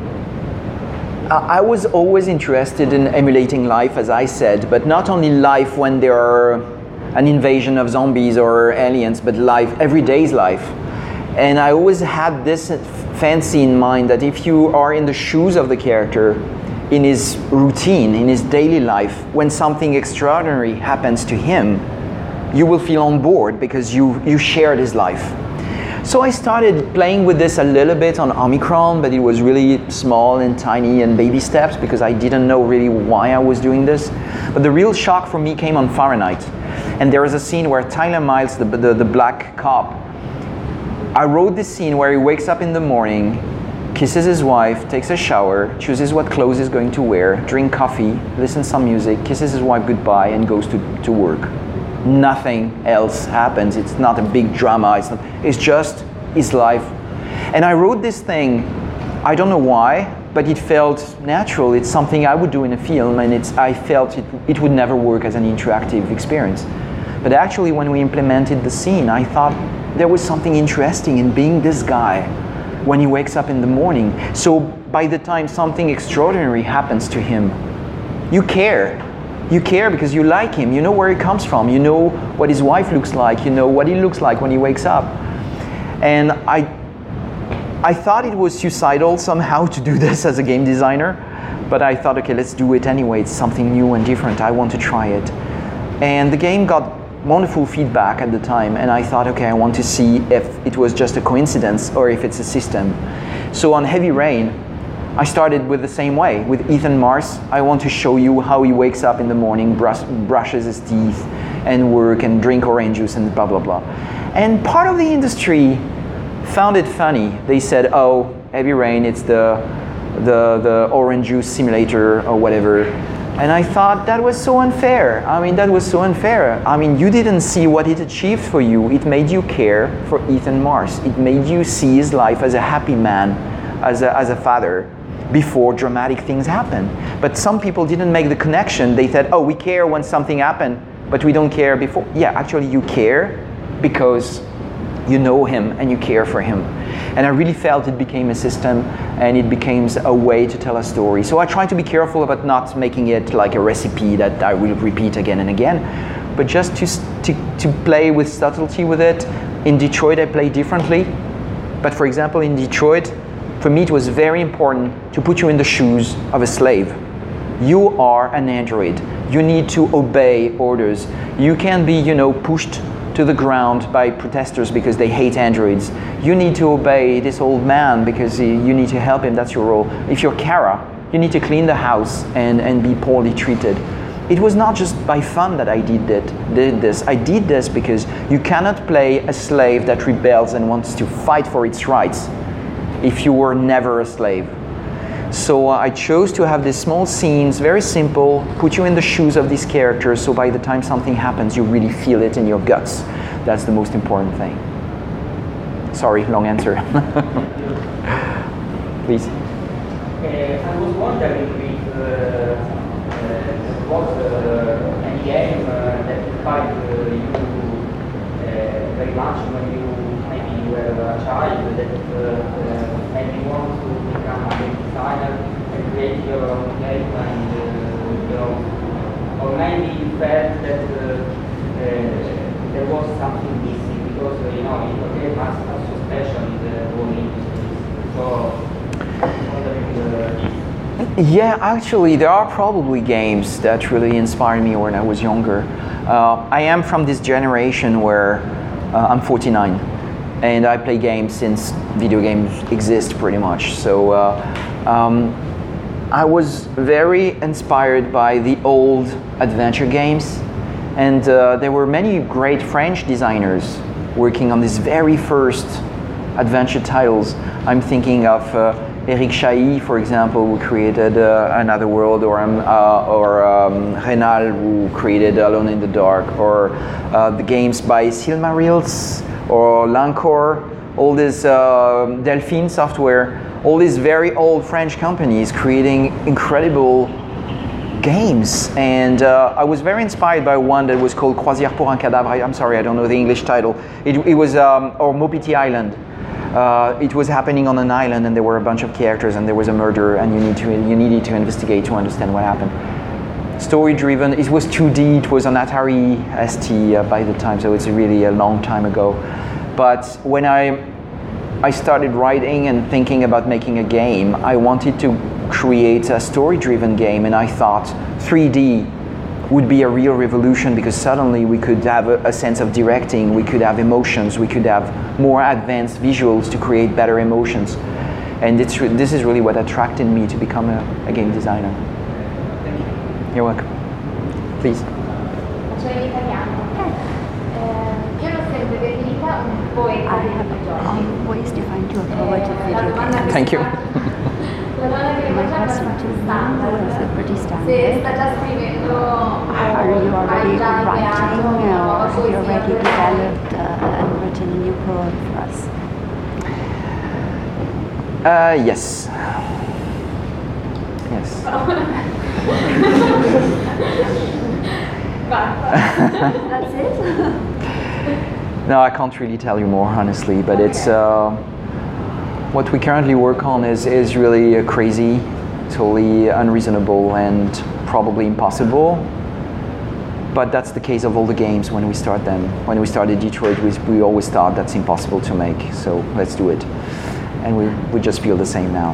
I was always interested in emulating life, as I said, but not only life when there are an invasion of zombies or aliens, but life, every day's life. And I always had this fancy in mind that if you are in the shoes of the character, in his routine, in his daily life, when something extraordinary happens to him, you will feel on board because you, you shared his life. So I started playing with this a little bit on Omicron, but it was really small and tiny and baby steps because I didn't know really why I was doing this. But the real shock for me came on Fahrenheit. And there is a scene where Tyler Miles, the, the, the black cop, I wrote this scene where he wakes up in the morning, kisses his wife, takes a shower, chooses what clothes he's going to wear, drink coffee, listens some music, kisses his wife goodbye, and goes to, to work. Nothing else happens. It's not a big drama. It's not, it's just his life. And I wrote this thing, I don't know why, but it felt natural. It's something I would do in a film, and it's, I felt it, it would never work as an interactive experience. But actually, when we implemented the scene, I thought there was something interesting in being this guy when he wakes up in the morning. So by the time something extraordinary happens to him, you care. You care because you like him, you know where he comes from, you know what his wife looks like, you know what he looks like when he wakes up. And I, I thought it was suicidal somehow to do this as a game designer, but I thought, okay, let's do it anyway, it's something new and different, I want to try it. And the game got wonderful feedback at the time, and I thought, okay, I want to see if it was just a coincidence or if it's a system. So on Heavy Rain, I started with the same way. With Ethan Mars, I want to show you how he wakes up in the morning, brush, brushes his teeth, and work, and drink orange juice, and blah, blah, blah. And part of the industry found it funny. They said, oh, Heavy Rain, it's the, the, the orange juice simulator, or whatever. And I thought that was so unfair. I mean, that was so unfair. I mean, you didn't see what it achieved for you. It made you care for Ethan Mars. It made you see his life as a happy man, as a, as a father, before dramatic things happen. But some people didn't make the connection. They said, oh, we care when something happened, but we don't care before. Yeah, actually you care because you know him and you care for him. And I really felt it became a system and it became a way to tell a story. So I try to be careful about not making it like a recipe that I will repeat again and again, but just to, to, to play with subtlety with it. In Detroit, I play differently. But for example, in Detroit, for me it was very important to put you in the shoes of a slave. You are an android. You need to obey orders. You can be, you know, pushed to the ground by protesters because they hate androids. You need to obey this old man because you need to help him. That's your role. If you're Kara, you need to clean the house and, and be poorly treated. It was not just by fun that I did, that, did this. I did this because you cannot play a slave that rebels and wants to fight for its rights if you were never a slave. So uh, I chose to have these small scenes, very simple, put you in the shoes of these characters, so by the time something happens, you really feel it in your guts. That's the most important thing. Sorry, long answer. Please. Uh, I was wondering if uh, uh, there was uh, any game uh, that inspired uh, you uh, very much when you maybe you were a child, that uh, uh, made you want to become a game designer and create your own game, and uh, your own, or maybe you felt that uh, uh, there was something missing because uh, you know your game are so special in the whole industry. So. Yeah, actually, there are probably games that really inspired me when I was younger. Uh, I am from this generation where uh, I'm forty-nine, and I play games since video games exist pretty much. So uh, um, I was very inspired by the old adventure games, and uh, there were many great French designers working on these very first adventure titles. I'm thinking of uh, Eric Chahi, for example, who created uh, Another World, or, um, uh, or um, Renal, who created Alone in the Dark, or uh, the games by Silmarils, or Lancor, all this uh, Delphine Software, all these very old French companies creating incredible games. And uh, I was very inspired by one that was called Croisière pour un cadavre. I, I'm sorry, I don't know the English title. It, it was, um, or Mopiti Island. Uh, it was happening on an island, and there were a bunch of characters, and there was a murder, and you need to you needed to investigate to understand what happened. Story-driven. It was two D. It was on Atari S T uh, by the time, so it's really a long time ago. But when I I started writing and thinking about making a game, I wanted to create a story-driven game, and I thought three D would be a real revolution, because suddenly we could have a, a sense of directing, we could have emotions, we could have more advanced visuals to create better emotions. And it's re- this is really what attracted me to become a, a game designer. Thank you. You're welcome. Please. Faccio in italiano. Eh, io l'ho sempre definita un poeta I di have videogiochi. always defined you a poet of video games. Thank you. La domanda che mi My faceva è question to you is uh, pretty se standard. sta già scrivendo Are you already hai già writing, creato or una have you already poesia? developed uh, and written a new poem for us? Uh, yes. Yes. That's it? No, I can't really tell you more, honestly, but it's uh, what we currently work on is, is really uh, crazy, totally unreasonable, and probably impossible. But that's the case of all the games when we start them. When we started Detroit, we, we always thought that's impossible to make, so let's do it. And we, we just feel the same now.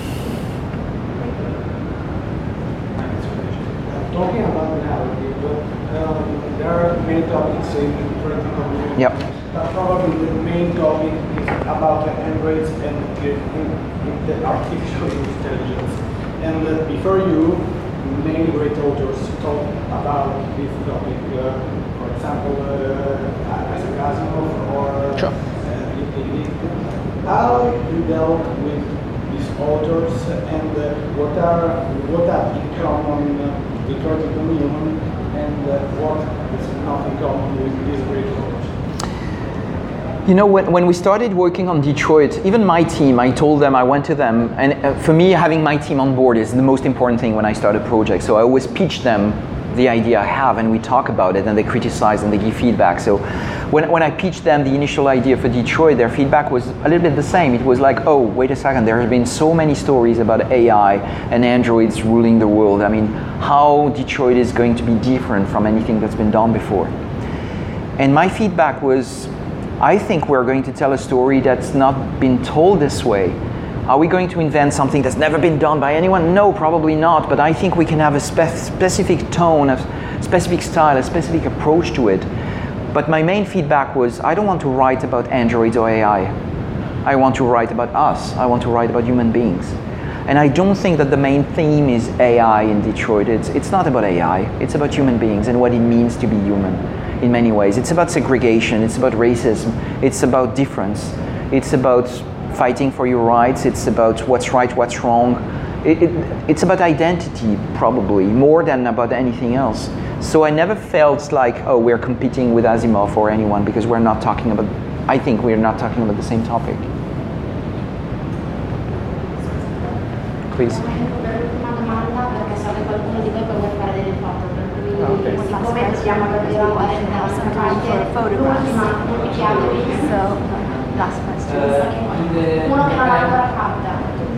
Talking about narrative, um, there are many topics in the different community. Yep. But probably the main topic is about the androids and the, in the artificial intelligence. And uh, before you, many great authors talk about this topic. Uh, for example, uh, Isaac Asimov or sure. uh, how you dealt with these authors, and uh, what are what are in common uh, the critical human, and uh, what is not in common with these great authors? You know, when, when we started working on Detroit, even my team, I told them, I went to them, and uh, for me, having my team on board is the most important thing when I start a project. So I always pitch them the idea I have, and we talk about it, and they criticize and they give feedback. So when, when I pitched them the initial idea for Detroit, their feedback was a little bit the same. It was like, oh, wait a second, there have been so many stories about A I and androids ruling the world. I mean, how Detroit is going to be different from anything that's been done before. And my feedback was, I think we're going to tell a story that's not been told this way. Are we going to invent something that's never been done by anyone? No, probably not, but I think we can have a spe- specific tone, a specific style, a specific approach to it. But my main feedback was, I don't want to write about androids or A I. I want to write about us. I want to write about human beings. And I don't think that the main theme is A I in Detroit. It's, it's not about A I, it's about human beings and what it means to be human in many ways. It's about segregation, it's about racism, it's about difference, it's about fighting for your rights, it's about what's right, what's wrong. It, it, it's about identity, probably, more than about anything else. So I never felt like, oh, we're competing with Asimov or anyone, because we're not talking about, I think we're not talking about the same topic. Please. Last question. Uno che non ha ancora fatta.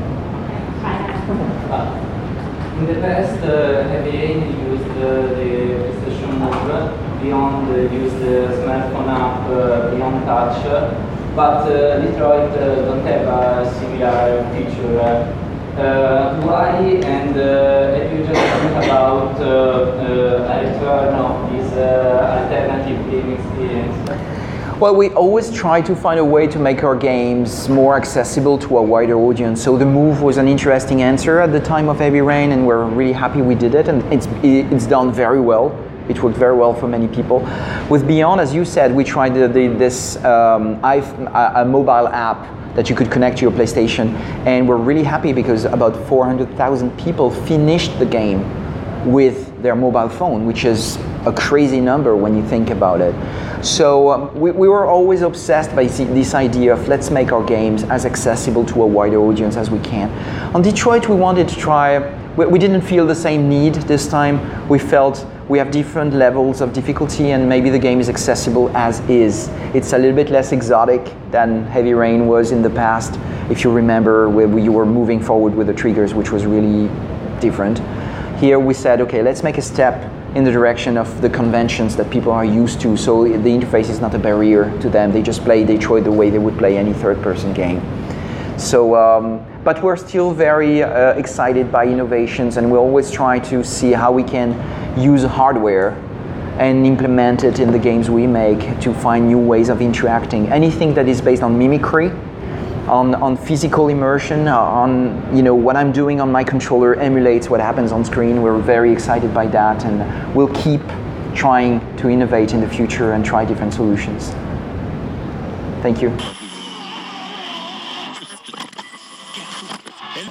In the past, uh, Heavy Rain used uh, the PlayStation Move, Beyond uh, used the smartphone app, uh, Beyond Touch, but uh, Detroit uh, don't have a similar feature. Uh, why, and uh, if you just think about uh, uh, a return of this uh, alternative game experience? Well, we always try to find a way to make our games more accessible to a wider audience. So the Move was an interesting answer at the time of Heavy Rain, and we're really happy we did it, and it's, it's done very well. It worked very well for many people. With Beyond, as you said, we tried the, the, this um, a mobile app that you could connect to your PlayStation, and we're really happy because about four hundred thousand people finished the game with their mobile phone, which is a crazy number when you think about it. So um, we, we were always obsessed by this idea of let's make our games as accessible to a wider audience as we can. On Detroit, we wanted to try, we, we didn't feel the same need this time. We felt we have different levels of difficulty, and maybe the game is accessible as is. It's a little bit less exotic than Heavy Rain was in the past, if you remember, where we, you were moving forward with the triggers, which was really different. Here we said, okay, let's make a step in the direction of the conventions that people are used to, so the interface is not a barrier to them. They just play Detroit the way they would play any third-person game. So, um, but we're still very uh, excited by innovations, and we always try to see how we can use hardware and implement it in the games we make to find new ways of interacting. Anything that is based on mimicry, on, on physical immersion, on, you know, what I'm doing on my controller emulates what happens on screen. We're very excited by that, and we'll keep trying to innovate in the future and try different solutions. Thank you.